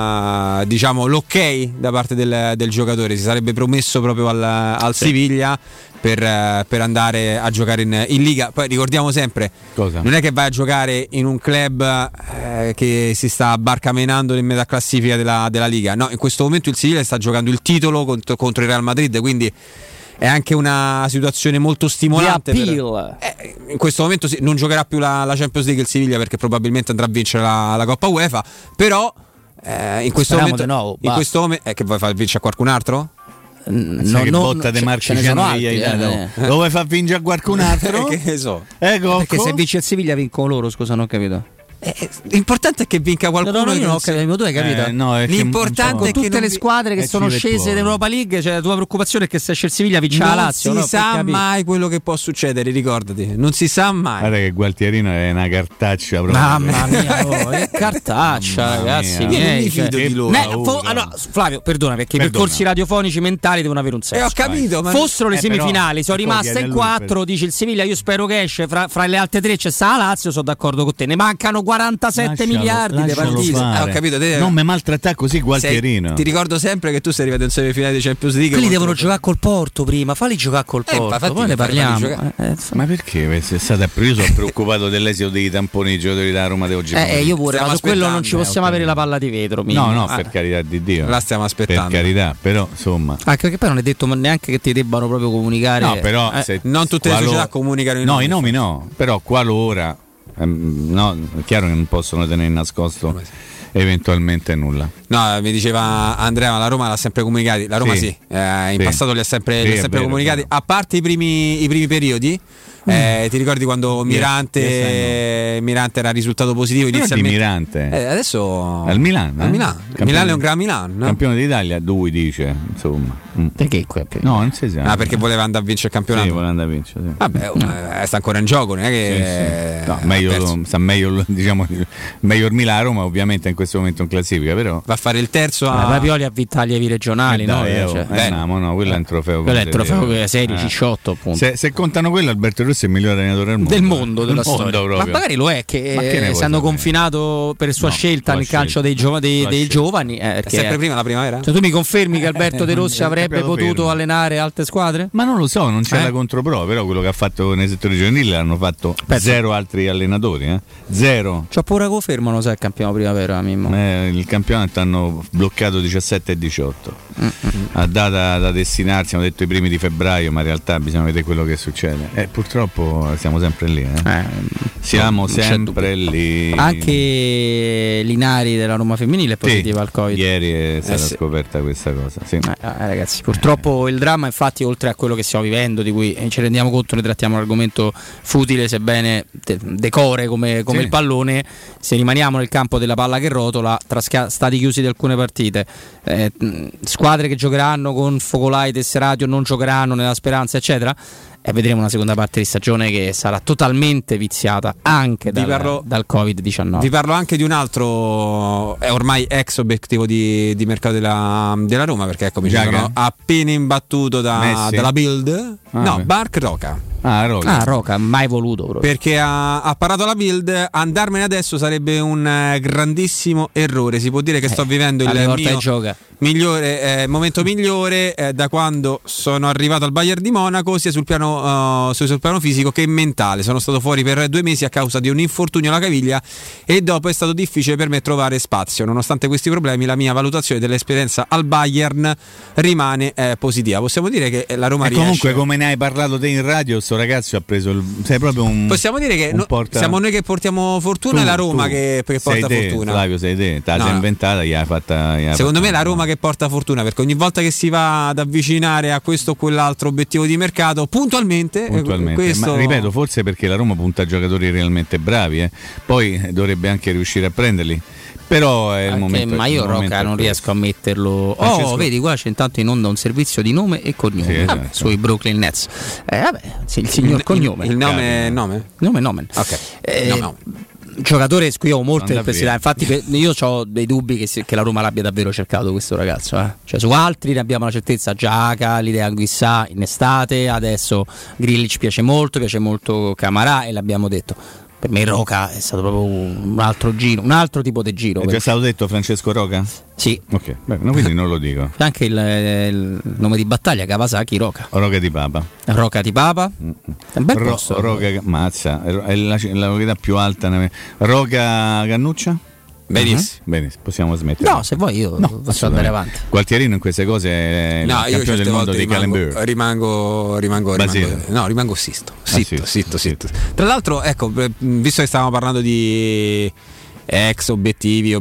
uh, diciamo l'ok da parte del, del giocatore, si sarebbe promesso proprio al, al Sì. Siviglia per, uh, per andare a giocare in, in Liga. Poi ricordiamo sempre, Cosa? non è che vai a giocare in un club eh, che si sta barcamenando in metà classifica della, della Liga. No, in questo momento il Siviglia sta giocando il titolo contro, contro il Real Madrid, quindi è anche una situazione molto stimolante. Di per- appeal. eh, in questo momento sì, non giocherà più la, la Champions League il Siviglia perché probabilmente andrà a vincere la, la Coppa UEFA, però eh, in questo Speriamo momento di no, in basta. questo momento eh, che vuoi far vincere a qualcun altro? Sai che botta de Marchigiano gli hai dato? Lo vuoi far vincere a qualcun altro? Che ne so. Ecco. Perché se vince il Siviglia vincono loro, scusa, non ho capito. Eh, l'importante è che vinca qualcuno. No, no, io che non ho si- capito, tu hai capito? Eh, no, è che L'importante Con è che tutte non le vi- squadre che eh, sono ci scese vedo. in Europa League, cioè la tua preoccupazione è che se esce il Siviglia vince la non Lazio, si no? Per sa capire. mai quello che può succedere, ricordati, non si sa mai. Guarda che Gualtierino è una cartaccia proprio. Mamma mia, oh, che cartaccia, Mamma ragazzi. mia. Io non miei, mi cioè. fido di loro. Ne- paura. fo- allora, Flavio, perdona, perché i Perdona. percorsi radiofonici mentali devono avere un senso. Eh, ho capito, ma Fossero le Eh, però- semifinali, sono ecco, rimaste chiede a in lui quattro, per- dice il Siviglia, io spero che esce, fra, fra le altre tre c'è sta la Lazio, sono d'accordo con te, ne mancano quarantasette Lascialo- miliardi di lascialo partite. fare. Eh, ho capito, te- Non mi maltrattare così Sei- Gualtierino. ti ricordo sempre che tu sei arrivato in semifinale di Champions League. Quelli contro- devono giocare col Porto prima, falli giocare col Eh, Porto, infatti, poi ne falli parliamo. giocare. Eh, eh, Ma perché? Se state io sono preoccupato dell'esito dei tamponi dei giocatori da Roma di oggi. Eh, io pure, Stiamo ma su quello non ci aspettando, possiamo eh, avere ok. la palla di vetro. Mimmo. No, no, Ah. per carità di Dio. La stiamo aspettando. Per carità, però insomma. Anche perché poi non è detto neanche che ti debbano proprio comunicare. No, però Eh, se- non tutte le qualo- società comunicano i No, nomi. i nomi no, però qualora ehm, no, è chiaro che non possono tenere nascosto eventualmente nulla. No, mi diceva Andrea, ma la Roma l'ha sempre comunicati. La Roma sì, Sì. eh, in Sì. passato li ha sempre, Sì, li ha è sempre vero, comunicati, è vero. a parte i primi, i primi periodi. Eh, ti ricordi quando Mirante, yes, Mirante era risultato positivo Però di inizialmente? Mirante. Eh, adesso Al Milan, Al eh? Milan. Campione- Milan è un gran Milan. no? Campione d'Italia, lui dice, insomma. Mm. Perché qui? No, non si sa. Ah, perché voleva andare a vincere il campionato. Sì, vuole andare a vincere. Sì. Vabbè, oh, eh, sta ancora in gioco, non è che Sì, sì. No, ha meglio, perso. sta meglio, diciamo, meglio il Milan, Roma ovviamente in questo momento in classifica, però Va a fare il terzo Ah, a... Ravioli ha vinto agli regionali, Eh, no? dai, oh, Cioè, eh, bene. no, no, quello è un trofeo. quello è il trofeo consigliere. che serie Eh. cicciotto, appunto. Se, se contano quello, Alberto Rossi è il migliore allenatore del mondo. Del mondo, della Del mondo storia. proprio. Ma magari lo è, che, Ma che ne eh, vuoi essendo sapere? confinato per sua No, scelta sua nel calcio scelta. dei, giova- dei- Sua dei scelta. giovani. eh, È perché- sempre prima la primavera? Cioè, tu mi confermi che Alberto De Rossi Eh, avrebbe capito, potuto fermo. allenare altre squadre? Ma non lo so, non c'è Eh? la controprova, però quello che ha fatto nei settori giovanili l'hanno fatto Penso. zero altri allenatori, eh? Zero. C'ho paura che lo fermano, sai, il campione primavera, Mimmo. Eh, il campionato hanno bloccato diciassette e diciotto. A data da destinarsi, hanno detto i primi di febbraio, ma in realtà bisogna vedere quello che succede. Eh, purtroppo purtroppo siamo sempre lì. Eh. Eh, siamo sempre lì. Anche Linari della Roma femminile è positiva sì, al Covid. Ieri è stata eh, sì. scoperta questa cosa. Sì. Eh, ragazzi, purtroppo il dramma, infatti, oltre a quello che stiamo vivendo, di cui ci rendiamo conto, noi trattiamo un argomento futile, sebbene decore come, come sì. il pallone. Se rimaniamo nel campo della palla che rotola, tra sca- stati chiusi di alcune partite, eh, squadre che giocheranno con focolai tesserati o non giocheranno nella speranza, eccetera. E vedremo una seconda parte di stagione che sarà totalmente viziata anche dal, parlo, dal covid diciannove. Vi parlo anche di un altro, è ormai ex obiettivo di, di mercato della, della Roma, perché ecco mi ci sono appena imbattuto da, dalla Build. Ah, no, beh. Bark Roca. Ah, Roca. Ah, Roca, mai voluto proprio. Perché ha, ha parato la Build. Andarmene adesso sarebbe un eh, grandissimo errore. Si può dire che eh, sto vivendo il mio migliore, eh, momento migliore eh, da quando sono arrivato al Bayern di Monaco, sia sul piano, uh, sul piano fisico che mentale. Sono stato fuori per due mesi a causa di un infortunio alla caviglia e dopo è stato difficile per me trovare spazio. Nonostante questi problemi, la mia valutazione dell'esperienza al Bayern rimane eh, positiva. Possiamo dire che la Roma e riesce. Comunque, come ne hai parlato te in radio, sto ragazzo ha preso il, sei proprio un possiamo dire che no, porta... siamo noi che portiamo fortuna tu, e la Roma che, che porta te, fortuna. Flavio, sei te, te l'hai no. inventata, gli hai fatta, gli hai secondo fatta me la Roma che porta fortuna, perché ogni volta che si va ad avvicinare a questo o quell'altro obiettivo di mercato puntualmente, puntualmente. Questo... Ma ripeto, forse perché la Roma punta a giocatori realmente bravi, eh. Poi dovrebbe anche riuscire a prenderli. Però è il anche, momento. Ma io Rocca non riesco a metterlo. Francesco. Oh, vedi, qua c'è intanto in onda un servizio di nome e cognome sì, esatto. vabbè, sui Brooklyn Nets. Eh, vabbè, sì, il signor il, cognome. Il, il nome è nome? Nome Nomen. Ok. Eh, no, no. Giocatore, qui ho molte perplessità. Infatti, io ho dei dubbi che, si, che la Roma l'abbia davvero cercato questo ragazzo. Eh. Cioè, su altri ne abbiamo la certezza. Giaca, l'idea Anguissà in estate. Adesso Grilic piace molto, piace molto Camarà e l'abbiamo detto. Per me Roca è stato proprio un altro giro, un altro tipo di giro. È già stato detto Francesco Roca? Sì. Ok, beh, no, quindi non lo dico. C'è anche il, il nome di battaglia, Kawasaki Roca. Roca di Papa. Roca di Papa. È un bel Ro- posto. Roca, mazza, è la, la località più alta. Roca Cannuccia? Benissimo. Uh-huh. Benissimo, possiamo smettere. No, se vuoi io no, faccio andare avanti. Gualtierino in queste cose è no, il campione del mondo di Calembour. Rimango, rimango, rimango, no, rimango sitto, sitto, ah, sitto, sitto. Tra l'altro, ecco, visto che stavamo parlando di ex obiettivi,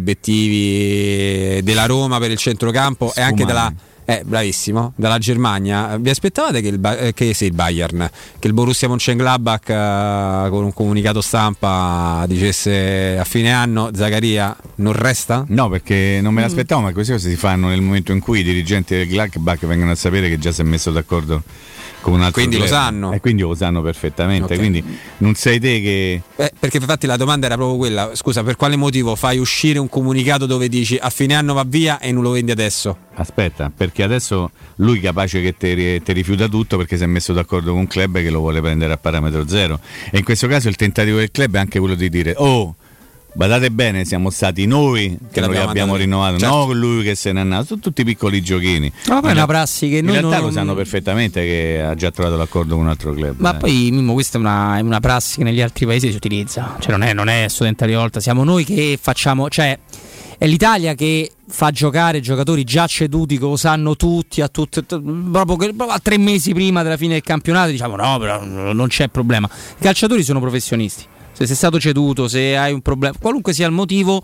obiettivi della Roma per il centrocampo Sfumani. E anche della Eh, bravissimo, dalla Germania. Vi aspettavate che il, che, sì, il Bayern, che il Borussia Mönchengladbach eh, con un comunicato stampa dicesse a fine anno Zaccaria non resta? No, perché non me l'aspettavo, mm. ma queste cose si fanno nel momento in cui i dirigenti del Gladbach vengono a sapere che già si è messo d'accordo con un altro quindi club. Lo sanno e quindi lo sanno perfettamente, okay. Quindi non sei te che eh, perché infatti la domanda era proprio quella, scusa, per quale motivo fai uscire un comunicato dove dici a fine anno va via e non lo vendi adesso? Aspetta, perché adesso lui capace che ti, ti rifiuta tutto perché si è messo d'accordo con un club che lo vuole prendere a parametro zero, e in questo caso il tentativo del club è anche quello di dire oh, badate bene, siamo stati noi che, che non li abbiamo rinnovato, certo. No lui che se n'è andato, sono tutti piccoli giochini. Ma poi è una prassi che in noi realtà non... lo sanno perfettamente che ha già trovato l'accordo con un altro club. Ma eh. poi Mimmo, questa è una, è una prassi che negli altri paesi si utilizza, cioè non è, non è studentale volta, siamo noi che facciamo, cioè è l'Italia che fa giocare giocatori già ceduti che lo sanno tutti a, tutti, proprio, proprio a tre mesi prima della fine del campionato, diciamo no, però non c'è problema. I calciatori sono professionisti. Se sei stato ceduto, se hai un problema, qualunque sia il motivo,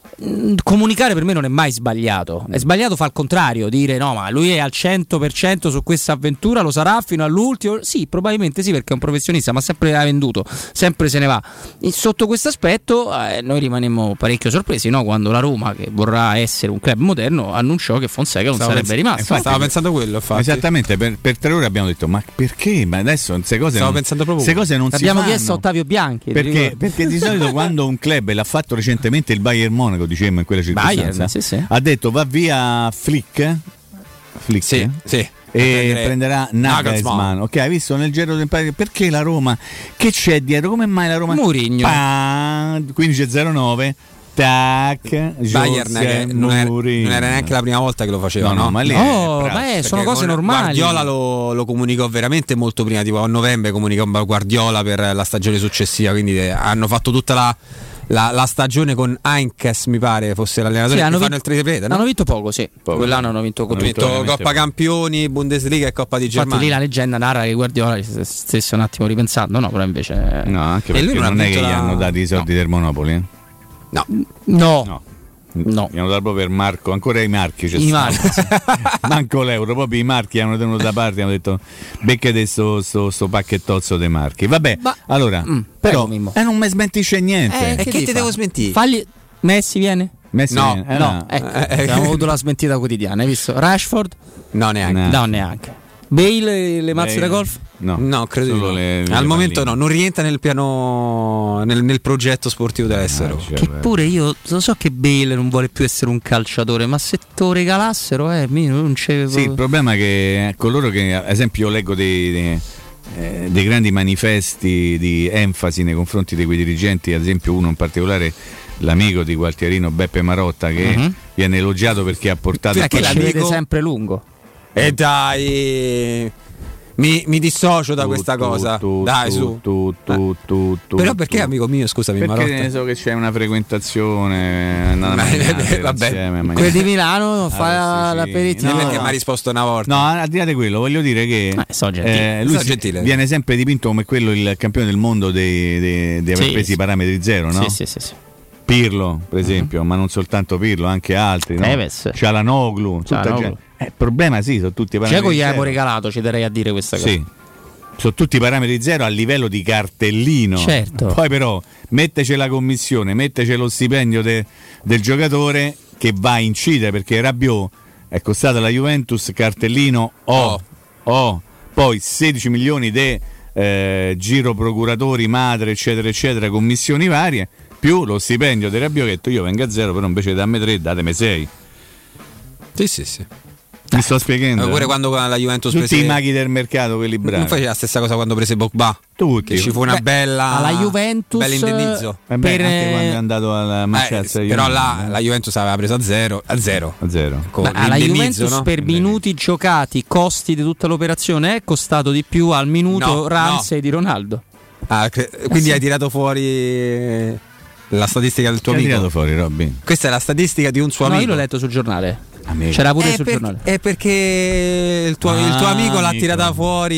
comunicare per me non è mai sbagliato. È sbagliato fa il contrario, dire no, ma lui è al cento per cento su questa avventura, lo sarà fino all'ultimo. Sì, probabilmente sì, perché è un professionista, ma sempre l'ha venduto, sempre se ne va. E sotto questo aspetto eh, noi rimanemmo parecchio sorpresi, no? Quando la Roma, che vorrà essere un club moderno, annunciò che Fonseca non stavo sarebbe pens- rimasto. Infatti, stavo pensando quello, infatti. Esattamente, per, per tre ore abbiamo detto ma perché? Ma adesso queste cose stavo non, pensando proprio queste cose non abbiamo si fanno. Abbiamo chiesto a Ottavio Bianchi. Perché, perché di solito quando un club, e l'ha fatto recentemente il Bayern Monaco, dicemmo in quella circostanza, Bayern, sì, sì. ha detto va via Flick, Flick sì, sì. E prenderà Nagelsmann. Ok, hai visto nel giro del paese perché la Roma? Che c'è dietro? Come mai la Roma? Mourinho. quindici zero nove Tac, Bayern che non, era, non era neanche la prima volta che lo faceva, no? no, no? Ma lì no, beh, sono cose normali. Guardiola lo, lo comunicò veramente molto prima, tipo a novembre comunicò Guardiola per la stagione successiva, quindi hanno fatto tutta la la, la stagione con Heinkes, mi pare fosse l'allenatore, sì, che hanno fanno vinto, il triplete, no? Hanno vinto poco, sì. Poco. Quell'anno hanno vinto, hanno vinto, vinto Coppa poco. Campioni, Bundesliga e Coppa di Germania. Infatti lì la leggenda narra che Guardiola stesse un attimo ripensando, no, però invece no, anche perché non, non è che la... gli hanno dato i soldi no. del Monopoli, eh? No. No. No. No. Gli hanno dato proprio per Marco, ancora i marchi, cioè I marchi sì. Manco l'euro, proprio i marchi hanno tenuto da parte, hanno detto beccate sto, sto, sto pacchettozzo dei marchi. Vabbè, ma, allora, mm, però prego, eh, non mi smentisce niente. Eh, e che, che ti devo smentire? Fagli Messi viene? Messi no, viene. Eh, no, no. Ecco, eh, abbiamo avuto la smentita quotidiana, hai visto? Rashford? No, neanche. No, no neanche. Bale, le mazze da golf? No, no credo no. Le, le al le momento palline. no, non rientra nel piano nel, nel progetto sportivo dell'estero. Ah, cioè, che pure io lo so che Bale non vuole più essere un calciatore, ma se te lo regalassero, eh, non c'è. Sì, il problema è che coloro che, ad esempio, io leggo dei, dei, eh, dei grandi manifesti di enfasi nei confronti di quei dirigenti, ad esempio uno in particolare, l'amico di Gualtierino, Beppe Marotta, che uh-huh. viene elogiato perché ha portato perché la vede sempre lungo. E dai, mi, mi dissocio da tu, questa tu, cosa. Tu, dai, tu, su. Tu, tu, tu, tu, Però perché, tu. amico mio, scusami, perché Marotta? ne so che c'è una frequentazione. Una mangiare, vabbè, insieme, quelli di Milano ah, fa sì, l'aperitivo. No, perché mi ha risposto una volta. No, al di là di quello, voglio dire che eh, so gentile. Eh, lui so gentile. viene sempre dipinto come quello il campione del mondo di aver sì, preso sì. i parametri zero, no? Sì, sì, sì, sì. Pirlo, per esempio, uh-huh. ma non soltanto Pirlo, anche altri, no? Neves. Cialanoglu, tutta gente. Eh, il problema sì, sono tutti i parametri Dzeko gli zero. abbiamo regalato, ci darei a dire questa cosa. Sì. Sono tutti i parametri zero a livello di cartellino. Certo. Poi però metteci la commissione, metteci lo stipendio de, del giocatore che va a incidere, perché Rabiot è costato alla Juventus cartellino O, oh. oh. poi sedici milioni di eh, giro procuratori, madre, eccetera, eccetera, commissioni varie, più lo stipendio di Rabiot che detto io vengo a zero, però invece dammi tre, datemi sei. Sì, sì, sì. Mi sto spiegando. Pure quando la Juventus tutti prese... i maghi del mercato, quelli bravi. Non faceva la stessa cosa quando prese Pogba. Tutti. Che ci fu una Beh, bella alla Juventus bella indennizzo. Eh beh, per... anche quando è andato alla Manchester. Eh, però là la Juventus aveva preso a zero, a zero. A zero. Alla Juventus, no? Per minuti giocati, costi di tutta l'operazione è costato di più al minuto no, Ramsey no. di Ronaldo. Ah, cre- quindi eh sì. hai tirato fuori la statistica del tuo che amico. Hai tirato fuori, Robby. Questa è la statistica di un suo no, amico. No, io l'ho letto sul giornale. C'era pure è sul per, giornale. È perché il tuo, ah, il tuo amico l'ha amico. tirata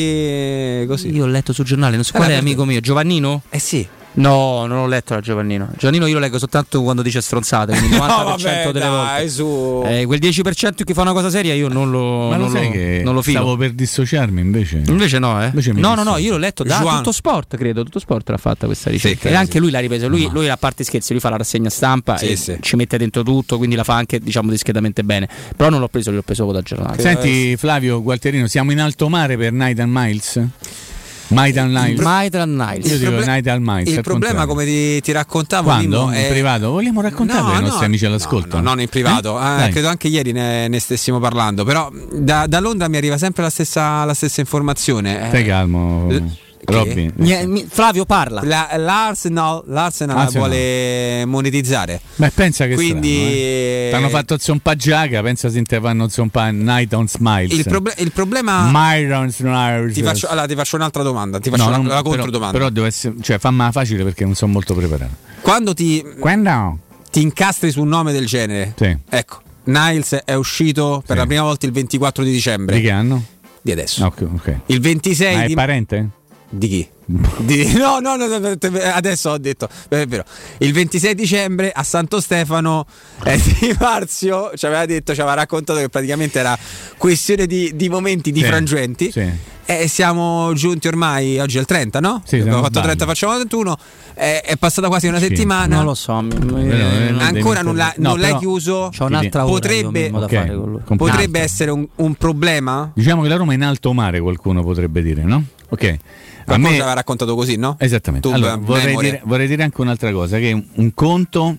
fuori così. Io ho letto sul giornale, non so qual è amico mio, Giovannino? Eh sì. No, non l'ho letto da Giovannino. Giovannino io lo leggo soltanto quando dice stronzate, quindi il novanta per cento no, vabbè, delle dai, volte. Su. Eh, quel dieci per cento che fa una cosa seria io non lo Ma lo non sai lo, che non lo filo. Stavo per dissociarmi invece. Invece no, eh. Invece no, no, no, io l'ho letto da Juan. Tutto Sport, credo, Tutto Sport l'ha fatta questa ricerca. Sì, e anche sì. lui l'ha ripresa. Lui, no. lui a parte scherzi, lui fa la rassegna stampa sì, e sì. ci mette dentro tutto, quindi la fa anche, diciamo, discretamente bene. Però non l'ho preso, l'ho preso da giornale. Senti Flavio Gualtierino, siamo in alto mare per Night and Miles? Night and Niles. Night and Niles. Io dico proble- Night and Miles. Il problema, come ti, ti raccontavo quando? Mimmo, in è... privato? Vogliamo raccontarlo no, ai nostri no, amici all'ascolto? No, no, non in privato. Eh? Eh, credo anche ieri ne, ne stessimo parlando. Però da, da Londra mi arriva sempre la stessa, la stessa informazione. Stai calmo. L- Robby. Mi, mi, Flavio parla. La, l'Arsenal, l'Arsenal ah, la vuole monetizzare. Ma pensa che quindi strano, eh? T'hanno fatto zompa giaca, pensa se te fanno zompa Night on Smiles. Il, proble- il problema Myron Smiles. Ti faccio, allora, ti faccio un'altra domanda. Ti faccio no, la, non, la controdomanda. Però, però deve essere, cioè, fammela facile perché non sono molto preparato. Quando ti Quando? ti incastri su un nome del genere. Sì. Ecco, Niles è uscito per sì. la prima volta il ventiquattro di dicembre. Di che anno? Di adesso. Okay, okay. Il ventisei Ma è di parente? Di chi? Di... No, no, no, no, adesso ho detto, è vero. Il ventisei dicembre a Santo Stefano eh, Di Marzio ci aveva detto, ci aveva raccontato che praticamente era questione di, di momenti di sì, frangenti. Sì. E siamo giunti ormai, oggi è il trenta, no? Sì, abbiamo fatto trenta, facciamo trentuno. È, è passata quasi una settimana. Non lo so, mi, mi, però, eh, ancora non, l'ha, no, non l'hai però, chiuso. C'ho un'altra potrebbe, ora okay, da fare con lui. Potrebbe essere un, un problema? Diciamo che la Roma è in alto mare, qualcuno potrebbe dire, no? Ok. A me aveva raccontato così, no? Esattamente. Tu, allora, vorrei, dire, vorrei dire anche un'altra cosa, che un, un conto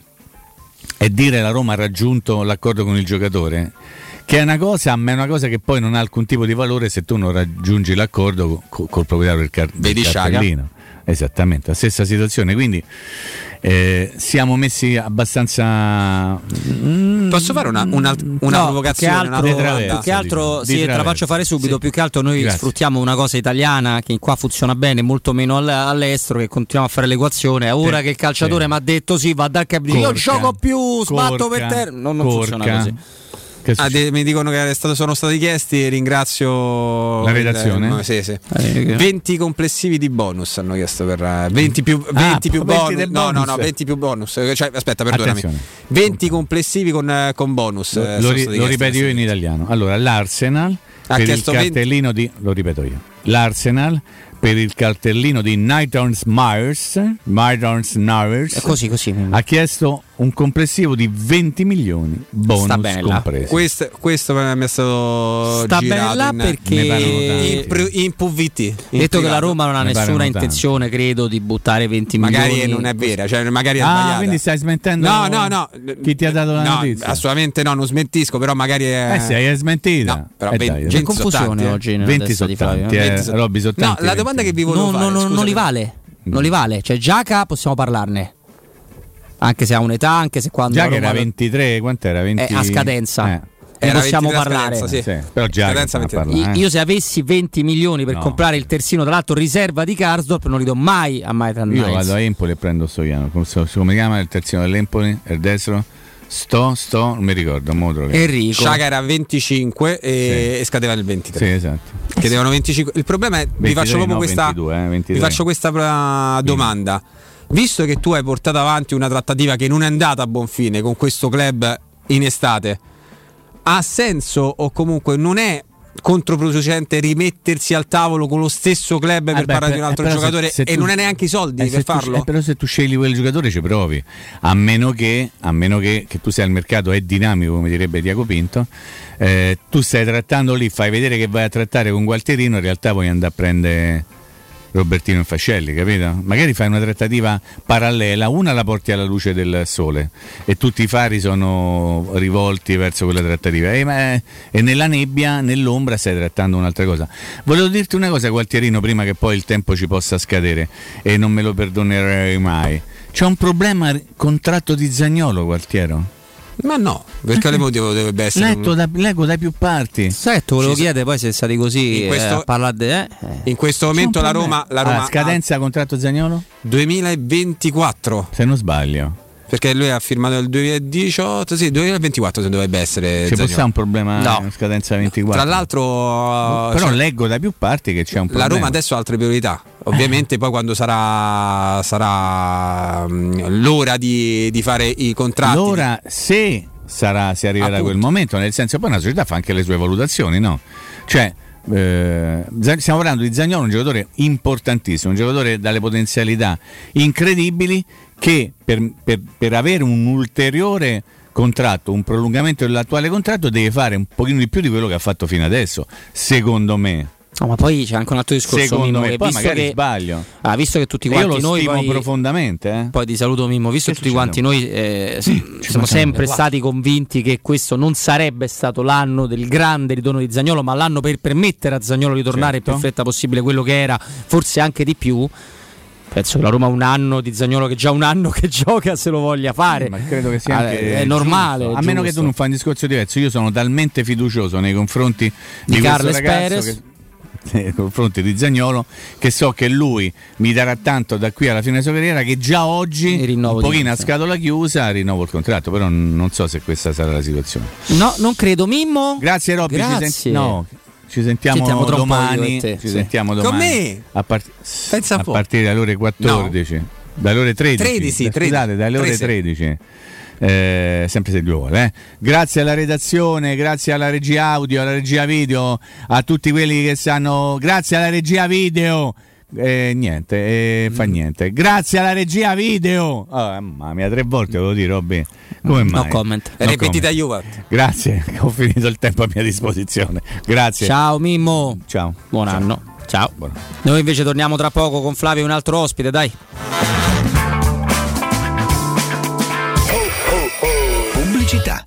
è dire la Roma ha raggiunto l'accordo con il giocatore, che è una cosa, ma è una cosa che poi non ha alcun tipo di valore se tu non raggiungi l'accordo col, col proprietario del, car- del cartellino. Esattamente, la stessa situazione. Quindi eh, siamo messi abbastanza. Mm, Posso fare una, una, una no, provocazione? Più che altro, una più che altro di sì, te la traverso. faccio fare subito. Sì. Più che altro noi Grazie. sfruttiamo una cosa italiana che qua funziona bene, molto meno all- all'estero, che continuiamo a fare l'equazione. Ora Sì. che il calciatore Sì. mi ha detto sì, va dal cap- io Corca, gioco più, sbatto corca, per terra. Non, non corca. funziona così. Ah, de- mi dicono che è stato, sono stati chiesti, ringrazio La redazione? il- sì, sì. Eh, venti complessivi di bonus hanno chiesto per eh, venti più, venti Ah, più venti bonus. del No, no, bonus. no, venti più bonus. Cioè, aspetta, perdonami. Attenzione. venti complessivi con, eh, con bonus. eh, Lo, sono ri- stati lo chiesti ripeto io in questa italiano. Allora, l'Arsenal Ha per il chiesto venti cartellino di. Lo ripeto io. L'Arsenal per il cartellino di Nightons Myers, Nightons Myers È così, così. ha chiesto un complessivo di venti milioni, bonus Sta bene là. compresi. Questo, questo mi è stato Sta girato bene là in, perché ne parlano tanti. in, pr- in P V T. in detto che la privato. Roma non ha Ne nessuna parlano tanti. intenzione, credo, di buttare venti Magari milioni. non è vera, cioè magari è Ah, sbagliata. quindi stai smentendo No, no, no. chi ti ha dato la no, notizia? assolutamente no, non smentisco, però magari è Eh sì, hai smentita. No, però Eh venti- dai, C'è venti confusione sono tanti, eh. oggi nella venti testa di sono Flavio. tanti, eh. venti sono- Robby, sono No, tanti, la venti. domanda che vi volevo No, fare, no, no, scusami. non li vale. Non li vale. Cioè Giaca possiamo parlarne. Anche se ha un'età, anche se quando Già la che Roma- era ventitré, quant'era? venti... è a scadenza. Eh. Ne Era possiamo ventitré a parlare. scadenza, sì. Sì, però già Scadenza che ventitré. parla, eh. Io se avessi venti milioni per No. comprare il terzino, tra l'altro riserva di Karsdorp, non li do mai a Maitland Io Niles. vado a Empoli e prendo Stoiano. Come, so- come si chiama il terzino dell'Empoli? Il destro? Sto, sto, non mi ricordo. mo te lo chiamo. Enrico. Sciaga era venticinque e, Sì. e scadeva il ventitré. Sì, esatto. Chiedevano venticinque. Il problema è, vi ventitré, faccio proprio no, questa ventidue, eh, ventitré. vi faccio questa uh, domanda. Visto che tu hai portato avanti una trattativa che non è andata a buon fine con questo club in estate, ha senso o comunque non è controproducente rimettersi al tavolo con lo stesso club per Eh beh, parlare per- di un altro eh, però se- giocatore se e tu- non hai neanche i soldi Eh, per se tu- farlo? eh, però se tu scegli quel giocatore ci provi, a meno che, a meno che, che tu sei al mercato, è dinamico come direbbe Diaco Pinto, eh, tu stai trattando lì, fai vedere che vai a trattare con Gualtierino, in realtà vuoi andare a prendere Robertino e Fascelli, capito? Magari fai una trattativa parallela, una la porti alla luce del sole e tutti i fari sono rivolti verso quella trattativa e, ma- e nella nebbia, nell'ombra stai trattando un'altra cosa. Volevo dirti una cosa, Gualtierino, prima che poi il tempo ci possa scadere e non me lo perdonerei mai. C'è un problema contratto di Zaniolo, Gualtiero? Ma no, perché quale motivo dovrebbe essere? Letto da, leggo da più parti. Certo, volevo Ci- chiedere poi se stati così In questo- eh, a parlare di eh. In questo momento la Roma, la Roma Ah, scadenza contratto Zaniolo? ha duemilaventiquattro, Se non sbaglio. perché lui ha firmato il duemiladiciotto, sì, duemilaventiquattro se dovrebbe essere C'è Zaniolo. fosse un problema No. in scadenza ventiquattro. Tra l'altro però cioè, leggo da più parti che c'è un la problema. Roma adesso ha altre priorità. Ovviamente poi quando sarà sarà mm, l'ora di, di fare i contratti. Allora, se sarà, si arriverà a Appunto. quel momento, nel senso, poi una società fa anche le sue valutazioni, no? Cioè, eh, Zan- stiamo parlando di Zaniolo, un giocatore importantissimo, un giocatore dalle potenzialità incredibili che per, per, per avere un ulteriore contratto, un prolungamento dell'attuale contratto, deve fare un pochino di più di quello che ha fatto fino adesso, secondo me. No, ma poi c'è anche un altro discorso, Secondo Mimmo, me, che poi visto magari che, sbaglio. ah, visto che tutti Io quanti lo noi stimo poi, profondamente, eh. poi ti saluto Mimmo, visto che Che tutti quanti succede? noi eh, siamo manca sempre niente. stati convinti che questo non sarebbe stato l'anno del grande ritorno di Zaniolo, ma l'anno per permettere a Zaniolo di tornare Certo. il più fretta possibile quello che era, forse anche di più. Penso che la Roma un anno di Zaniolo che già un anno che gioca se lo voglia fare. Ma credo che sia Ah, anche è normale, giusto. è A meno che giusto. tu non fai un discorso diverso. Io sono talmente fiducioso nei confronti Di di, questo Carles ragazzo Perez. che- nei confronti di Zaniolo, che so che lui mi darà tanto da qui alla fine della sua carriera, che già oggi Il rinnovo un di pochino a Murcia. scatola chiusa rinnovo il contratto, però non so se questa sarà la situazione. No, non credo, Mimmo. Grazie Robby, ci, Grazie. senti- no, ci sentiamo, Sentiamo tra un po' io domani e te, ci sì. sentiamo Con domani me? a, part- Pensa un a po'. partire dalle ore quattordici, dalle ore tredici, tredici, scusate, dalle ore tredici. tredici. Eh, sempre se Due vuole, eh. Grazie alla redazione, grazie alla regia audio, alla regia video, a tutti quelli che sanno, grazie alla regia video. Eh, niente, eh, fa niente. Grazie alla regia video. Oh, mamma mia, tre volte devo dire, Robby. Come mai? No comment. No Ripetita comment. Juve. Grazie, ho finito il tempo a mia disposizione. Grazie. Ciao Mimmo. Ciao. Buon Ciao. anno. Ciao. Buon- Noi invece torniamo tra poco con Flavio e un altro ospite, dai. Pubblicità.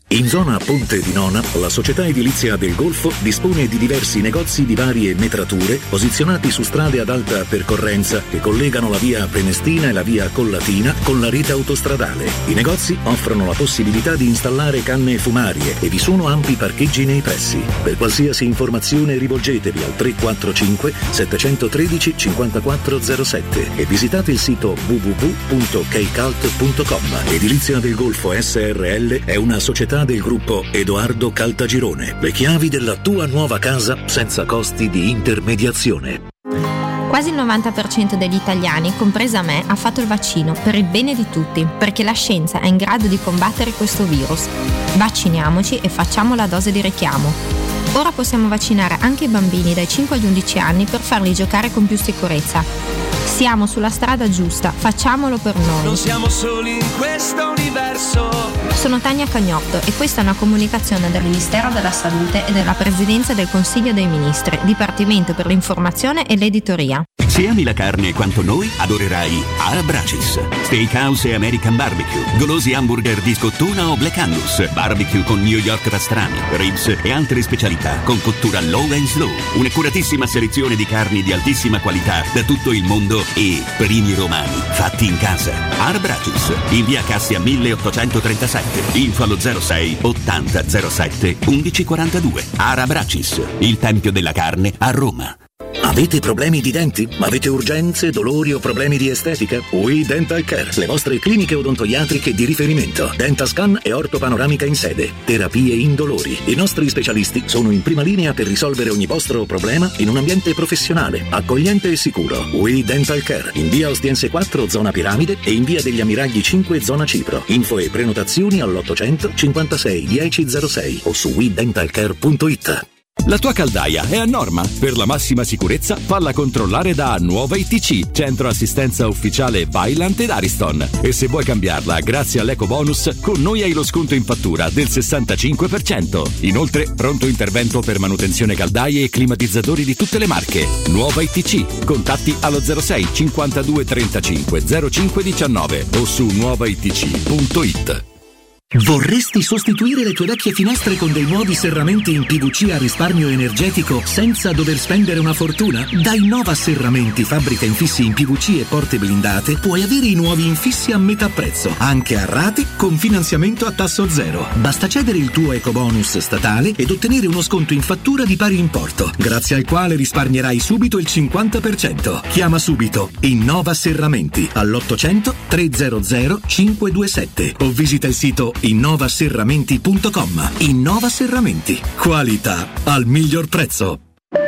In zona Ponte di Nona, la società edilizia del Golfo dispone di diversi negozi di varie metrature posizionati su strade ad alta percorrenza che collegano la via Prenestina e la via Collatina con la rete autostradale. I negozi offrono la possibilità di installare canne fumarie e vi sono ampi parcheggi nei pressi. Per qualsiasi informazione rivolgetevi al tre quattro cinque sette uno tre cinque zero sette e visitate il sito w w w punto keicalt punto com. Edilizia del Golfo S R L è una società del gruppo Edoardo Caltagirone. Le chiavi della tua nuova casa senza costi di intermediazione. Quasi il novanta per cento degli italiani, compresa me, ha fatto il vaccino per il bene di tutti, perché la scienza è in grado di combattere questo virus. Vacciniamoci e facciamo la dose di richiamo. Ora possiamo vaccinare anche i bambini dai cinque agli undici anni per farli giocare con più sicurezza. Siamo sulla strada giusta, facciamolo per noi. Non siamo soli in questo universo. Sono Tania Cagnotto e questa è una comunicazione del Ministero della Salute e della Presidenza del Consiglio dei Ministri, Dipartimento per l'informazione e l'editoria. Se ami la carne quanto noi, adorerai Arabracis. Steakhouse e American Barbecue, golosi hamburger di scottuna o Black Angus, barbecue con New York pastrami, ribs e altre specialità con cottura low and slow. Un'accuratissima selezione di carni di altissima qualità da tutto il mondo e primi romani fatti in casa. Arabracis, in via Cassia milleottocentotrentasette, info allo zero sei ottanta zero sette undici quarantadue. Arabracis, il tempio della carne a Roma. Avete problemi di denti? Avete urgenze, dolori o problemi di estetica? We Dental Care, le vostre cliniche odontoiatriche di riferimento. Dentascan e ortopanoramica in sede. Terapie indolori. I nostri specialisti sono in prima linea per risolvere ogni vostro problema in un ambiente professionale, accogliente e sicuro. We Dental Care, in via Ostiense quattro, zona Piramide, e in via degli Ammiragli cinque, zona Cipro. Info e prenotazioni all'ottocento cinquantasei dieci zero sei o su we dental care punto it. La tua caldaia è a norma? Per la massima sicurezza falla controllare da Nuova I T C, centro assistenza ufficiale Vaillant ed Ariston. E se vuoi cambiarla grazie all'eco bonus, con noi hai lo sconto in fattura del sessantacinque per cento. Inoltre, pronto intervento per manutenzione caldaie e climatizzatori di tutte le marche. Nuova I T C. Contatti allo zero sei cinquantadue trentacinque zero cinque diciannove o su nuova i t c punto it. Vorresti sostituire le tue vecchie finestre con dei nuovi serramenti in P V C a risparmio energetico senza dover spendere una fortuna? Da Innova Serramenti, fabbrica infissi in P V C e porte blindate, puoi avere i nuovi infissi a metà prezzo, anche a rate con finanziamento a tasso zero. Basta cedere il tuo ecobonus statale ed ottenere uno sconto in fattura di pari importo, grazie al quale risparmierai subito il cinquanta per cento. Chiama subito Innova Serramenti all'ottocento trecento cinque due sette o visita il sito innova serramenti punto com. Innova Serramenti, qualità al miglior prezzo.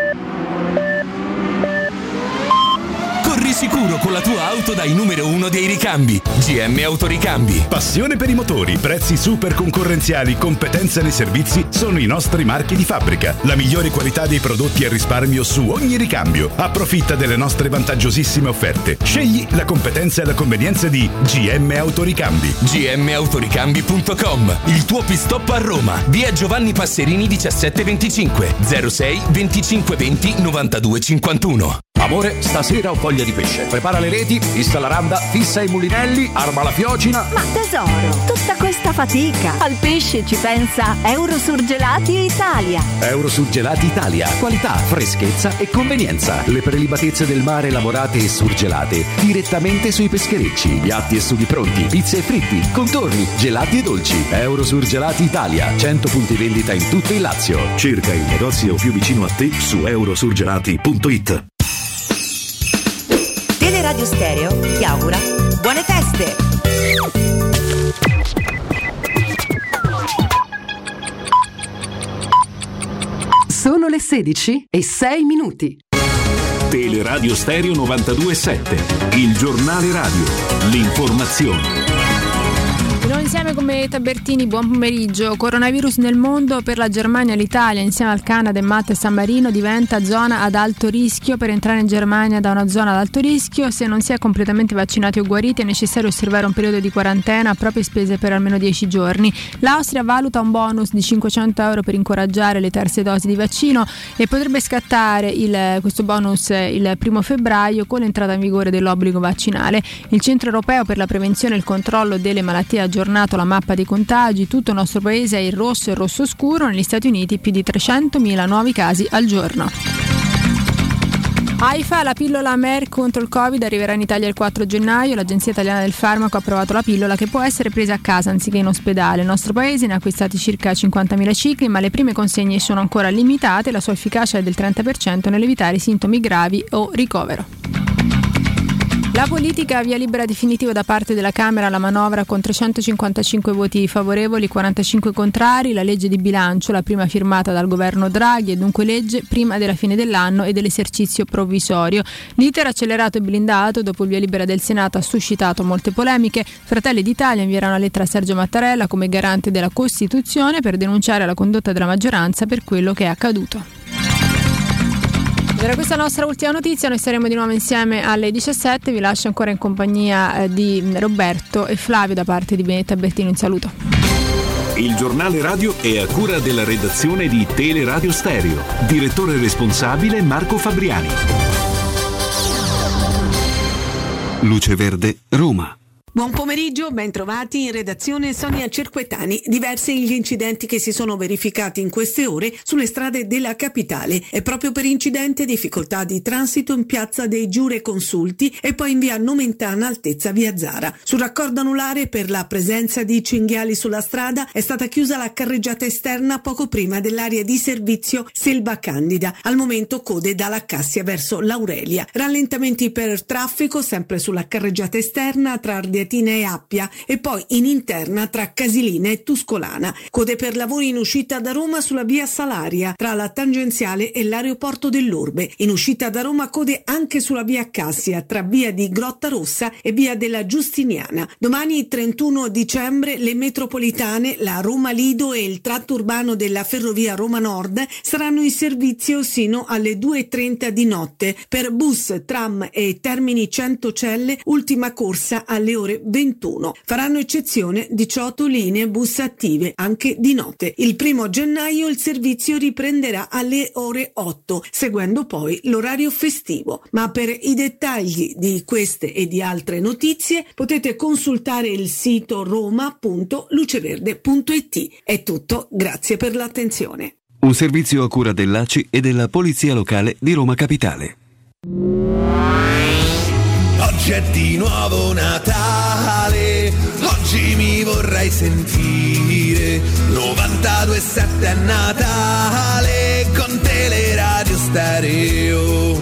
Corri sicuro con la tua auto dai numero uno dei ricambi. G M Autoricambi. Passione per i motori, prezzi super concorrenziali, competenza nei servizi sono i nostri marchi di fabbrica. La migliore qualità dei prodotti e risparmio su ogni ricambio. Approfitta delle nostre vantaggiosissime offerte. Scegli la competenza e la convenienza di G M Autoricambi. G M Autoricambi punto com. Il tuo pit-stop a Roma. Via Giovanni Passerini diciassette venticinque zero sei venticinque venti novantadue cinquantuno. Amore, stasera ho voglia di pesce. Prepara le reti, fissa la randa, fissa i mulinelli, arma la fiocina. Ma tesoro, tutta questa fatica. Al pesce ci pensa Eurosurgelati Italia. Eurosurgelati Italia. Qualità, freschezza e convenienza. Le prelibatezze del mare lavorate e surgelate direttamente sui pescherecci. Piatti e sughi pronti, pizze e fritti, contorni, gelati e dolci. Eurosurgelati Italia. cento punti vendita in tutto il Lazio. Cerca il negozio più vicino a te su eurosurgelati punto it. Teleradio Stereo ti augura buone feste! Sono le sedici e sei minuti. Teleradio Stereo novantadue sette, il giornale radio, l'informazione. Noi insieme con Benedetta Bertini, buon pomeriggio. Coronavirus nel mondo, per la Germania l'Italia insieme al Canada e Malta e San Marino diventa zona ad alto rischio. Per entrare in Germania da una zona ad alto rischio, se non si è completamente vaccinati o guariti, è necessario osservare un periodo di quarantena a proprie spese per almeno dieci giorni. L'Austria valuta un bonus di cinquecento euro per incoraggiare le terze dosi di vaccino e potrebbe scattare il, questo bonus il primo febbraio con l'entrata in vigore dell'obbligo vaccinale. Il Centro Europeo per la Prevenzione e il Controllo delle Malattie Aggiornato aggiornato la mappa dei contagi, tutto il nostro paese è in rosso e rosso scuro, negli Stati Uniti più di trecentomila nuovi casi al giorno. AIFA, la pillola Merck contro il Covid arriverà in Italia il quattro gennaio. L'Agenzia Italiana del Farmaco ha approvato la pillola che può essere presa a casa anziché in ospedale. Il nostro paese ne ha acquistati circa cinquantamila cicli, ma le prime consegne sono ancora limitate. La sua efficacia è del trenta per cento nell'evitare sintomi gravi o ricovero. La politica via libera definitiva da parte della Camera alla manovra con trecentocinquantacinque voti favorevoli, quarantacinque contrari. La legge di bilancio, la prima firmata dal governo Draghi, è dunque legge prima della fine dell'anno e dell'esercizio provvisorio. L'iter accelerato e blindato dopo il via libera del Senato ha suscitato molte polemiche. Fratelli d'Italia invierà una lettera a Sergio Mattarella come garante della Costituzione per denunciare la condotta della maggioranza per quello che è accaduto. Era questa la nostra ultima notizia, noi saremo di nuovo insieme alle diciassette, vi lascio ancora in compagnia eh, di Roberto e Flavio da parte di Benedetta Bertini, un saluto. Il giornale radio è a cura della redazione di Teleradio Stereo, direttore responsabile Marco Fabriani. Luce Verde, Roma. Buon pomeriggio, ben trovati in redazione Sonia Cerquetani. Diversi gli incidenti che si sono verificati in queste ore sulle strade della capitale e proprio per incidente difficoltà di transito in piazza dei Giureconsulti e poi in via Nomentana altezza via Zara. Sul raccordo anulare per la presenza di cinghiali sulla strada è stata chiusa la carreggiata esterna poco prima dell'area di servizio Selva Candida. Al momento code dalla Cassia verso l'Aurelia. Rallentamenti per traffico sempre sulla carreggiata esterna tra Ardeatina e Appia e poi in interna tra Casilina e Tuscolana. Code per lavori in uscita da Roma sulla via Salaria tra la tangenziale e l'aeroporto dell'Orbe. In uscita da Roma code anche sulla via Cassia tra via di Grottarossa e via della Giustiniana. Domani trentuno dicembre le metropolitane, la Roma Lido e il tratto urbano della ferrovia Roma Nord saranno in servizio sino alle due e trenta di notte. Per bus, tram e Termini Centocelle ultima corsa alle ore ventuno. Faranno eccezione diciotto linee bus attive anche di notte. Il primo gennaio il servizio riprenderà alle ore otto, seguendo poi l'orario festivo. Ma per i dettagli di queste e di altre notizie potete consultare il sito roma punto luceverde punto it. È tutto, grazie per l'attenzione. Un servizio a cura dell'A C I e della Polizia Locale di Roma Capitale. Oggi è di nuovo Natale, oggi mi vorrei sentire novantadue e sette è Natale con Teleradio Stereo.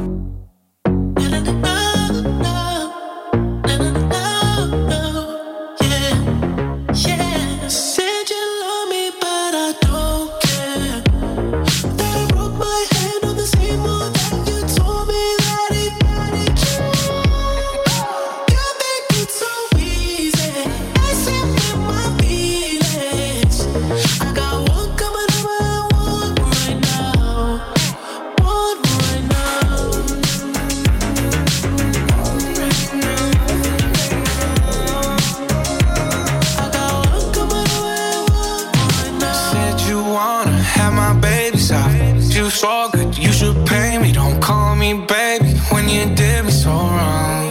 So good, you should pay me. Don't call me baby when you did me so wrong.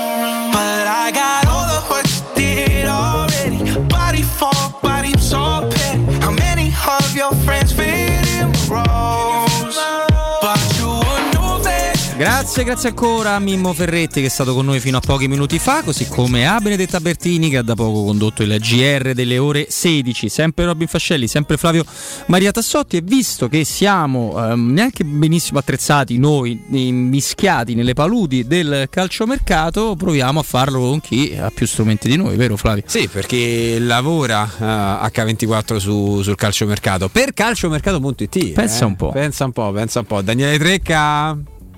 But I got all of what you did already. Body for body, so petty. How many of your friends fit in my roles? But you would know that. Grazie, grazie ancora a Mimmo Ferretti che è stato con noi fino a pochi minuti fa, così come a Benedetta Bertini che ha da poco condotto il G R delle ore sedici, sempre Robin Fascelli, sempre Flavio Maria Tassotti. E visto che siamo ehm, neanche benissimo attrezzati noi, mischiati nelle paludi del calciomercato, proviamo a farlo con chi ha più strumenti di noi, vero Flavio? Sì, perché lavora uh, acca ventiquattro su, sul calciomercato, per calciomercato punto it. Pensa eh? un po'. Pensa un po', pensa un po'. Daniele Trecca.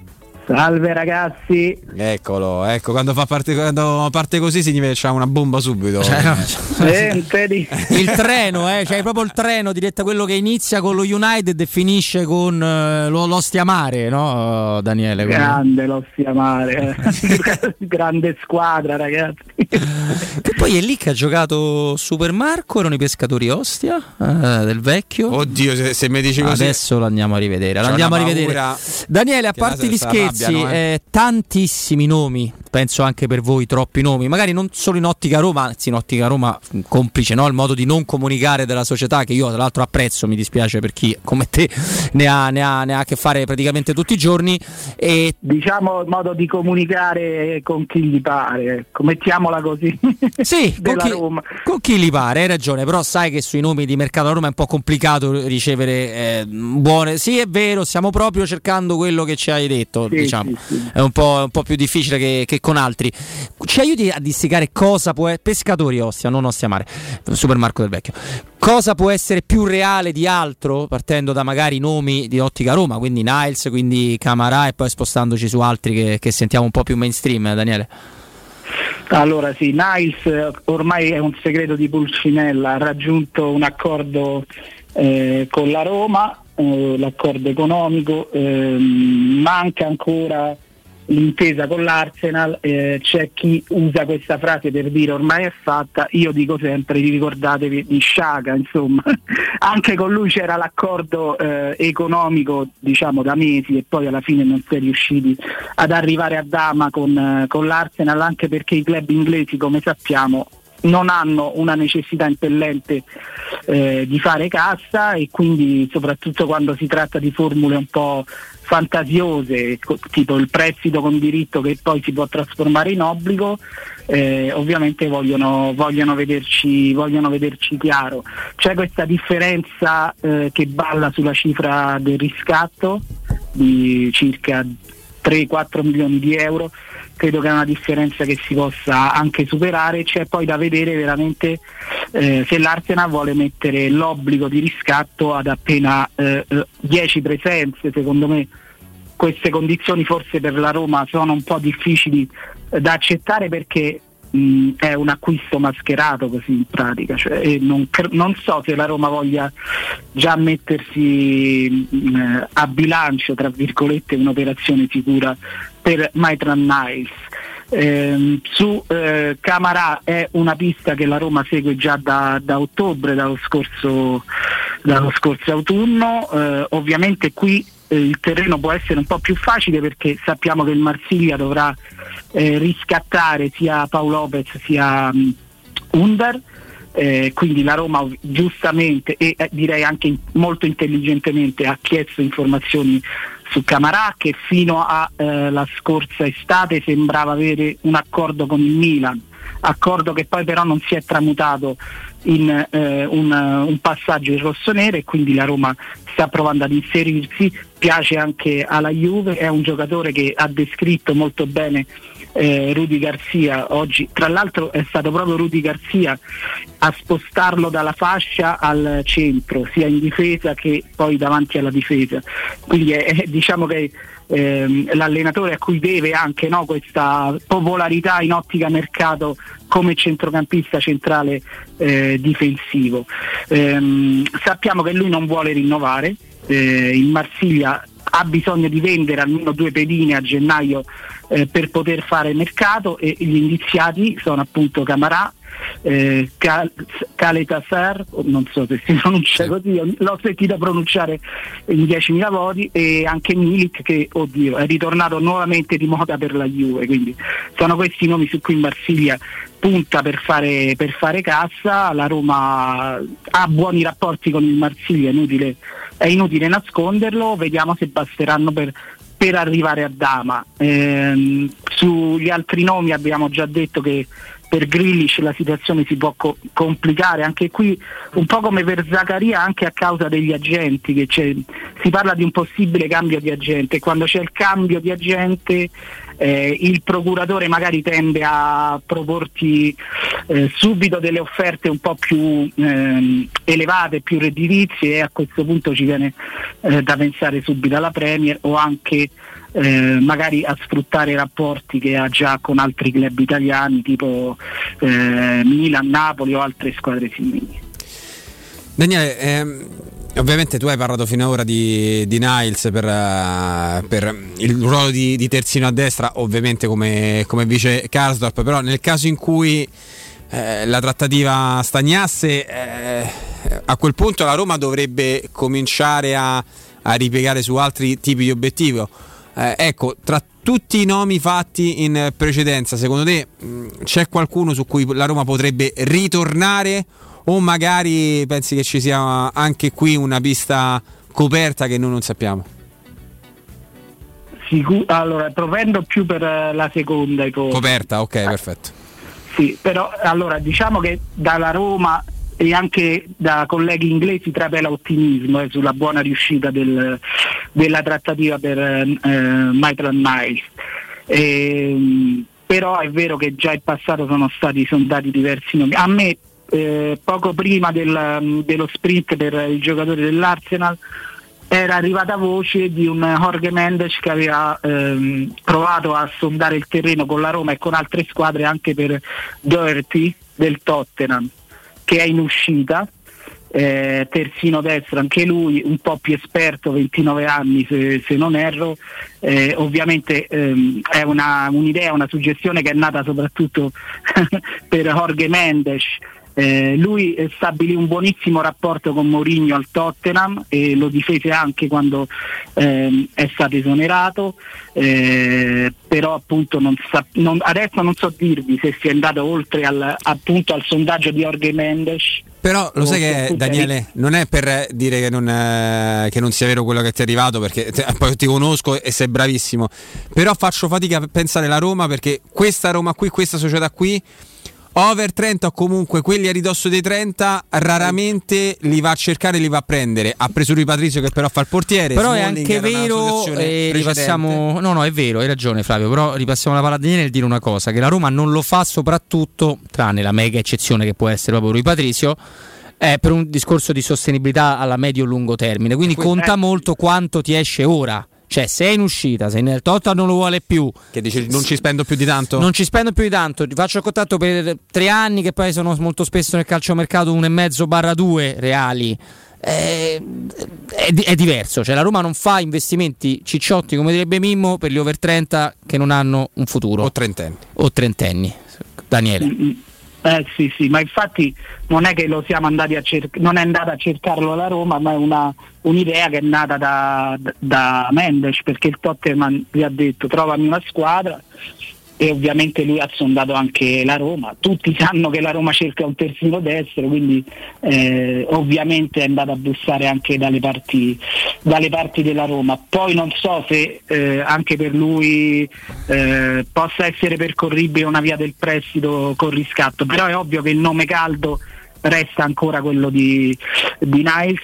Salve ragazzi. Eccolo, ecco, quando fa parte, quando parte così significa che c'ha una bomba subito. Cioè, no. Senti. Il treno, eh, cioè proprio il treno diretta, quello che inizia con lo United e finisce con uh, lo, l'Ostia Mare, no Daniele? Grande l'Ostia Mare. Grande squadra, ragazzi. Che poi è lì che ha giocato Super Marco, erano i pescatori Ostia uh, del vecchio. Oddio, se, se mi dici così. Adesso l'andiamo a rivedere. L'andiamo a rivedere. Daniele, a parte gli scherzi, ragazzi, eh. eh, tantissimi nomi, penso anche per voi troppi nomi, magari non solo in Ottica Roma, anzi in Ottica Roma complice, no? Il modo di non comunicare della società, che io tra l'altro apprezzo, mi dispiace per chi come te ne ha, ne ha, ne ha a che fare praticamente tutti i giorni. E diciamo il modo di comunicare con chi gli pare, mettiamola così. Sì, con della chi, Roma. con chi gli pare, hai ragione, però sai che sui nomi di mercato a Roma è un po' complicato ricevere eh, buone. Sì, è vero, stiamo proprio cercando quello che ci hai detto, sì, diciamo. Sì, sì. È un po', un po' più difficile che, che con altri. Ci aiuti a dissecare cosa può essere Pescatori Ostia, non Ostia Mare, Supermarco del Vecchio. Cosa può essere più reale di altro, partendo da magari nomi di Ottica Roma, quindi Niles, quindi Camarà, e poi spostandoci su altri che, che sentiamo un po' più mainstream, Daniele? Allora sì, Niles ormai è un segreto di Pulcinella, ha raggiunto un accordo eh, con la Roma, eh, l'accordo economico, eh, manca ancora l'intesa con l'Arsenal, eh, c'è chi usa questa frase per dire ormai è fatta, io dico sempre ricordatevi di Sciaga, insomma anche con lui c'era l'accordo eh, economico diciamo da mesi e poi alla fine non si è riusciti ad arrivare a dama con, eh, con l'Arsenal, anche perché i club inglesi come sappiamo non hanno una necessità impellente eh, di fare cassa, e quindi soprattutto quando si tratta di formule un po' fantasiose, tipo il prestito con diritto che poi si può trasformare in obbligo, eh, ovviamente vogliono, vogliono, vederci, vogliono vederci chiaro. C'è questa differenza eh, che balla sulla cifra del riscatto di circa tre quattro milioni di euro, credo che è una differenza che si possa anche superare. C'è poi da vedere veramente eh, se l'Arsenal vuole mettere l'obbligo di riscatto ad appena eh, dieci presenze. Secondo me queste condizioni forse per la Roma sono un po' difficili eh, da accettare, perché mh, è un acquisto mascherato così in pratica, cioè, e non, non so se la Roma voglia già mettersi mh, a bilancio tra virgolette un'operazione sicura per Maitland Niles. Eh, su eh, Camarà è una pista che la Roma segue già da, da ottobre, dallo scorso, dallo scorso autunno. Eh, ovviamente qui eh, il terreno può essere un po' più facile, perché sappiamo che il Marsiglia dovrà eh, riscattare sia Paolo Lopez sia um, Under. Eh, quindi la Roma giustamente e eh, direi anche in, molto intelligentemente ha chiesto informazioni su Camarà, che fino alla eh, scorsa estate sembrava avere un accordo con il Milan, accordo che poi però non si è tramutato in eh, un, un passaggio in rossonero, e quindi la Roma sta provando ad inserirsi. Piace anche alla Juve, è un giocatore che ha descritto molto bene eh, Rudy Garcia oggi, tra l'altro è stato proprio Rudy Garcia a spostarlo dalla fascia al centro, sia in difesa che poi davanti alla difesa, quindi è, è, diciamo che ehm, l'allenatore a cui deve anche no, questa popolarità in ottica mercato come centrocampista centrale eh, difensivo. Ehm, sappiamo che lui non vuole rinnovare, eh, il Marsiglia ha bisogno di vendere almeno due pedine a gennaio eh, per poter fare mercato, e gli indiziati sono appunto Camarà, eh, Caletaser, non so se si pronuncia così, l'ho sentito pronunciare in diecimila voti, e anche Milik, che oddio è ritornato nuovamente di moda per la Juve. Quindi sono questi nomi su cui Marsiglia punta per fare, per fare cassa. La Roma ha buoni rapporti con il Marsiglia, è inutile, è inutile nasconderlo, vediamo se basteranno per per arrivare a dama. Ehm, sugli altri nomi abbiamo già detto che per Grealish la situazione si può co- complicare, anche qui un po' come per Zaccaria, anche a causa degli agenti, che c'è, si parla di un possibile cambio di agente, e quando c'è il cambio di agente eh, il procuratore magari tende a proporti eh, subito delle offerte un po' più eh, elevate, più redditizie, e a questo punto ci viene eh, da pensare subito alla Premier, o anche Eh, magari a sfruttare i rapporti che ha già con altri club italiani tipo eh, Milan, Napoli o altre squadre simili. Daniele, ehm, ovviamente tu hai parlato fino ad ora di, di Niles per, uh, per il ruolo di, di terzino a destra, ovviamente come, come vice Karsdorp, però nel caso in cui eh, la trattativa stagnasse, eh, a quel punto la Roma dovrebbe cominciare a, a ripiegare su altri tipi di obiettivo. eh, ecco, tra tutti i nomi fatti in precedenza, secondo te mh, c'è qualcuno su cui la Roma potrebbe ritornare, o magari pensi che ci sia anche qui una pista coperta che noi non sappiamo? Sicu- allora, propendo più per la seconda ipotesi. Coperta, ok, eh, perfetto. Sì, però allora diciamo che dalla Roma e anche da colleghi inglesi trapela ottimismo eh, sulla buona riuscita del, della trattativa per eh, Maitland-Niles. E, però è vero che già in passato sono stati sondati diversi nomi. A me eh, poco prima del, dello sprint per il giocatore dell'Arsenal era arrivata voce di un Jorge Mendes che aveva ehm, provato a sondare il terreno con la Roma e con altre squadre anche per Doherty del Tottenham, che è in uscita, eh, terzino destro anche lui, un po' più esperto, ventinove anni se, se non erro. Eh, ovviamente ehm, è una, un'idea, una suggestione che è nata soprattutto per Jorge Mendes. Eh, lui stabilì un buonissimo rapporto con Mourinho al Tottenham e lo difese anche quando ehm, è stato esonerato, eh, però appunto non sa, non, adesso non so dirvi se si è andato oltre al, appunto al sondaggio di Jorge Mendes. Però lo sai che, Daniele, non è per dire che non, è, che non sia vero quello che ti è arrivato, perché te, poi ti conosco e sei bravissimo, però faccio fatica a pensare la Roma, perché questa Roma qui, questa società qui, over trenta o comunque quelli a ridosso dei trenta raramente li va a cercare, li va a prendere. Ha preso Rui Patrizio che però fa il portiere. Però è anche vero, eh, ripassiamo, no no è vero, hai ragione Flavio, però ripassiamo la palla a Daniele nel dire una cosa, che la Roma non lo fa soprattutto, tranne la mega eccezione che può essere proprio Rui Patrizio, eh, per un discorso di sostenibilità alla medio-lungo termine, quindi conta molto quanto ti esce ora. Cioè, se è in uscita, se nel Tottenham non lo vuole più, che dice non ci spendo più di tanto? Non ci spendo più di tanto, ti faccio il contatto per tre anni, che poi sono molto spesso nel calciomercato uno e mezzo barra due reali. È, è, è diverso, cioè la Roma non fa investimenti cicciotti, come direbbe Mimmo, per gli over trenta che non hanno un futuro. O trentenni. O trentenni. Daniele. Mm-hmm. Eh sì sì, ma infatti non è che lo siamo andati a cercare, non è andata a cercarlo la Roma, ma è una, un'idea che è nata da, da Mendes, perché il Tottenham vi ha detto trovami una squadra, e ovviamente lui ha sondato anche la Roma. Tutti sanno che la Roma cerca un terzino destro, quindi eh, ovviamente è andata a bussare anche dalle parti, dalle parti della Roma. Poi non so se eh, anche per lui eh, possa essere percorribile una via del prestito con riscatto, però è ovvio che il nome caldo resta ancora quello di, di Niles,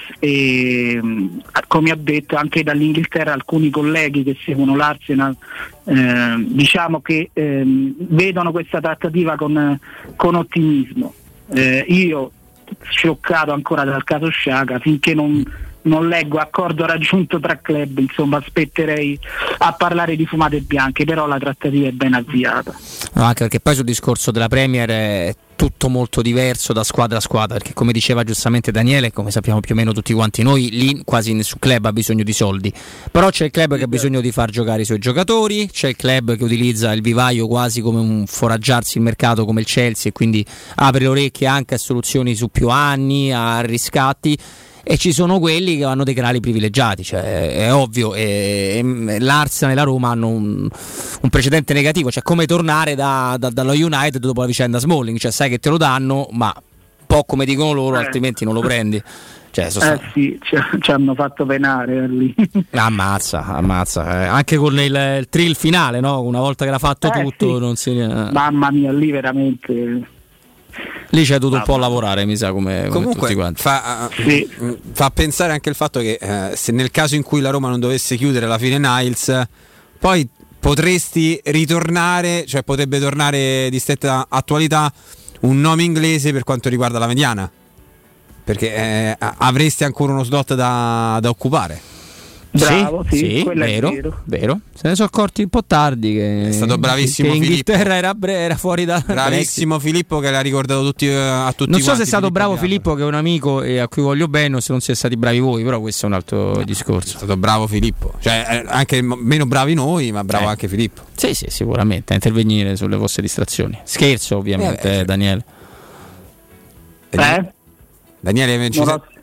e come ho detto anche dall'Inghilterra alcuni colleghi che seguono l'Arsenal eh, diciamo che eh, vedono questa trattativa con, con ottimismo. Eh, io scioccato ancora dal caso Sciaga, finché non, non leggo accordo raggiunto tra club, insomma aspetterei a parlare di fumate bianche, però la trattativa è ben avviata. No, anche perché poi sul discorso della Premier è tutto molto diverso da squadra a squadra, perché come diceva giustamente Daniele, come sappiamo più o meno tutti quanti noi, lì quasi nessun club ha bisogno di soldi, però c'è il club che ha bisogno di far giocare i suoi giocatori, c'è il club che utilizza il vivaio quasi come un foraggiarsi il mercato come il Chelsea, e quindi apre le orecchie anche a soluzioni su più anni, a riscatti, e ci sono quelli che hanno dei canali privilegiati, cioè è ovvio, e, e l'Arsenal e la Roma hanno un, un precedente negativo, cioè come tornare da, da, dallo United dopo la vicenda Smalling, cioè sai che te lo danno, ma un po' come dicono loro, eh. altrimenti non lo prendi. Cioè, so eh sì, ci, ci hanno fatto penare lì. Ammazza, ammazza, eh. anche con il, il thrill finale, no? Una volta che l'ha fatto eh, tutto, sì. non si... Mamma mia, lì veramente... Lì c'è dovuto ah, un po' lavorare, mi sa, come, come comunque tutti quanti. Fa, uh, sì. fa pensare anche il fatto che uh, se nel caso in cui la Roma non dovesse chiudere alla fine Niles, poi potresti ritornare, cioè potrebbe tornare di stretta attualità un nome inglese per quanto riguarda la mediana, perché eh, avresti ancora uno slot da, da occupare. Bravo, sì, sì, sì vero, è vero. vero. Se ne sono accorti un po' tardi che è stato bravissimo che Inghilterra Filippo. Era, era fuori da bravissimo Brexit. Filippo che l'ha ricordato tutti, a tutti non so quanti, se è stato Filippo bravo Bianco. Filippo, che è un amico e a cui voglio bene, o se non siete stati bravi voi, però questo è un altro no, discorso. È stato bravo Filippo, cioè anche meno bravi noi, ma bravo eh. anche Filippo. Sì sì, sicuramente a intervenire sulle vostre distrazioni. Scherzo ovviamente, eh, eh, Daniele. Eh? Daniele, ci sei...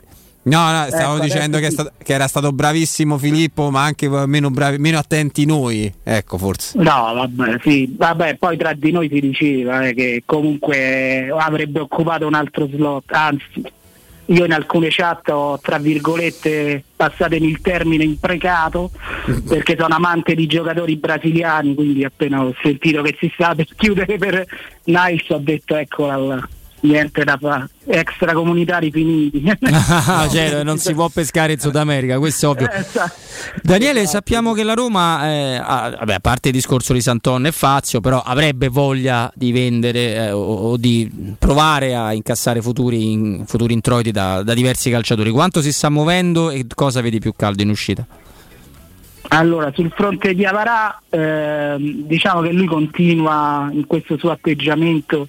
No, no, stavo Ecco, dicendo che, è stato, che era stato bravissimo Filippo, ma anche meno bravi, meno attenti noi, ecco, forse. No, vabbè, sì, vabbè, poi tra di noi si diceva eh, che comunque avrebbe occupato un altro slot, anzi, io in alcune chat ho, tra virgolette, passatemi il termine, imprecato, perché sono amante di giocatori brasiliani, quindi appena ho sentito che si sta per chiudere per Nice ho detto eccola là. Niente da fare, extracomunitari finiti. Ah, certo, non si può pescare in Sud America, questo è ovvio. Daniele, sappiamo che la Roma, eh, ha, vabbè, a parte il discorso di Santon e Fazio, però avrebbe voglia di vendere eh, o, o di provare a incassare futuri, in, futuri introiti da, da diversi calciatori. Quanto si sta muovendo e cosa vedi più caldo in uscita? Allora, sul fronte di Avarà, eh, diciamo che lui continua in questo suo atteggiamento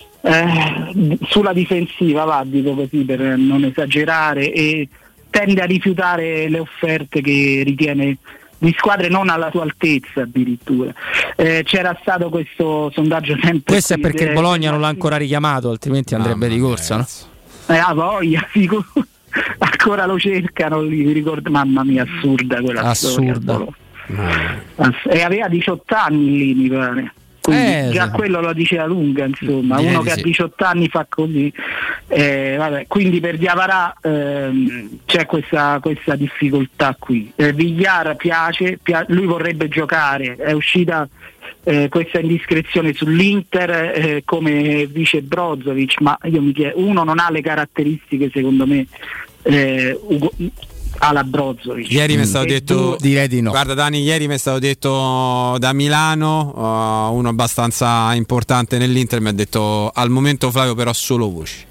Eh, sulla difensiva, va, dico così per non esagerare, e tende a rifiutare le offerte che ritiene di squadre non alla sua altezza addirittura. Eh, c'era stato questo sondaggio sempre. Questo è perché il Bologna non l'ha ancora richiamato, altrimenti andrebbe ah, di corsa, no? Eh, ah, voglia, sicuro. Ancora lo cercano lì, mi ricordo, mamma mia, assurda quella assurda storia. Ass- e aveva diciotto anni lì, mi pare. Quindi eh, già sì. Quello lo dice la lunga, insomma, Direi uno che sì. a diciotto anni fa così, eh, vabbè. Quindi per Diavarà ehm, c'è questa, questa difficoltà qui. eh, Villar piace, pia- lui vorrebbe giocare, è uscita eh, questa indiscrezione sull'Inter eh, come vice Brozovic, ma io mi chiedo, uno non ha le caratteristiche secondo me eh, Ugo- alla Brozovic. Ieri mi è stato detto, direi di no. Guarda Dani, ieri mi è stato detto da Milano, uh, uno abbastanza importante nell'Inter mi ha detto al momento Flavio però solo voci.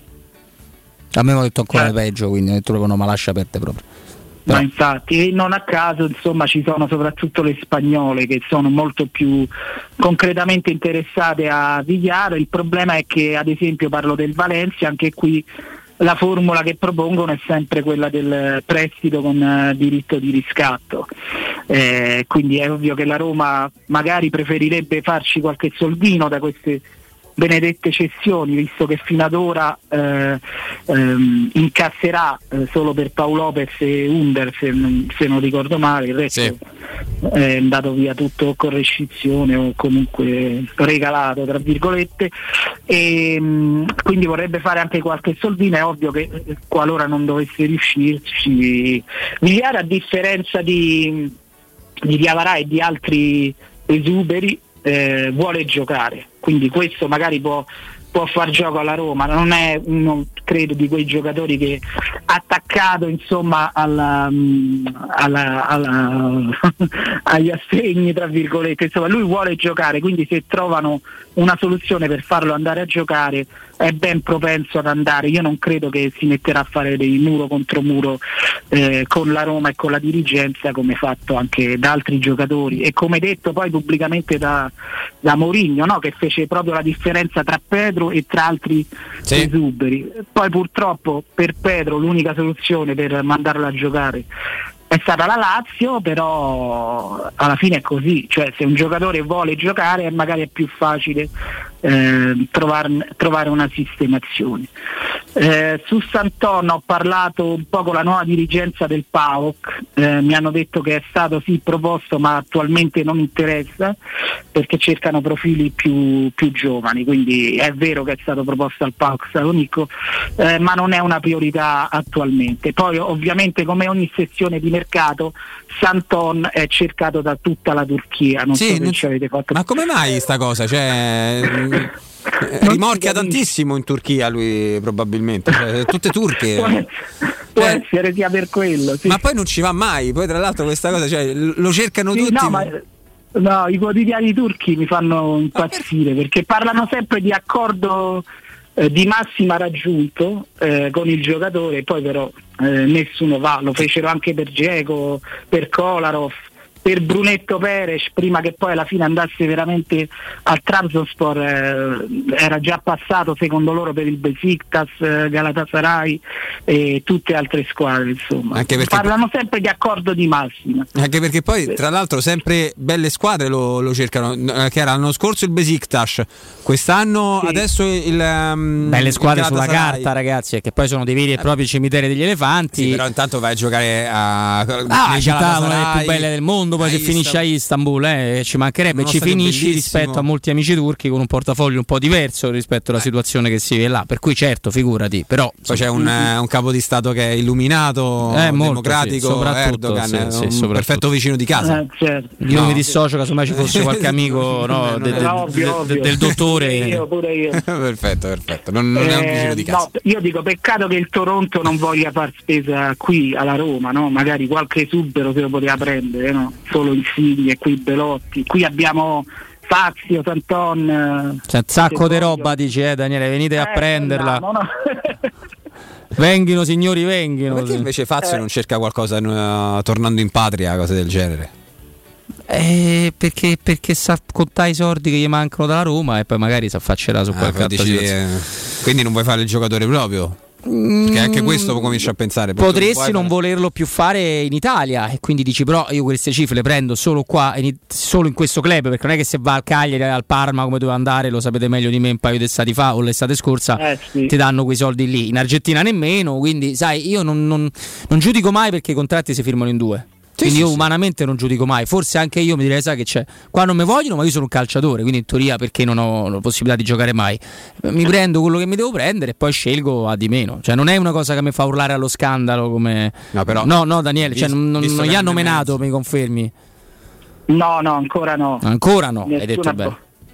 A me mi ha detto ancora eh. peggio, quindi ho detto proprio no, ma lascia aperte proprio. Però. Ma infatti non a caso insomma ci sono soprattutto le spagnole che sono molto più concretamente interessate a Villar. Il problema è che ad esempio parlo del Valencia, anche qui la formula che propongono è sempre quella del prestito con uh, diritto di riscatto, eh, quindi è ovvio che la Roma magari preferirebbe farci qualche soldino da queste benedette cessioni, visto che fino ad ora eh, ehm, incasserà eh, solo per Paolo Lopez e Under, se non, se non ricordo male, il resto sì. È andato via tutto con rescissione o comunque regalato tra virgolette, e mh, quindi vorrebbe fare anche qualche soldino. È ovvio che eh, qualora non dovesse riuscirci, Villar, a differenza di, di Diavarà e di altri esuberi, eh, vuole giocare, quindi questo magari può, può far gioco alla Roma. Non è uno, credo, di quei giocatori che attaccato insomma alla, alla, alla agli assegni tra virgolette, insomma lui vuole giocare, quindi se trovano una soluzione per farlo andare a giocare è ben propenso ad andare. Io non credo che si metterà a fare dei muro contro muro eh, con la Roma e con la dirigenza, come fatto anche da altri giocatori e come detto poi pubblicamente da, da Mourinho, no? Che fece proprio la differenza tra Pedro e tra altri sì. esuberi. Poi purtroppo per Pedro l'unica soluzione per mandarlo a giocare è stata la Lazio, però alla fine è così, cioè se un giocatore vuole giocare magari è più facile eh, trovar, trovare una sistemazione. Eh, su Santon ho parlato un po' con la nuova dirigenza del P A O K, eh, mi hanno detto che è stato sì proposto ma attualmente non interessa perché cercano profili più, più giovani, quindi è vero che è stato proposto al P A O K Salonico, eh, ma non è una priorità attualmente. Poi ovviamente come ogni sessione di mercato Santon è cercato da tutta la Turchia, non sì, so se ci avete fatto. Ma come mai sta cosa? Cioè, rimorchia tantissimo in Turchia lui probabilmente, cioè, tutte turche. Può, può eh. essere sia per quello, sì. Ma poi non ci va mai, poi tra l'altro questa cosa, cioè, lo cercano sì, tutti. No, ma, no, i quotidiani turchi mi fanno impazzire perché parlano sempre di accordo eh, di massima raggiunto eh, con il giocatore, poi però eh, nessuno va, lo fecero anche per Dzeko, per Kolarov, per Brunetto Perez, prima che poi alla fine andasse veramente al Trabzonspor, eh, era già passato secondo loro per il Besiktas, eh, Galatasaray e tutte altre squadre, insomma. Anche perché parlano sempre di accordo di massima. Anche perché poi tra l'altro sempre belle squadre lo, lo cercano, che era l'anno scorso il Besiktas, quest'anno sì. adesso il um, belle squadre il sulla carta, ragazzi, che poi sono dei veri e propri cimiteri degli elefanti. Sì, però intanto vai a giocare a ah, città una delle più belle del mondo, poi se finisci a Istanbul eh, ci mancherebbe, ci finisci bellissimo. Rispetto a molti amici turchi con un portafoglio un po' diverso rispetto alla eh. situazione che si vive là, per cui certo, figurati, però poi c'è un, un capo di stato che è illuminato, eh, democratico, molto, sì, Erdogan, sì, un sì, soprattutto. perfetto vicino di casa. Eh, certo. Io no. mi dissocio casomai ci fosse qualche amico no, de, de, ovvio, de, ovvio. De, del dottore. Pure io, pure io. perfetto, perfetto. Non, non eh, è un vicino di casa. No, io dico peccato che il Toronto non voglia far spesa qui alla Roma, no? Magari qualche subero se lo poteva prendere, no? Solo Insigne, qui Belotti. Qui abbiamo Fazio, Santon. C'è un sacco di roba, dice eh, Daniele, venite eh, a prenderla. No, no. Venghino signori, venghino. Ma perché invece Fazio eh. non cerca qualcosa uh, tornando in patria, cose del genere? Eh, perché, perché sa contare i soldi che gli mancano dalla Roma e poi magari si affaccerà su qualche ah, altra dici, eh, quindi non vuoi fare il giocatore proprio? Perché anche questo cominci a pensare. Potresti non volerlo più fare in Italia e quindi dici però io queste cifre le prendo solo qua, in, solo in questo club, perché non è che se va al Cagliari, al Parma come doveva andare, lo sapete meglio di me un paio di estati fa o l'estate scorsa, eh, sì. ti danno quei soldi lì. In Argentina nemmeno, quindi sai io non, non, non giudico mai perché i contratti si firmano in due. Quindi sì, io sì, umanamente non giudico mai, forse anche io mi direi sai che c'è, qua non mi vogliono ma io sono un calciatore, quindi in teoria perché non ho la possibilità di giocare mai, mi prendo quello che mi devo prendere e poi scelgo a di meno, cioè non è una cosa che mi fa urlare allo scandalo come no, però, no, no Daniele, visto, cioè, non, non gli hanno menato, mi confermi? No, no, ancora no. Ancora no, nessuna, hai detto bene.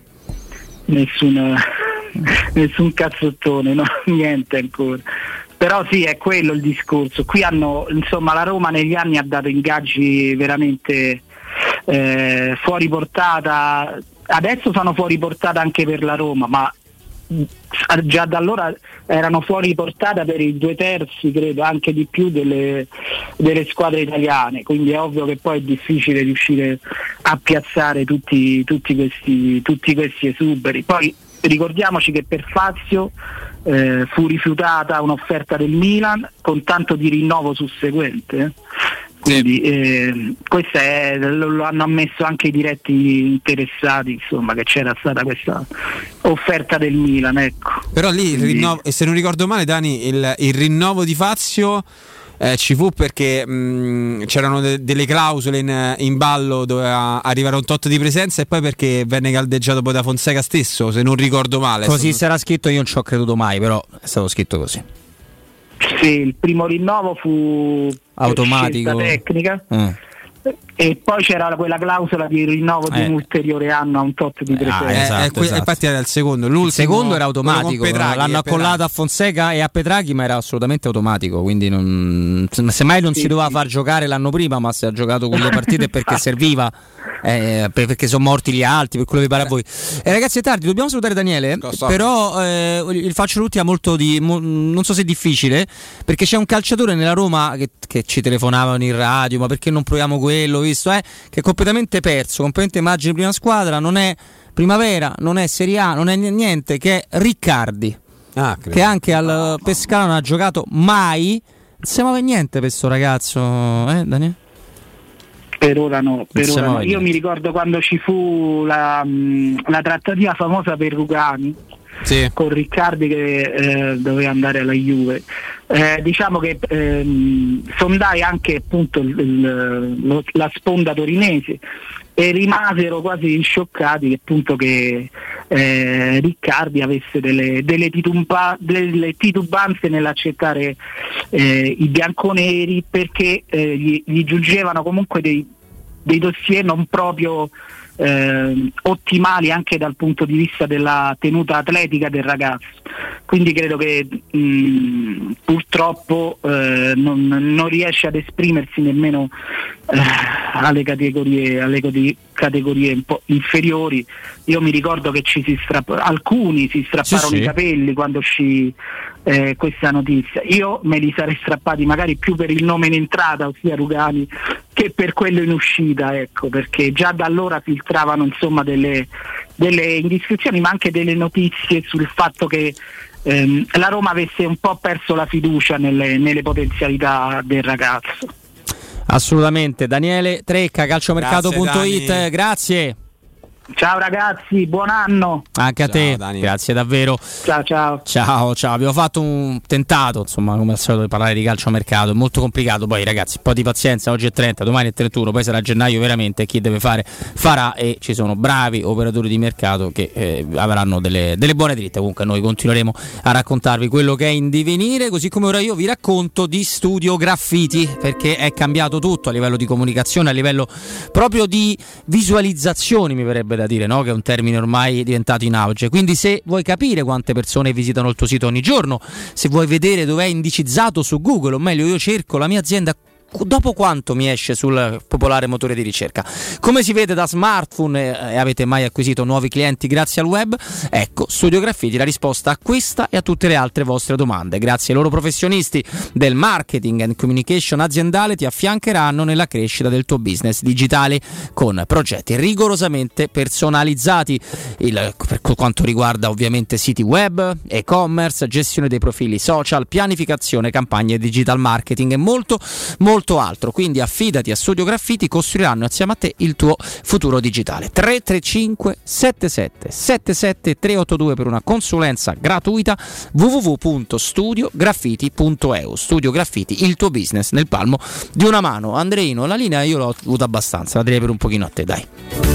Nessun, nessun cazzottone, no, niente ancora. Però sì, è quello il discorso. Qui hanno, insomma, la Roma negli anni ha dato ingaggi veramente eh, fuori portata. Adesso sono fuori portata anche per la Roma, ma già da allora erano fuori portata per i due terzi, credo, anche di più delle, delle squadre italiane. Quindi è ovvio che poi è difficile riuscire a piazzare tutti, tutti questi, tutti questi esuberi. Poi ricordiamoci che per Fazio eh, fu rifiutata un'offerta del Milan con tanto di rinnovo susseguente, quindi eh, questo è, lo, lo hanno ammesso anche i diretti interessati, insomma, che c'era stata questa offerta del Milan, ecco. Però lì il rinnovo, e se non ricordo male Dani, il, il rinnovo di Fazio Eh, ci fu perché mh, c'erano de- delle clausole in, in ballo, doveva arrivare a un tot di presenza, e poi perché venne caldeggiato poi da Fonseca stesso, se non ricordo male. Così stato... sarà scritto, io non ci ho creduto mai, però è stato scritto così. Sì, il primo rinnovo fu automatico, tecnica. Mm. E poi c'era quella clausola di rinnovo di eh. un ulteriore anno a un tot di presenza. Ah, esatto, eh, esatto. Infatti era il secondo. L'ultimo, il secondo era automatico, Petraghi, l'hanno accollato a Fonseca e a Petraghi, ma era assolutamente automatico. Quindi non, semmai non sì, si doveva sì. far giocare l'anno prima, ma se ha giocato quelle partite perché serviva, eh, perché sono morti gli altri, per quello che pare a voi. Eh, ragazzi, è tardi, dobbiamo salutare Daniele. So. Però eh, il faccio l'ultima molto di mo, non so se è difficile, perché c'è un calciatore nella Roma che, che ci telefonavano in radio, ma perché non proviamo quello, visto eh, che è completamente perso, completamente immagine prima squadra, non è Primavera, non è Serie A, non è niente, che è Riccardi, ah, che anche al Pescara non ha giocato mai. Non siamo per niente per questo ragazzo, eh Daniele? Per ora no, per ora no. Io mi ricordo quando ci fu la, la trattativa famosa per Rugani, sì, con Riccardi che eh, doveva andare alla Juve. Eh, diciamo che ehm, sondai anche appunto il, il, lo, la sponda torinese e rimasero quasi scioccati che appunto che eh, Riccardi avesse delle, delle, titumba, delle titubanze nell'accettare eh, i bianconeri, perché eh, gli, gli giungevano comunque dei, dei dossier non proprio eh, ottimali anche dal punto di vista della tenuta atletica del ragazzo. Quindi credo che mh, purtroppo eh, non, non riesce ad esprimersi nemmeno eh, alle categorie alle categorie un po' inferiori. Io mi ricordo che ci si strapp- alcuni si strapparono sì, i capelli sì. quando uscì eh, questa notizia. Io me li sarei strappati magari più per il nome in entrata, ossia Rugani, che per quello in uscita, ecco, perché già da allora filtravano insomma delle, delle indiscrezioni, ma anche delle notizie sul fatto che ehm, la Roma avesse un po' perso la fiducia nelle, nelle potenzialità del ragazzo. Assolutamente. Daniele Trecca, calciomercato punto it, grazie. Ciao ragazzi, buon anno. Anche a Ciao, te, Dani. grazie davvero. Ciao ciao. Ciao, ciao. Abbiamo fatto un tentato, insomma, come al solito, di parlare di calciomercato. È molto complicato. Poi, ragazzi, un po' di pazienza. Oggi è trenta, domani è trentuno, poi sarà gennaio veramente. Chi deve fare farà, e ci sono bravi operatori di mercato che eh, avranno delle, delle buone dritte. Comunque, noi continueremo a raccontarvi quello che è in divenire. Così come ora io vi racconto di Studio Graffiti, perché è cambiato tutto a livello di comunicazione, a livello proprio di visualizzazioni, mi verrebbe da dire, no? Che è un termine ormai diventato in auge. Quindi se vuoi capire quante persone visitano il tuo sito ogni giorno, se vuoi vedere dove è indicizzato su Google, o meglio io cerco la mia azienda dopo quanto mi esce sul popolare motore di ricerca, come si vede da smartphone, e avete mai acquisito nuovi clienti grazie al web? Ecco, Studio Graffiti, la risposta a questa e a tutte le altre vostre domande. Grazie ai loro professionisti del marketing and communication aziendale ti affiancheranno nella crescita del tuo business digitale con progetti rigorosamente personalizzati, il, per quanto riguarda ovviamente siti web, e-commerce, gestione dei profili social, pianificazione, campagne digital marketing e molto molto altro. Quindi affidati a Studio Graffiti, costruiranno insieme a te il tuo futuro digitale. Tre tre cinque sette sette sette sette tre otto due per una consulenza gratuita. w w w punto studio graffiti punto e u. Studio Graffiti, il tuo business nel palmo di una mano. Andreino, la linea io l'ho avuta abbastanza, la direi per un pochino a te, dai.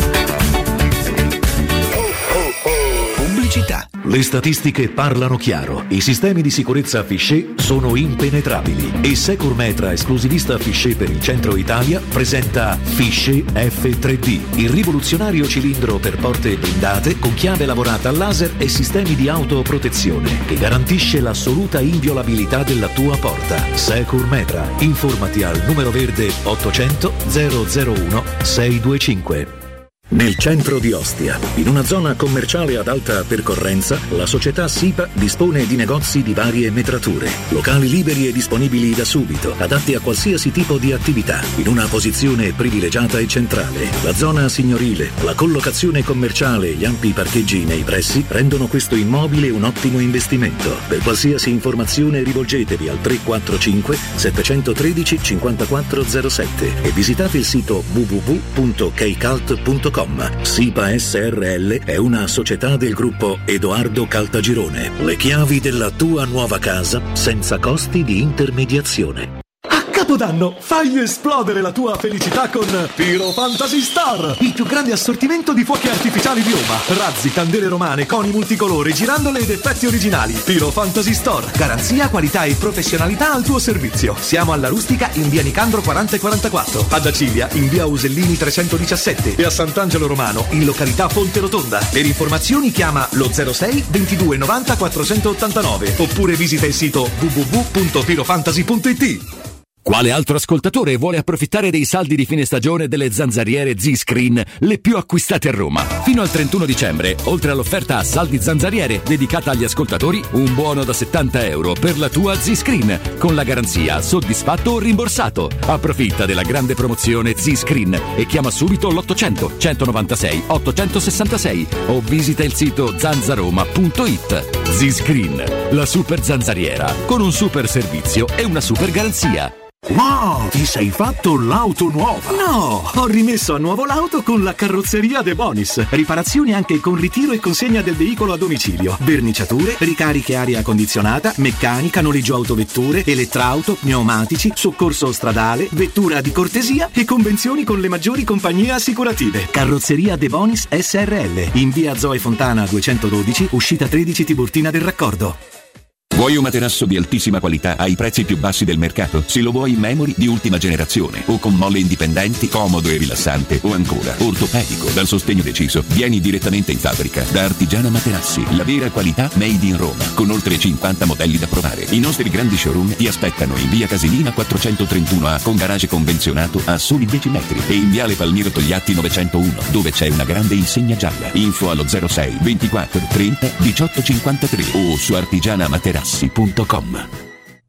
Pubblicità. Le statistiche parlano chiaro. I sistemi di sicurezza Fichet sono impenetrabili e Securmetra, esclusivista Fichet per il centro Italia, presenta Fichet F tre D, il rivoluzionario cilindro per porte blindate con chiave lavorata a laser e sistemi di autoprotezione che garantisce l'assoluta inviolabilità della tua porta. Securmetra. Informati al numero verde ottocento zero zero uno sei due cinque. Nel centro di Ostia, in una zona commerciale ad alta percorrenza, la società SIPA dispone di negozi di varie metrature, locali liberi e disponibili da subito, adatti a qualsiasi tipo di attività, in una posizione privilegiata e centrale. La zona signorile, la collocazione commerciale e gli ampi parcheggi nei pressi rendono questo immobile un ottimo investimento. Per qualsiasi informazione rivolgetevi al tre quattro cinque sette uno tre cinque zero sette e visitate il sito w w w punto keicalt punto com. SIPA S R L è una società del gruppo Edoardo Caltagirone. Le chiavi della tua nuova casa senza costi di intermediazione. Capodanno, fai esplodere la tua felicità con Piro Fantasy Star, il più grande assortimento di fuochi artificiali di Roma. Razzi, candele romane, coni multicolori, girandole ed effetti originali. Piro Fantasy Store, garanzia, qualità e professionalità al tuo servizio. Siamo alla Rustica in via Nicandro quaranta e quarantaquattro, ad Acilia in via Usellini trecentodiciassette e a Sant'Angelo Romano in località Fonte Rotonda. Per informazioni chiama lo zero sei ventidue novanta quattrocentottantanove oppure visita il sito w w w punto pirofantasy punto i t. Quale altro ascoltatore vuole approfittare dei saldi di fine stagione delle zanzariere Z-Screen, le più acquistate a Roma? Fino al trentuno dicembre, oltre all'offerta a saldi zanzariere dedicata agli ascoltatori, un buono da settanta euro per la tua Z-Screen, con la garanzia soddisfatto o rimborsato. Approfitta della grande promozione Z-Screen e chiama subito l'ottocento centonovantasei ottocentosessantasei o visita il sito zanzaroma punto it. Z-Screen, la super zanzariera, con un super servizio e una super garanzia. Wow, ti sei fatto l'auto nuova? No, ho rimesso a nuovo l'auto con la carrozzeria De Bonis. Riparazioni anche con ritiro e consegna del veicolo a domicilio, verniciature, ricariche aria condizionata, meccanica, noleggio autovetture, elettrauto, pneumatici, soccorso stradale, vettura di cortesia e convenzioni con le maggiori compagnie assicurative. Carrozzeria De Bonis S R L, in via Zoe Fontana duecentododici, uscita tredici Tiburtina del Raccordo. Vuoi un materasso di altissima qualità ai prezzi più bassi del mercato? Se lo vuoi in memory di ultima generazione o con molle indipendenti, comodo e rilassante, o ancora ortopedico dal sostegno deciso, vieni direttamente in fabbrica da Artigiana Materassi, la vera qualità made in Roma, con oltre cinquanta modelli da provare. I nostri grandi showroom ti aspettano in via Casilina quattrocentotrentuno A con garage convenzionato a soli dieci metri e in viale Palmiro Togliatti novecentouno dove c'è una grande insegna gialla. Info allo zero sei ventiquattro trenta diciotto cinquantatré o su artigiana materassi punto com.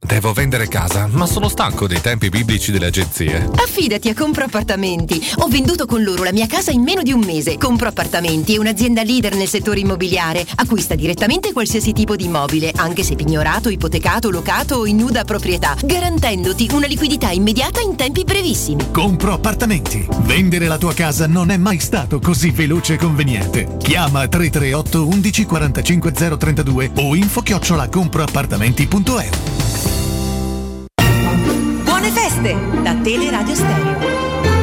Devo vendere casa, ma sono stanco dei tempi biblici delle agenzie. Affidati a Compro Appartamenti. Ho venduto con loro la mia casa in meno di un mese. Compro Appartamenti è un'azienda leader nel settore immobiliare. Acquista direttamente qualsiasi tipo di immobile, anche se pignorato, ipotecato, locato o in nuda proprietà, garantendoti una liquidità immediata in tempi brevissimi. Compro Appartamenti. Vendere la tua casa non è mai stato così veloce e conveniente. Chiama tre tre otto undici quarantacinque zero trentadue o info chiocciola comproappartamenti punto e u. Buone feste da Teleradio Stereo.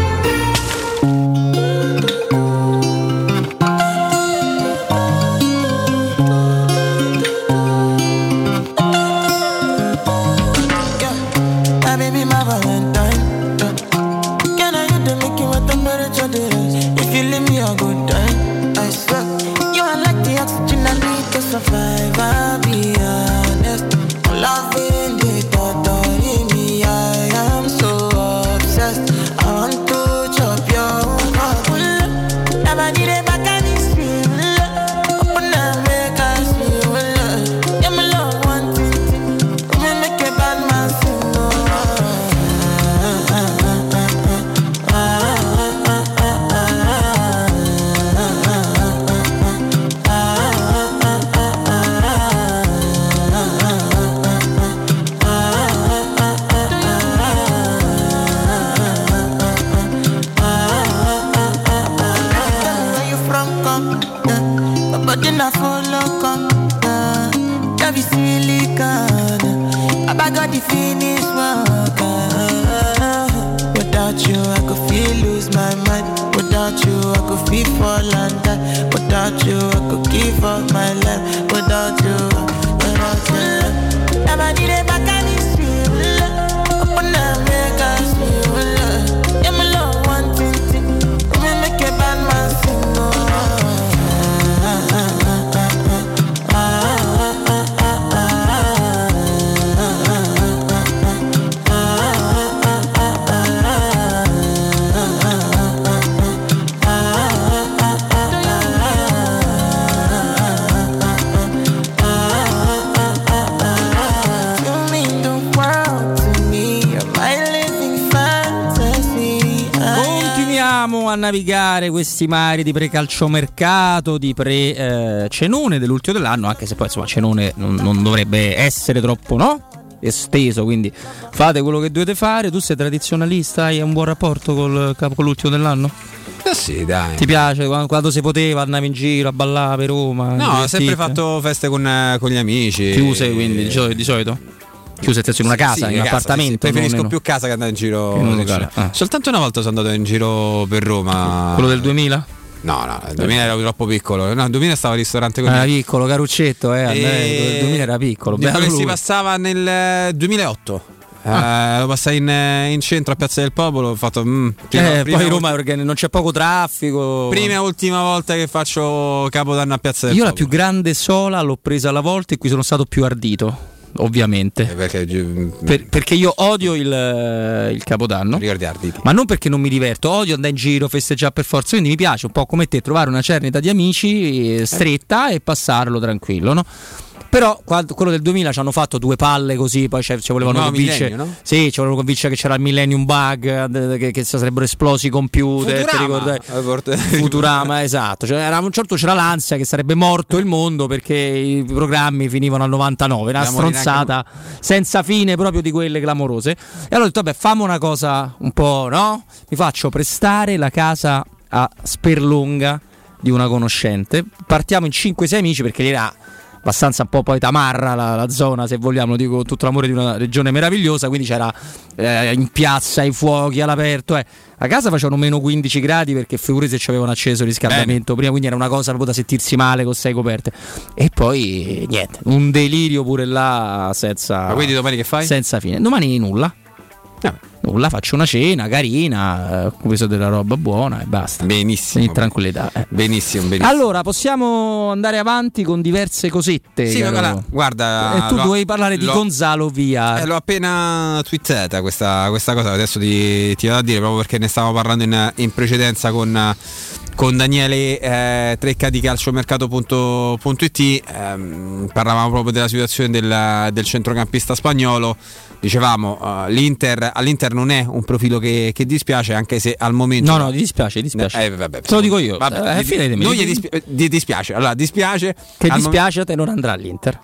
Survive, I'll be honest. Loving the thought of me, I am so obsessed. I want to chop your heart. Never did it back and it's real. Open and make us feel. Yeah, my love one thing. We make a bad man sing. But then I follow come, uh, that be silicone. I got the finish work. Uh, without you, I could feel lose my mind. Without you, I could feel fall and die. Without you, I could give up my life. Without you, without you, never did it back and it's real. Open and make us feel. Yeah, my love one thing, we make a bad man sing. A navigare questi mari di pre-calciomercato, di pre-cenone eh, dell'ultimo dell'anno, anche se poi insomma cenone non, non dovrebbe essere troppo, no? Esteso, quindi fate quello che dovete fare. Tu sei tradizionalista, hai un buon rapporto col, con l'ultimo dell'anno? Eh sì, dai. Ti piace quando, quando si poteva andavi in giro a ballare per Roma? No, ho sempre fatto feste con, con gli amici. Chiuse quindi di solito? Di solito? Chiuse in una casa, sì, in un casa, appartamento. Sì, sì. Preferisco più casa che andare in giro. In ah. Soltanto una volta sono andato in giro per Roma. Quello del duemila? No, no, il duemila era troppo piccolo. No, il duemila stavo al ristorante con Era piccolo, Caruccetto, eh. E... Il duemila era piccolo. Bello si passava nel duemilaotto. Ah. Eh, lo passai in, in centro a Piazza del Popolo. Ho fatto. Mm, prima, eh, prima poi Roma ultima, non c'è poco traffico. Prima e ultima volta che faccio Capodanno a Piazza del Io Popolo. Io la più grande sola l'ho presa alla volta e qui sono stato più ardito. Ovviamente eh perché, per, perché io odio il, il Capodanno, ma non perché non mi diverto, odio andare in giro, festeggiare per forza, quindi mi piace un po' come te trovare una cernita di amici stretta eh. e passarlo tranquillo, no? Però quello del duemila ci hanno fatto due palle così, poi ci volevano convincere, no? Sì, ci volevano convincere che c'era il Millennium Bug, che, che sarebbero esplosi i computer, Futurama, Futurama esatto, cioè, era, a un certo c'era l'ansia che sarebbe morto il mondo perché i programmi finivano al novantanove, una stronzata senza fine proprio di quelle clamorose. E allora ho detto vabbè, fammi una cosa un po', no? Mi faccio prestare la casa a Sperlonga di una conoscente, partiamo in cinque sei amici perché era abbastanza un po' poi tamarra la, la zona, se vogliamo, dico con tutto l'amore di una regione meravigliosa, quindi c'era eh, in piazza i fuochi all'aperto, eh. A casa facevano meno quindici gradi perché figurati se ci avevano acceso il riscaldamento Bene. prima, quindi era una cosa proprio da sentirsi male con sei coperte. E poi niente, un delirio pure là senza. Ma quindi domani che fai? Senza fine. Domani nulla. No. Nulla, faccio una cena carina, ho preso della roba buona e basta. Benissimo. In tranquillità. Eh. Benissimo, benissimo. Allora, possiamo andare avanti con diverse cosette. Sì, guarda, guarda. E tu dovevi parlare di Gonzalo via. Eh, l'ho appena twittata questa, questa cosa, adesso ti, ti vado a dire proprio perché ne stavamo parlando in, in precedenza con, con Daniele eh, Trecca di calciomercato punto it. ehm, parlavamo proprio della situazione del, del centrocampista spagnolo. Dicevamo uh, l'Inter all'Inter non è un profilo che, che dispiace, anche se al momento no no ti dispiace, dispiace. Eh, vabbè, te lo dico io, vabbè, eh, non gli dispiace, dispiace allora dispiace che dispiace mom- a te non andrà all'Inter.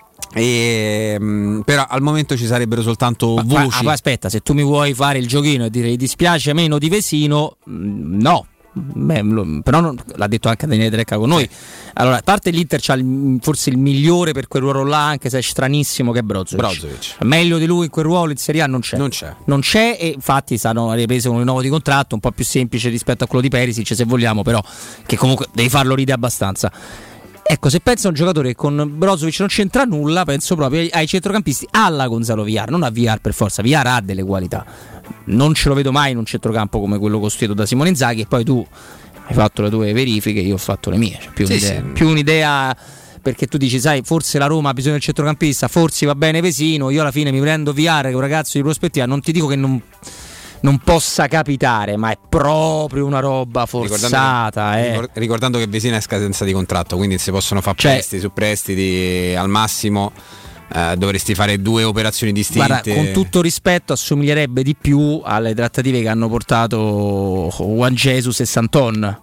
E, mh, però al momento ci sarebbero soltanto ma, voci. Ma, aspetta, se tu mi vuoi fare il giochino e dire dispiace meno di Vesino, mh, no. Beh, lo, però non, l'ha detto anche Daniele Trecca con noi. Allora, a parte l'Inter c'ha il, forse il migliore per quel ruolo là, anche se è stranissimo, che è Brozovic. Brozovic. Meglio di lui in quel ruolo in Serie A non c'è. Non c'è. Non c'è, e infatti stanno riprese con un rinnovo di contratto un po' più semplice rispetto a quello di Perisic, se vogliamo, però che comunque devi farlo ridere abbastanza. Ecco, se penso a un giocatore che con Brozovic non c'entra nulla, penso proprio ai centrocampisti, alla Gonzalo Villar, non a Villar per forza. Villar ha delle qualità, non ce lo vedo mai in un centrocampo come quello costruito da Simone Inzaghi. E poi tu hai fatto le tue verifiche, io ho fatto le mie, cioè più, sì, un'idea, sì. più un'idea, perché tu dici, sai, forse la Roma ha bisogno del centrocampista, forse va bene Vesino, io alla fine mi prendo Villar, che è un ragazzo di prospettiva. Non ti dico che non, non possa capitare, ma è proprio una roba forzata. Ricordando, eh. che, ricordando che Vesino è scadenza di contratto, quindi si possono fare cioè, prestiti su prestiti al massimo. Uh, dovresti fare due operazioni distinte. Guarda, con tutto rispetto, assomiglierebbe di più alle trattative che hanno portato Juan Jesus e Santon.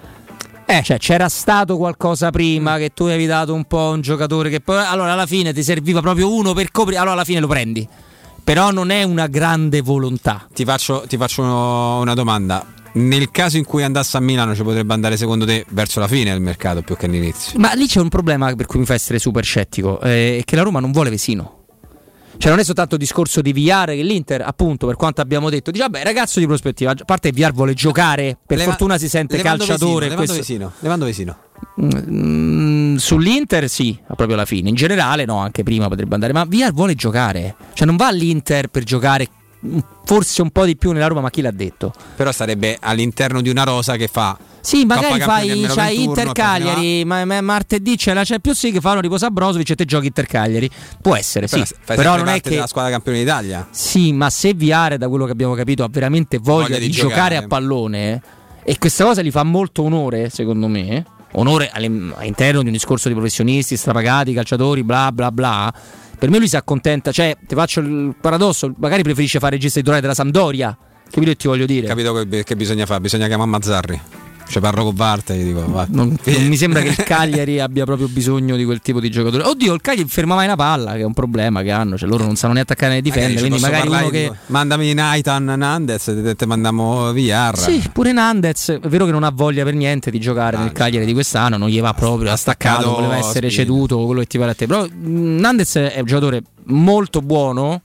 Eh, cioè c'era stato qualcosa prima, che tu avevi dato un po' un giocatore che poi allora alla fine ti serviva proprio uno per coprire, allora alla fine lo prendi. Però non è una grande volontà. Ti faccio, ti faccio una domanda. Nel caso in cui andasse a Milano, ci potrebbe andare secondo te verso la fine del mercato più che all'inizio? Ma lì c'è un problema per cui mi fa essere super scettico, è eh, che la Roma non vuole Vesino. Cioè non è soltanto il discorso di Villar, che l'Inter appunto, per quanto abbiamo detto, dice vabbè ragazzo di prospettiva, a parte che Villar vuole giocare, per Leva- fortuna si sente calciatore. Vesino, levando, Vesino, levando Vesino. Mm, sull'Inter sì, proprio alla fine. In generale no, anche prima potrebbe andare, ma Villar vuole giocare. Cioè non va all'Inter per giocare forse un po' di più nella Roma, ma chi l'ha detto? Però sarebbe all'interno di una rosa che fa sì, magari fai c'hai Inter Cagliari, ma, ma martedì c'è la Champions League, fanno riposa Brozovic e te giochi Inter Cagliari. Può essere, però, sì. Però non è che la squadra campione d'Italia. Sì, ma se Viare, da quello che abbiamo capito, ha veramente voglia, voglia di, di giocare. giocare a pallone, e questa cosa gli fa molto onore, secondo me. Onore all'interno di un discorso di professionisti, strapagati, calciatori, bla bla bla. Per me lui si accontenta, cioè ti faccio il paradosso, magari preferisce fare il regista titolare della Sampdoria, capito che ti voglio dire? Capito che, che bisogna fare, bisogna chiamare Mazzarri. Cioè parlo con Varte e dico va. Non, non mi sembra che il Cagliari abbia proprio bisogno di quel tipo di giocatore. Oddio, il Cagliari ferma mai una palla, che è un problema che hanno, cioè loro non sanno né attaccare né difendere, quindi magari uno che dico, mandami Naitan Nandez e te mandiamo Villar. Sì, pure Nandez, è vero che non ha voglia per niente di giocare ah, nel Cagliari di quest'anno, non gli va proprio, ha staccato, voleva essere spina. ceduto, quello che ti pare a te. Però Nandez è un giocatore molto buono,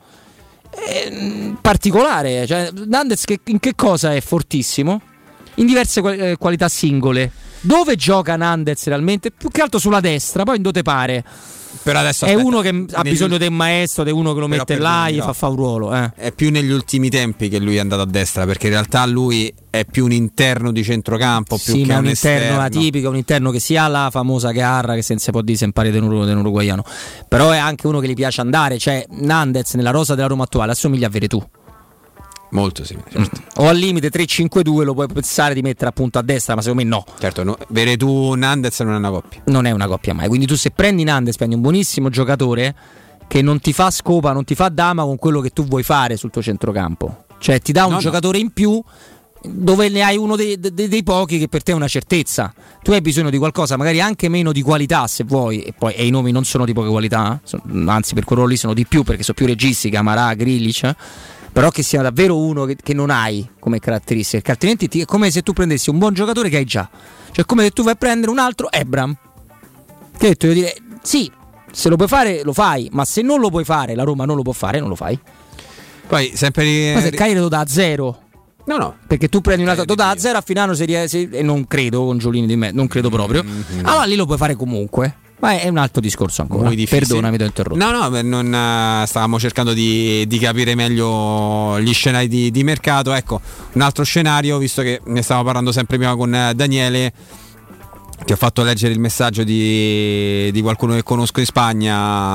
particolare, cioè Nandez che, in che cosa è fortissimo? In diverse eh, qualità singole. Dove gioca Nandez realmente? Più che altro sulla destra, poi in dove te pare. Però adesso, è aspetta, uno che ha negli... bisogno di un maestro, di uno che lo mette là e gli fa fa un ruolo. Eh. È più negli ultimi tempi che lui è andato a destra, perché in realtà lui è più un interno di centrocampo, più sì, che ma un, un esterno interno atipico, un interno che sia la famosa garra che senza può dire se impari di un uruguaiano. Però è anche uno che gli piace andare, cioè Nandez nella rosa della Roma attuale assomiglia a Veretù. Molto simile, certo. O al limite tre cinque due lo puoi pensare di mettere appunto a destra, ma secondo me no. Certo, no, Veretù Nandez non è una coppia. Non è una coppia mai. Quindi tu se prendi Nandez prendi un buonissimo giocatore che non ti fa scopa, non ti fa dama con quello che tu vuoi fare sul tuo centrocampo. Cioè ti dà un no, giocatore no. in più, dove ne hai uno dei, dei, dei pochi che per te è una certezza. Tu hai bisogno di qualcosa magari anche meno di qualità, se vuoi, e poi e i nomi non sono di poche qualità, sono, anzi per quello lì sono di più, perché sono più registi, Camarà, Grilic, però che sia davvero uno che, che non hai come caratteristiche, perché altrimenti ti, è come se tu prendessi un buon giocatore che hai già, cioè come se tu vai a prendere un altro Ebram, che ho detto, io dire sì, se lo puoi fare lo fai, ma se non lo puoi fare, la Roma non lo può fare, non lo fai. Poi sempre ma se Cagliari lo dà a zero, no no, perché tu prendi un altro, lo dà a zero a Finano se, se, e non credo con Giolini di me, non credo proprio, mm-hmm. allora lì lo puoi fare comunque. Ma è un altro discorso ancora. Perdonami, ti ho interrotto. No, no, non, uh, stavamo cercando di, di capire meglio gli scenari di, di mercato. Ecco, un altro scenario, visto che ne stavamo parlando sempre prima con Daniele. Ti ho fatto leggere il messaggio di, di qualcuno che conosco in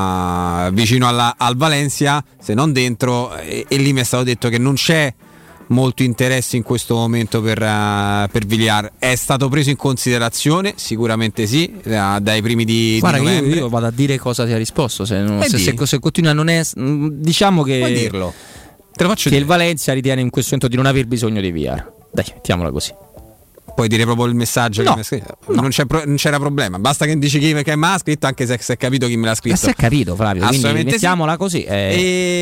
Spagna, vicino alla, al Valencia, se non dentro, e, e lì mi è stato detto che non c'è molto interesse in questo momento per, uh, per Villar. È stato preso in considerazione? Sicuramente sì, uh, dai primi di, Guarda, di novembre. Io, io vado a dire cosa ti ha risposto, se, non, Eh se, se, se continua non è, diciamo che, puoi dirlo. Te lo faccio che dire. il Valencia ritiene in questo momento di non aver bisogno di Villar. Dai, mettiamola così. Puoi dire proprio il messaggio no, che mi ha scritto? No. Non, c'è pro- non c'era problema, basta che dici chi che me l'ha scritto, anche se si è capito chi me l'ha scritto. Ma si è capito, Flavio, quindi mettiamola sì. così. Eh.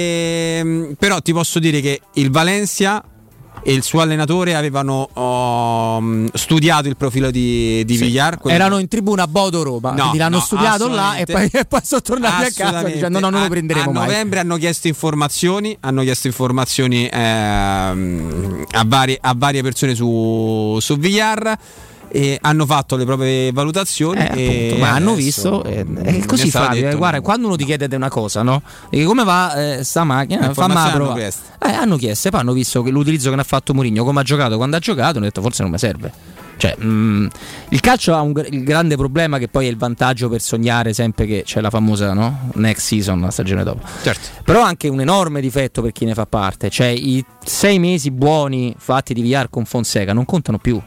E... Però ti posso dire che il Valencia e il suo allenatore avevano oh, studiato il profilo di, di sì. Villar. Erano in tribuna a Bodo Roma, no, quindi l'hanno no, studiato là e poi, e poi sono tornati a casa dicendo no, non lo prenderemo a, a mai. A novembre hanno chiesto informazioni, hanno chiesto informazioni ehm, a, varie, a varie persone su, su Villar. E hanno fatto le proprie valutazioni, eh, e ma hanno visto eh, è così Fabio, eh, guarda, quando uno ti chiede una cosa, no? E come va eh, sta macchina, fa ma hanno chiesto. Eh, hanno chiesto e poi hanno visto che l'utilizzo che ne ha fatto Mourinho, come ha giocato, quando ha giocato, hanno detto forse non mi serve. Cioè, mh, il calcio ha un il grande problema che poi è il vantaggio per sognare sempre che c'è la famosa, no? Next season, la stagione dopo. Certo. Però anche un enorme difetto per chi ne fa parte, cioè i sei mesi buoni fatti di Villar con Fonseca non contano più.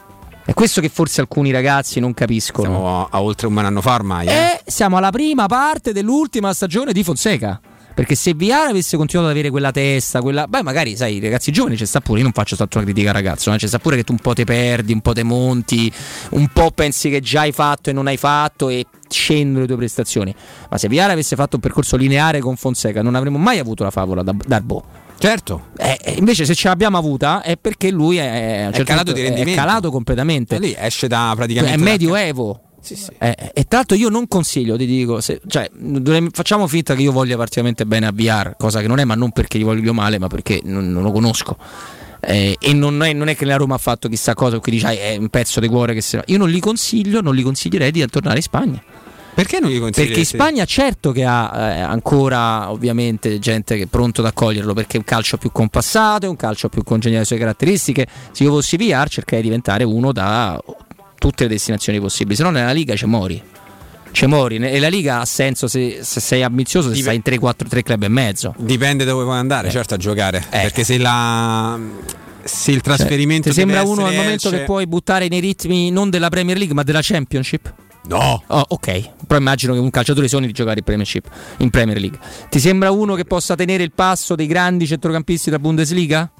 È questo che forse alcuni ragazzi non capiscono. Siamo a, a oltre un anno fa ormai. Eh? E siamo alla prima parte dell'ultima stagione di Fonseca. Perché se Villar avesse continuato ad avere quella testa, quella. Beh, magari, sai, i ragazzi giovani ci sta pure. Io non faccio tanto una critica al ragazzo, eh? Ci sta pure che tu un po' te perdi, un po' te monti, un po' pensi che già hai fatto e non hai fatto e scendono le tue prestazioni. Ma se Villar avesse fatto un percorso lineare con Fonseca, non avremmo mai avuto la favola da Darbo. Certo. Eh, invece se ce l'abbiamo avuta è perché lui è, è, è calato di rendimento. È calato completamente. E lì esce da praticamente. È medioevo. Sì, sì. Eh, e tra l'altro io non consiglio, ti dico, se, cioè, facciamo finta che io voglia particolarmente bene a Villar, cosa che non è, ma non perché gli voglio male, ma perché non, non lo conosco. Eh, e non è, non è che la Roma ha fatto chissà cosa, quindi dici, è un pezzo di cuore che se no. Io non li consiglio, non li consiglierei di tornare in Spagna. Perché non gli consigli? Perché in Spagna certo che ha eh, ancora ovviamente gente che è pronto ad accoglierlo, perché è un calcio più compassato, è un calcio più congeniale alle sue caratteristiche. Se io fossi Villar cercherei di diventare uno da tutte le destinazioni possibili, se no nella Liga c'è mori. C'è mori e la Liga ha senso se, se sei ambizioso, se Dip- stai in tre quattro tre club e mezzo. Dipende dove vuoi andare, eh. certo, a giocare. Eh. Perché se la se il trasferimento cioè, ti sembra uno al esce... momento che puoi buttare nei ritmi non della Premier League ma della Championship? No. Oh, ok, però immagino che un calciatore sogni di giocare in Premiership, in Premier League. Ti sembra uno che possa tenere il passo dei grandi centrocampisti della Bundesliga?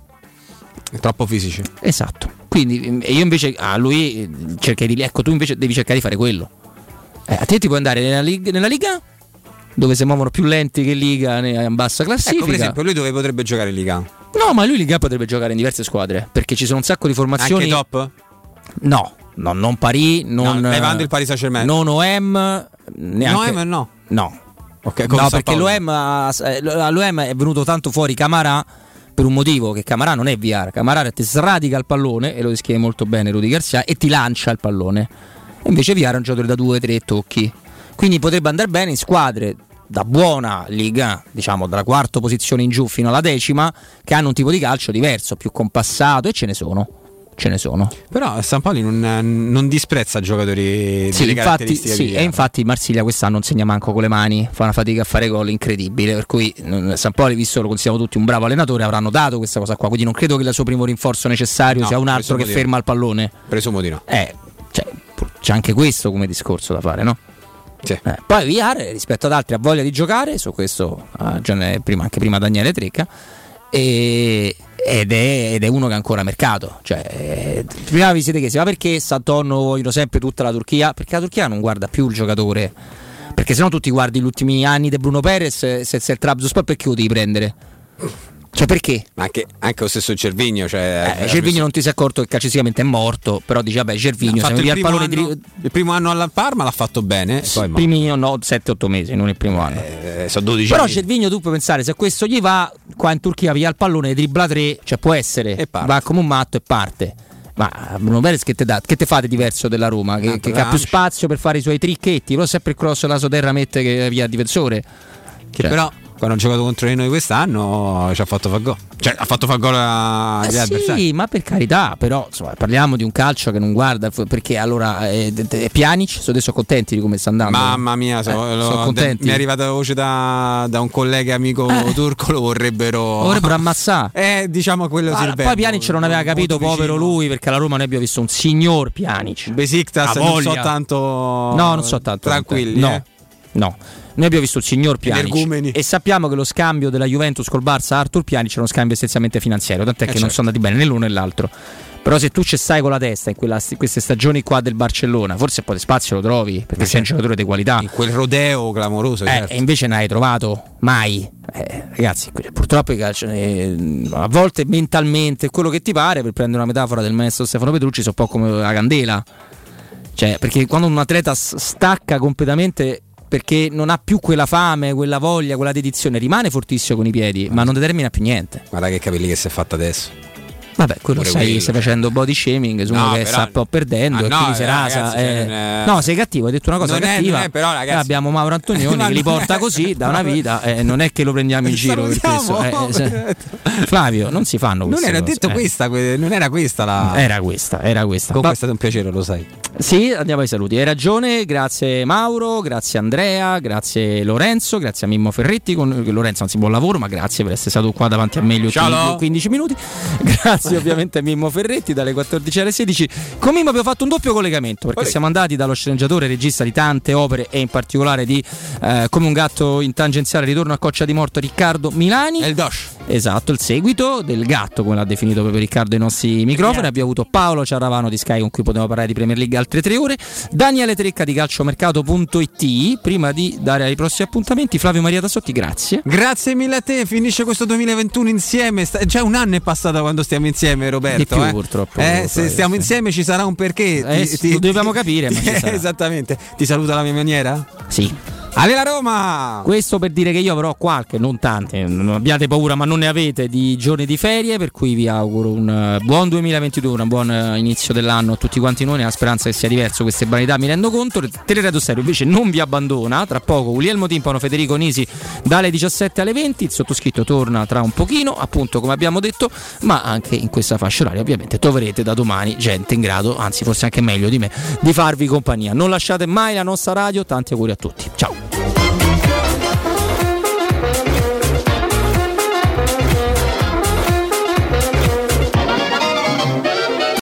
È troppo fisici. Esatto. Quindi io invece a lui cercherei di ecco, tu invece devi cercare di fare quello. Eh, a te ti puoi andare nella, lig- nella Liga? Dove si muovono più lenti che Liga in bassa classifica. Ecco, per esempio, lui dove potrebbe giocare in Liga? No, ma lui in Liga potrebbe giocare in diverse squadre, perché ci sono un sacco di formazioni. Anche top? No. No, non Paris, non no, levando il Paris Saint-Germain. Non O M, neanche. No, no. No. Okay, no, perché l'O M all'O M è venuto tanto fuori Camarà per un motivo, che Camarà non è Villar. Camarà ti sradica il pallone, e lo descrive molto bene Rudy Garcia, e ti lancia il pallone. E invece Villar è un giocatore da due tre tocchi. Quindi potrebbe andare bene in squadre da buona Liga, diciamo dalla quarta posizione in giù fino alla decima, che hanno un tipo di calcio diverso, più compassato, e ce ne sono. Ce ne sono. Però San Paoli non, non disprezza giocatori sì, delle infatti, caratteristiche sì, e infatti Marsiglia quest'anno non segna manco con le mani, fa una fatica a fare gol incredibile, per cui San Paoli, visto lo consideriamo tutti un bravo allenatore, avranno dato questa cosa qua, quindi non credo che il suo primo rinforzo necessario no, sia un altro che ferma il pallone. Presumo di no. Eh, cioè, c'è anche questo come discorso da fare, no? Sì. Eh, poi Villar rispetto ad altri ha voglia di giocare, su questo ah, già ne, prima, anche prima Daniele Trecca, e Ed è, ed è uno che ha ancora mercato. Cioè, eh, prima vi siete chiesti, ma perché Santonno vogliono sempre tutta la Turchia? Perché la Turchia non guarda più il giocatore. Perché sennò tu ti guardi gli ultimi anni di Bruno Perez, se sei il Trabzonspor, perché lo devi prendere? Cioè perché? Ma anche, anche lo stesso Cervinho, cioè, eh, Cervinho messo... non ti sei accorto che calcisticamente è morto, però dici vabbè Cervinho no, il, il, primo anno, di... il primo anno alla Parma l'ha fatto bene, sì, poi i primi no, sette otto mesi, non il primo anno. Eh, sono dodici però anni. Cervinho tu puoi pensare, se questo gli va, qua in Turchia via il pallone, dribbla tre, cioè può essere, va come un matto e parte. Ma Bruno Perez che te dà, che te fate diverso della Roma, che, che, che ha più spazio per fare i suoi tricchetti, però sempre il cross la sua terra mette che via il difensore. Cioè. Però quando ha giocato contro di noi quest'anno ci ha fatto far gol, cioè ha fatto far gol agli eh avversari. Sì, ma per carità, però insomma, parliamo di un calcio che non guarda, perché allora eh, Pjanic, adesso contenti di come sta andando. Mamma mia, so, eh, lo, sono contenti. Mi è arrivata la voce da, da un collega amico eh. turco, lo vorrebbero vorrebbero ammazzare. Eh, diciamo quello ah, sì. Poi Pjanic non aveva capito, povero lui, perché alla Roma noi abbiamo visto un signor Pjanic. Besiktas non so tanto. No, non so tanto. Tranquilli, no. Eh? No, noi abbiamo visto il signor Pjanic e sappiamo che lo scambio della Juventus col Barça Arthur Pjanic è uno scambio essenzialmente finanziario, tant'è eh che certo. non sono andati bene né l'uno né l'altro. Però se tu ci stai con la testa in, quella, in queste stagioni qua del Barcellona, forse un po' di spazio lo trovi, perché sei un giocatore di qualità. In quel rodeo clamoroso. Eh, certo. E invece ne hai trovato mai. Eh, ragazzi, purtroppo il calcio, eh, a volte mentalmente quello che ti pare, per prendere una metafora del maestro Stefano Petrucci, sono un po' come la candela. Cioè, perché quando un atleta stacca completamente, perché non ha più quella fame, quella voglia, quella dedizione, rimane fortissimo con i piedi, ma non determina più niente. Guarda che capelli che si è fatta adesso. Vabbè, quello stai, quello, stai facendo body shaming su no, uno che però, sta un po' perdendo ah, e no, quindi si rasa. Ragazzi, eh. cioè, no, sei cattivo, hai detto una cosa non cattiva. È, non è, però, ragazzi, abbiamo Mauro Antonioni che li porta così da una vita, eh, non è che lo prendiamo in giro per questo. Eh, se... Flavio, non si fanno queste non era cose. detto eh. questa, non era questa la. Era questa, era questa. Comunque è stato un piacere, lo sai. Sì, andiamo ai saluti. Hai ragione, grazie Mauro, grazie Andrea, grazie Lorenzo, grazie a Mimmo Ferretti. Con Lorenzo, anzi, buon lavoro, ma grazie per essere stato qua davanti a me gli ultimi quindici minuti. Grazie ovviamente a Mimmo Ferretti dalle quattordici alle sedici. Con Mimmo abbiamo fatto un doppio collegamento perché Olè. siamo andati dallo sceneggiatore regista di tante opere e in particolare di eh, Come un gatto in tangenziale, ritorno a Coccia di Morto, Riccardo Milani. È il Dosh. Esatto, il seguito del gatto, come l'ha definito proprio Riccardo ai nostri microfoni. Abbiamo avuto Paolo Ciaravano di Sky, con cui potevamo parlare di Premier League altre tre ore, Daniele Trecca di calciomercato punto it. Prima di dare ai prossimi appuntamenti, Flavio Maria Tassotti, grazie. Grazie mille a te, finisce questo duemilaventuno insieme. Già un anno è passato quando stiamo insieme, Roberto. Di più, eh? purtroppo. Eh, se stiamo insieme ci sarà un perché. Eh, ti, ti, lo dobbiamo capire, ma ci sarà. Esattamente. Ti saluta la mia maniera? Sì. Ale la Roma! Questo per dire che io avrò qualche, non tante, non abbiate paura, ma non ne avete, di giorni di ferie, per cui vi auguro un buon duemilaventidue, un buon inizio dell'anno a tutti quanti noi, nella speranza che sia diverso. Queste banalità mi rendo conto. Teleradio Stereo invece non vi abbandona, tra poco Guglielmo Timpano, Federico Nisi dalle diciassette alle venti, il sottoscritto torna tra un pochino, appunto come abbiamo detto, ma anche in questa fascia oraria ovviamente troverete da domani gente in grado, anzi forse anche meglio di me, di farvi compagnia. Non lasciate mai la nostra radio, tanti auguri a tutti, ciao!